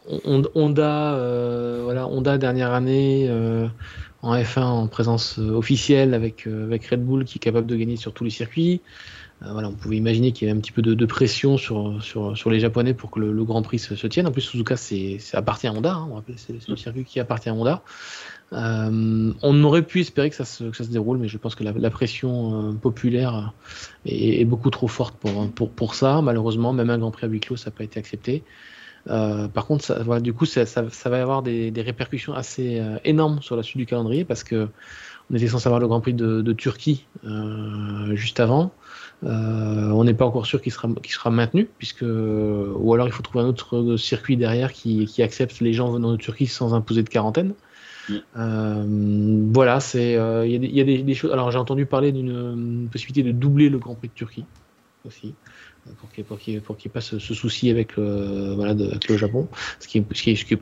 S3: Honda, dernière année en F1 en présence officielle avec Red Bull qui est capable de gagner sur tous les circuits. Voilà, on pouvait imaginer qu'il y avait un petit peu de pression sur les Japonais pour que le Grand Prix se tienne. En plus, Suzuka, ça appartient à Honda. Hein, on rappelle, c'est le circuit qui appartient à Honda. On aurait pu espérer que ça se déroule, mais je pense que la pression populaire est beaucoup trop forte pour ça. Malheureusement, même un Grand Prix à huis clos, ça n'a pas été accepté. Par contre, voilà, du coup, ça va avoir des répercussions assez énormes sur la suite du calendrier parce que on était censé avoir le Grand Prix de Turquie juste avant. On n'est pas encore sûr qu'il sera maintenu, ou alors il faut trouver un autre circuit derrière qui accepte les gens venant de Turquie sans imposer de quarantaine. Voilà, il y a des choses. Alors j'ai entendu parler d'une possibilité de doubler le Grand Prix de Turquie aussi, pour qu'il n'y ait pas ce souci avec le Japon, ce qui est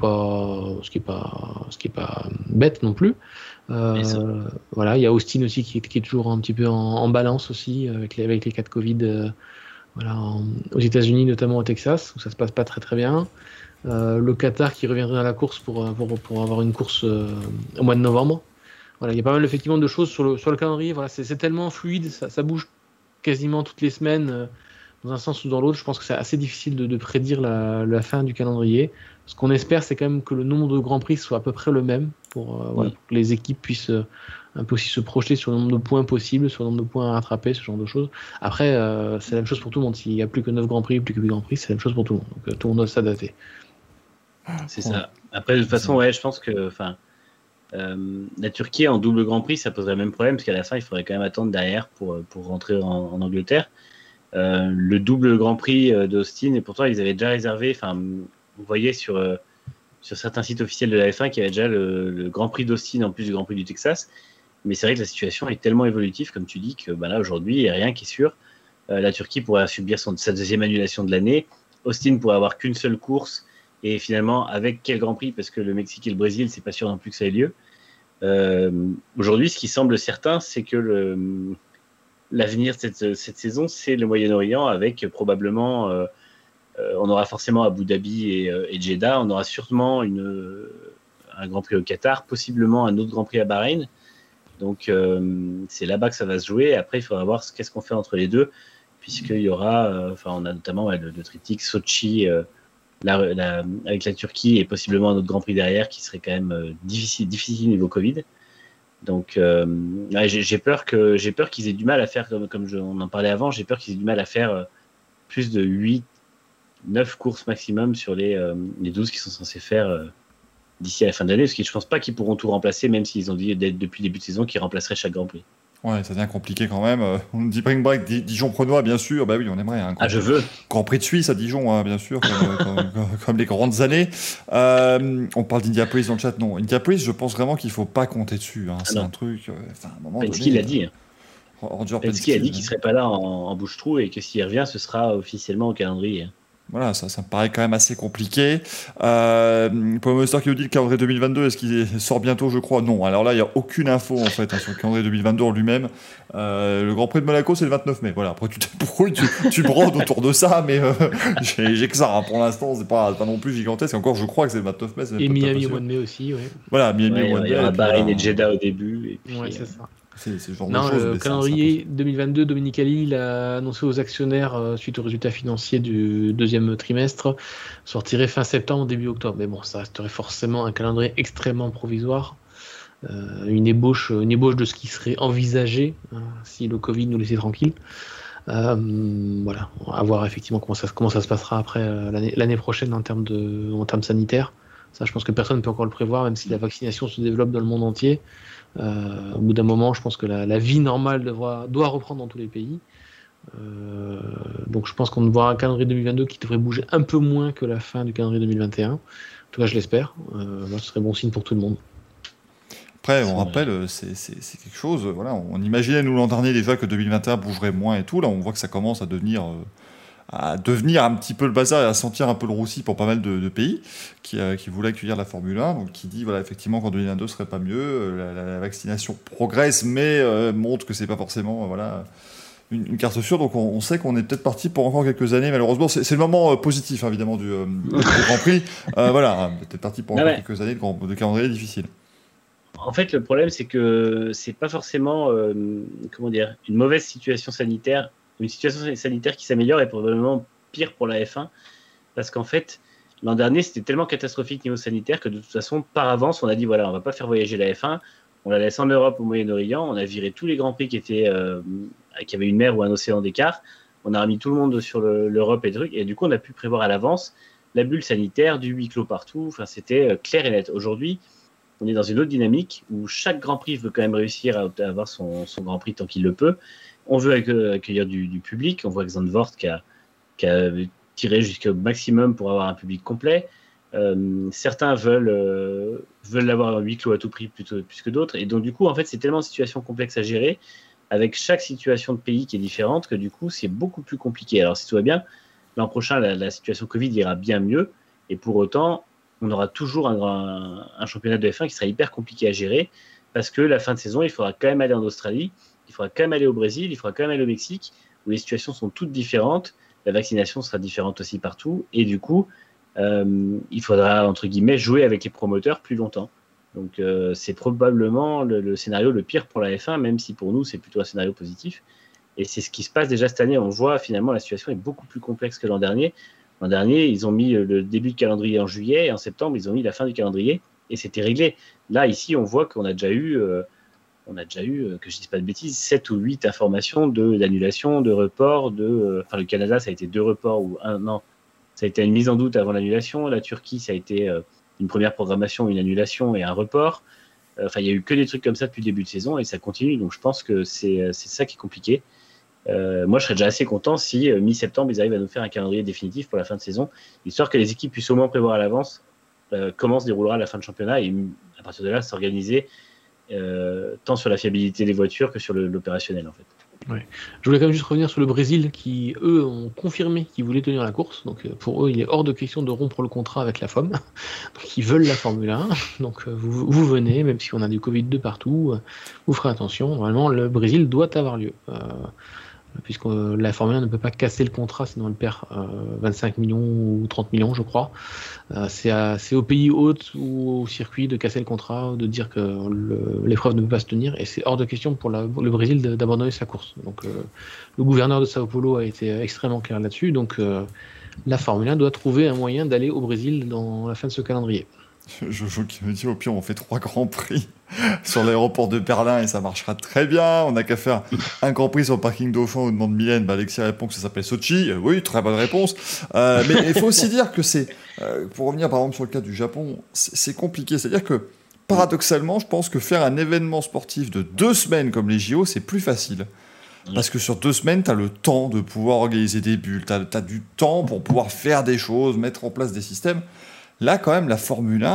S3: pas bête non plus. Voilà, il y a Austin aussi qui est toujours un petit peu en balance aussi avec les cas de Covid. Voilà, aux États-Unis, notamment au Texas, où ça se passe pas très très bien. Le Qatar qui reviendrait dans la course pour avoir une course au mois de novembre. Voilà, il y a pas mal effectivement de choses sur le calendrier. Voilà, c'est tellement fluide, ça bouge quasiment toutes les semaines dans un sens ou dans l'autre. Je pense que c'est assez difficile de prédire la fin du calendrier. Ce qu'on espère, c'est quand même que le nombre de Grands Prix soit à peu près le même pour que les équipes puissent un peu aussi se projeter sur le nombre de points possibles, sur le nombre de points à rattraper, ce genre de choses. Après, c'est la même chose pour tout le monde. S'il n'y a plus que 9 Grands Prix, plus que 8 Grands Prix, c'est la même chose pour tout le monde. Donc tout le monde doit s'adapter.
S2: C'est ça. Après, de toute façon, je pense que la Turquie en double Grand Prix, ça poserait le même problème, parce qu'à la fin, il faudrait quand même attendre derrière pour rentrer en Angleterre. Le double Grand Prix d'Austin, et pourtant, ils avaient déjà réservé, vous voyez sur certains sites officiels de la F1 qu'il y avait déjà le Grand Prix d'Austin en plus du Grand Prix du Texas. Mais c'est vrai que la situation est tellement évolutive, comme tu dis, que là, aujourd'hui, il n'y a rien qui est sûr. La Turquie pourrait subir sa deuxième annulation de l'année. Austin pourrait avoir qu'une seule course. Et finalement, avec quel Grand Prix? Parce que le Mexique et le Brésil, c'est pas sûr non plus que ça ait lieu. Aujourd'hui, ce qui semble certain, c'est que l'avenir de cette saison, c'est le Moyen-Orient, avec probablement, on aura forcément Abu Dhabi et Jeddah, on aura sûrement un Grand Prix au Qatar, possiblement un autre Grand Prix à Bahreïn. Donc, c'est là-bas que ça va se jouer. Après, il faudra voir qu'est-ce qu'on fait entre les deux, puisqu'il y aura, on a notamment le triptyque Sochi, avec la Turquie et possiblement un autre Grand Prix derrière qui serait quand même difficile niveau Covid. Donc j'ai peur qu'ils aient du mal à faire, comme on en parlait avant, j'ai peur qu'ils aient du mal à faire plus de 8-9 courses maximum sur les 12 qu'ils sont censés faire d'ici à la fin de l'année, parce que je ne pense pas qu'ils pourront tout remplacer, même s'ils ont dit depuis le début de saison qu'ils remplaceraient chaque Grand Prix.
S1: Ouais, ça devient compliqué quand même. On dit Bring Break, Dijon-Prenois, bien sûr. Bah oui, on aimerait un Grand Prix de Suisse à Dijon, hein, bien sûr, comme les grandes années. On parle d'Indianapolis dans le chat. Non, Indianapolis, je pense vraiment qu'il ne faut pas compter dessus. Hein. C'est un truc. À un moment
S2: Penske l'a dit.
S1: Roger
S2: Penske a dit qu'il ne serait pas là en bouche-trou et que s'il revient, ce sera officiellement au calendrier.
S1: Voilà, ça me paraît quand même assez compliqué. Pour Monster qui nous dit le calendrier 2022, est-ce qu'il sort bientôt, je crois? Non. Alors là, il n'y a aucune info en fait sur le calendrier 2022 en lui-même. Le Grand Prix de Monaco, c'est le 29 mai. Voilà, après tu te débrouilles, tu brodes autour de ça, mais j'ai que ça. Hein. Pour l'instant, c'est pas non plus gigantesque. Encore, je crois que c'est le 29 mai.
S3: Et Miami au mois de mai aussi, oui.
S1: Voilà, Miami au mois de mai.
S2: Il y aura Bahreïn et Jeddah au début. Et puis,
S3: c'est ça.
S1: C'est ce genre de choses.
S3: Le calendrier 2022, Dominique Ali l'a annoncé aux actionnaires suite aux résultats financiers du deuxième trimestre, sortirait fin septembre, début octobre. Mais bon, ça resterait forcément un calendrier extrêmement provisoire, une ébauche de ce qui serait envisagé si le Covid nous laissait tranquille. Voilà, à voir effectivement comment ça se passera après l'année prochaine en termes sanitaires. Ça, je pense que personne ne peut encore le prévoir, même si la vaccination se développe dans le monde entier. Au bout d'un moment, je pense que la vie normale doit reprendre dans tous les pays. Donc je pense qu'on voit un calendrier 2022 qui devrait bouger un peu moins que la fin du calendrier 2021. En tout cas, je l'espère. Ce serait bon signe pour tout le monde.
S1: Après, on rappelle, c'est quelque chose. Voilà, on imaginait nous l'an dernier déjà que 2021 bougerait moins et tout. Là, on voit que ça commence à devenir un petit peu le bazar et à sentir un peu le roussi pour pas mal de pays qui voulaient accueillir la Formule 1, donc qui dit effectivement qu'en 2022 ce serait pas mieux, la vaccination progresse mais montre que c'est pas forcément une carte sûre, donc on sait qu'on est peut-être parti pour encore quelques années malheureusement. C'est le moment positif évidemment du Grand Prix, voilà, peut-être parti pour encore quelques années de calendrier difficile.
S2: En fait, le problème c'est que c'est pas forcément une mauvaise situation sanitaire une situation sanitaire qui s'améliore est probablement pire pour la F1 parce qu'en fait, l'an dernier, c'était tellement catastrophique niveau sanitaire que de toute façon, par avance, on a dit voilà, on va pas faire voyager la F1, on la laisse en Europe, au Moyen-Orient, on a viré tous les grands prix qui avaient une mer ou un océan d'écart, on a remis tout le monde sur l'Europe et trucs, et du coup, on a pu prévoir à l'avance la bulle sanitaire, du huis clos partout, enfin, c'était clair et net. Aujourd'hui, on est dans une autre dynamique où chaque Grand Prix veut quand même réussir à avoir son Grand Prix tant qu'il le peut. On veut accueillir du public, on voit que Zandvoort qui a tiré jusqu'au maximum pour avoir un public complet. Certains veulent l'avoir en huis clos à tout prix plus que d'autres. Et donc, du coup, en fait, c'est tellement une situation complexe à gérer, avec chaque situation de pays qui est différente, que du coup, c'est beaucoup plus compliqué. Alors, si tout va bien, l'an prochain, la situation Covid ira bien mieux. Et pour autant, on aura toujours un championnat de F1 qui sera hyper compliqué à gérer, parce que la fin de saison, il faudra quand même aller en Australie, il faudra quand même aller au Brésil, il faudra quand même aller au Mexique, où les situations sont toutes différentes. La vaccination sera différente aussi partout. Et du coup, il faudra, entre guillemets, jouer avec les promoteurs plus longtemps. Donc, c'est probablement le scénario le pire pour la F1, même si pour nous, c'est plutôt un scénario positif. Et c'est ce qui se passe déjà cette année. On voit finalement la situation est beaucoup plus complexe que l'an dernier. L'an dernier, ils ont mis le début de calendrier en juillet, et en septembre, ils ont mis la fin du calendrier, et c'était réglé. Là, ici, on voit qu'on a déjà eu, que je ne dise pas de bêtises, 7 ou 8 informations d'annulation, de report. Enfin, le Canada, ça a été 2 reports ou non. Ça a été une mise en doute avant l'annulation. La Turquie, ça a été une première programmation, une annulation et un report. Enfin, il n'y a eu que des trucs comme ça depuis le début de saison et ça continue. Donc, je pense que c'est ça qui est compliqué. Moi, je serais déjà assez content si mi-septembre, ils arrivent à nous faire un calendrier définitif pour la fin de saison, histoire que les équipes puissent au moins prévoir à l'avance comment se déroulera la fin de championnat et à partir de là, s'organiser tant sur la fiabilité des voitures que sur l'opérationnel, en fait.
S3: Ouais. Je voulais quand même juste revenir sur le Brésil qui, eux, ont confirmé qu'ils voulaient tenir la course. Donc pour eux, il est hors de question de rompre le contrat avec la FOM. Donc ils veulent la Formule 1. Donc vous venez, même si on a du Covid de partout, vous ferez attention. Normalement, le Brésil doit avoir lieu. Puisque la Formule 1 ne peut pas casser le contrat, sinon elle perd 25 millions ou 30 millions, je crois. C'est au pays hôte ou au circuit de casser le contrat, de dire que l'épreuve ne peut pas se tenir, et c'est hors de question pour le Brésil d'abandonner sa course. Donc le gouverneur de Sao Paulo a été extrêmement clair là-dessus, donc la Formule 1 doit trouver un moyen d'aller au Brésil dans la fin de ce calendrier.
S1: Jojo qui me dit au pire on fait 3 grands prix sur l'aéroport de Berlin et ça marchera très bien, on n'a qu'à faire un grand prix sur le parking Dauphin ou demande Mylène. Alexis répond que ça s'appelle Sochi. Oui, très bonne réponse, mais il faut aussi dire que c'est pour revenir par exemple sur le cas du Japon, c'est compliqué, c'est-à-dire que paradoxalement je pense que faire un événement sportif de 2 semaines comme les JO c'est plus facile. Parce que sur 2 semaines, tu as le temps de pouvoir organiser des bulles, tu as du temps pour pouvoir faire des choses, mettre en place des systèmes. Là, quand même, la Formule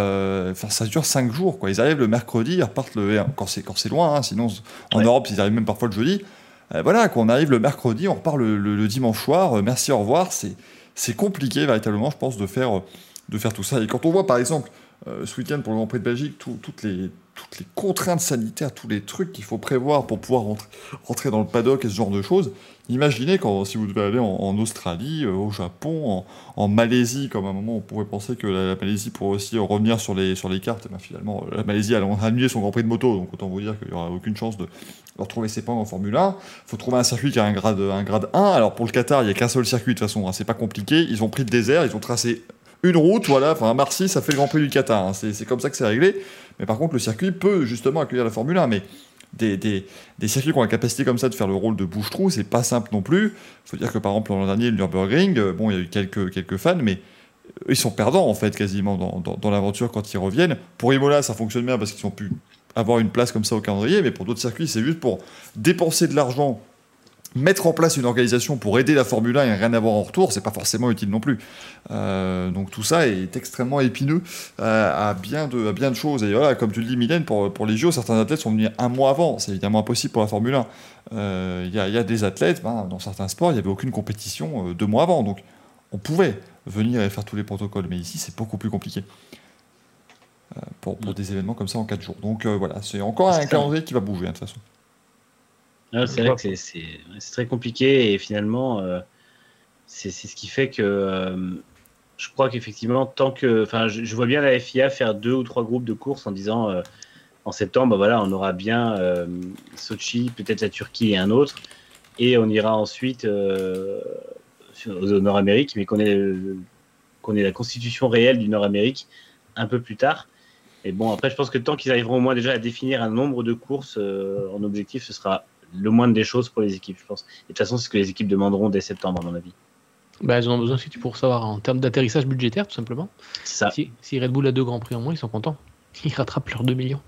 S1: 1, ça dure 5 jours. Quoi. Ils arrivent le mercredi, ils repartent quand c'est loin. Hein, sinon, en Europe, ils arrivent même parfois le jeudi. Voilà, quand on arrive le mercredi, on repart le dimanche soir. Merci, au revoir. C'est compliqué, véritablement, je pense, de faire tout ça. Et quand on voit, par exemple, ce week-end pour le Grand Prix de Belgique, toutes les contraintes sanitaires, tous les trucs qu'il faut prévoir pour pouvoir rentrer dans le paddock et ce genre de choses. Imaginez si vous devez aller en Australie, au Japon, en Malaisie, comme à un moment on pourrait penser que la Malaisie pourrait aussi revenir sur les cartes. Ben finalement, la Malaisie a annulé son Grand Prix de moto, donc autant vous dire qu'il n'y aura aucune chance de retrouver ses points en Formule 1. Il faut trouver un circuit qui a un grade 1. Alors pour le Qatar, il n'y a qu'un seul circuit de toute façon, hein, c'est pas compliqué. Ils ont pris le désert, ils ont tracé une route, voilà, enfin à Marcy, ça fait le Grand Prix du Qatar, hein, c'est comme ça que c'est réglé. Mais par contre, le circuit peut justement accueillir la Formule 1, mais des circuits qui ont la capacité comme ça de faire le rôle de bouche-trou, c'est pas simple non plus. Il faut dire que par exemple l'an dernier, le Nürburgring, bon, il y a eu quelques fans, mais ils sont perdants en fait quasiment dans l'aventure quand ils reviennent. Pour Imola, ça fonctionne bien parce qu'ils ont pu avoir une place comme ça au calendrier, mais pour d'autres circuits, c'est juste pour dépenser de l'argent, mettre en place une organisation pour aider la Formule 1 et rien avoir en retour, c'est pas forcément utile non plus. Donc tout ça est extrêmement épineux à bien de choses. Et voilà, comme tu le dis, Mylène, pour les JO, certains athlètes sont venus 1 mois avant. C'est évidemment impossible pour la Formule 1. Il y a des athlètes, dans certains sports, il n'y avait aucune compétition 2 mois avant. Donc on pouvait venir et faire tous les protocoles. Mais ici, c'est beaucoup plus compliqué. Pour des événements comme ça en 4 jours. Donc voilà, c'est encore un calendrier qui va bouger, de toute façon.
S2: Ah, c'est vrai que c'est très compliqué et finalement, c'est ce qui fait que je crois qu'effectivement, je vois bien la FIA faire 2 ou 3 groupes de courses en disant en septembre, voilà, on aura bien Sochi, peut-être la Turquie et un autre. Et on ira ensuite au Nord-Amérique, mais qu'on ait la constitution réelle du Nord-Amérique un peu plus tard. Et bon, après, je pense que tant qu'ils arriveront au moins déjà à définir un nombre de courses en objectif, ce sera le moindre des choses pour les équipes, je pense. Et de toute façon, c'est ce que les équipes demanderont dès septembre, à mon avis.
S3: Elles en ont besoin aussi pour savoir en termes d'atterrissage budgétaire, tout simplement.
S2: C'est ça.
S3: Si Red Bull a 2 Grands Prix en moins, ils sont contents. Ils rattrapent leurs 2 millions.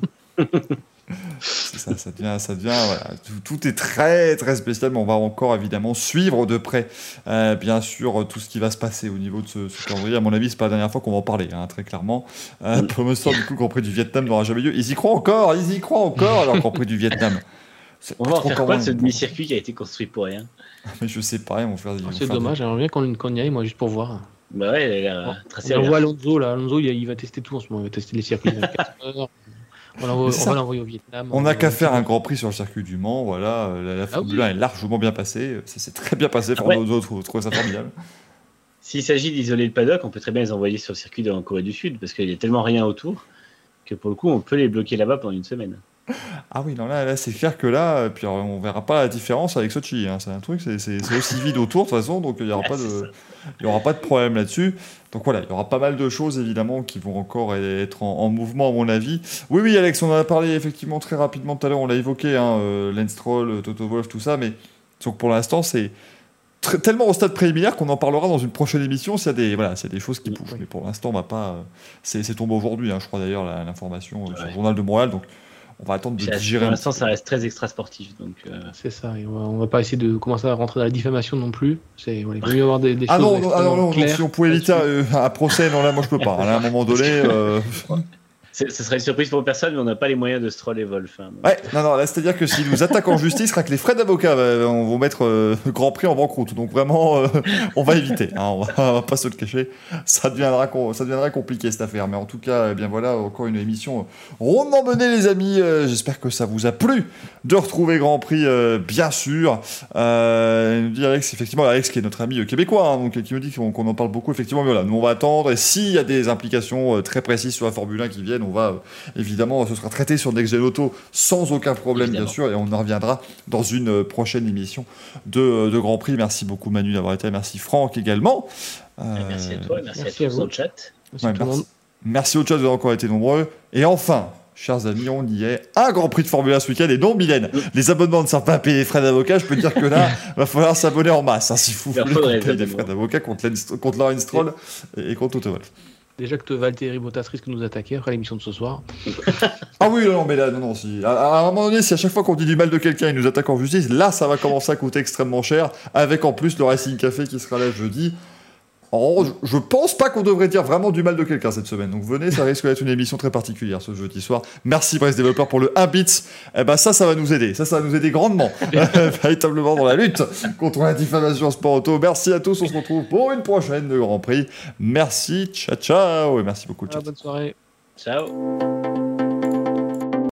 S1: C'est ça devient voilà, tout est très très spécial, mais on va encore évidemment suivre de près bien sûr tout ce qui va se passer au niveau de ce calendrier. À mon avis, c'est pas la dernière fois qu'on va en parler, hein, très clairement. Pour me semble du coup le Grand Prix du Vietnam n'aura jamais lieu. Ils y croient encore leur Grand Prix du Vietnam.
S2: On va en faire quoi de ce demi-circuit qui a été construit pour rien?
S1: Mais je sais pas, ils vont faire
S3: c'est dommage, j'aimerais bien qu'on y aille, moi, juste pour voir.
S2: Bah ouais, il a tracé.
S3: On voit Alonso là, il va tester tout en ce moment, il va tester les circuits de 24 heures. On va l'envoyer au Vietnam.
S1: On n'a qu'à faire un Grand Prix sur le circuit du Mans, voilà, la Formule 1 est largement bien passée, ça s'est très bien passé, nos autres trouvent ça formidable.
S2: S'il s'agit d'isoler le paddock, on peut très bien les envoyer sur le circuit en Corée du Sud, parce qu'il y a tellement rien autour que pour le coup, on peut les bloquer là-bas pendant une semaine.
S1: Ah oui, non, là c'est clair que là, puis on verra pas la différence avec Sochi, hein. C'est un truc, c'est aussi vide autour de toute façon, donc il n'y aura pas de problème là-dessus. Donc voilà, il y aura pas mal de choses évidemment qui vont encore être en mouvement à mon avis. Oui, Alex, on en a parlé effectivement très rapidement tout à l'heure, on l'a évoqué, hein, Lance Stroll, Toto Wolff, tout ça, mais donc pour l'instant c'est tellement au stade préliminaire qu'on en parlera dans une prochaine émission s'il y a des choses qui bougent. Mais pour l'instant, on va pas. C'est tombé aujourd'hui, hein, je crois d'ailleurs l'information sur le journal de Montréal, donc on va attendre de digérer.
S2: Pour l'instant, ça reste très extra sportif, donc.
S3: C'est ça. Et on va pas essayer de commencer à rentrer dans la diffamation non plus. Il vaut mieux avoir des choses.
S1: Non, si on pouvait éviter un procès, non là, moi je peux pas. Là, à un moment donné.
S2: Ce serait une surprise pour personne, mais on n'a pas les moyens de Stroll et Wolff. Hein,
S1: ouais, non, là, c'est-à-dire que s'ils nous attaquent en justice, que les frais d'avocat vont mettre le Grand Prix en banqueroute. Donc vraiment, on va éviter. Hein, on va pas se le cacher. Ça deviendra compliqué cette affaire. Mais en tout cas, bien voilà, encore une émission rondement menée, les amis. J'espère que ça vous a plu de retrouver Grand Prix, bien sûr. Nous dit Alex, effectivement, Alex qui est notre ami québécois, hein, donc qui me dit qu'on en parle beaucoup. Effectivement, mais voilà, nous on va attendre. Et s'il y a des implications très précises sur la Formule 1 qui viennent, on va évidemment, ce sera traité sur Next Gen Auto sans aucun problème, évidemment. Bien sûr, et on en reviendra dans une prochaine émission de Grand Prix. Merci beaucoup Manu d'avoir été là, merci Franck également.
S2: Merci à toi, merci à tous dans le chat.
S1: Merci au chat, vous avez encore été nombreux. Et enfin, chers amis, on y est, un Grand Prix de Formule 1 ce week-end. Et non, Mylène, les abonnements ne servent pas à payer les frais d'avocat. Je peux dire que là, il va falloir s'abonner en masse, hein, si vous voulez qu'on paye les frais d'avocat contre Lawrence Stroll et contre Toto Wolff.
S3: Déjà que Valtteri Bottas risque de nous attaquer après l'émission de ce soir.
S1: Ah oui, non, mais là, non, si. À un moment donné, si à chaque fois qu'on dit du mal de quelqu'un, il nous attaque en justice, là, ça va commencer à coûter extrêmement cher, avec en plus le Racing Café qui sera là jeudi. Je pense pas qu'on devrait dire vraiment du mal de quelqu'un cette semaine. Donc venez, ça risque d'être une émission très particulière ce jeudi soir. Merci Brest Développeur pour le 1 bits. Eh ben ça va nous aider. Ça va nous aider grandement. Véritablement dans la lutte contre la diffamation en sport auto. Merci à tous. On se retrouve pour une prochaine de Grand Prix. Merci. Ciao, ciao. Et merci beaucoup.
S3: Bonne soirée.
S2: Ciao.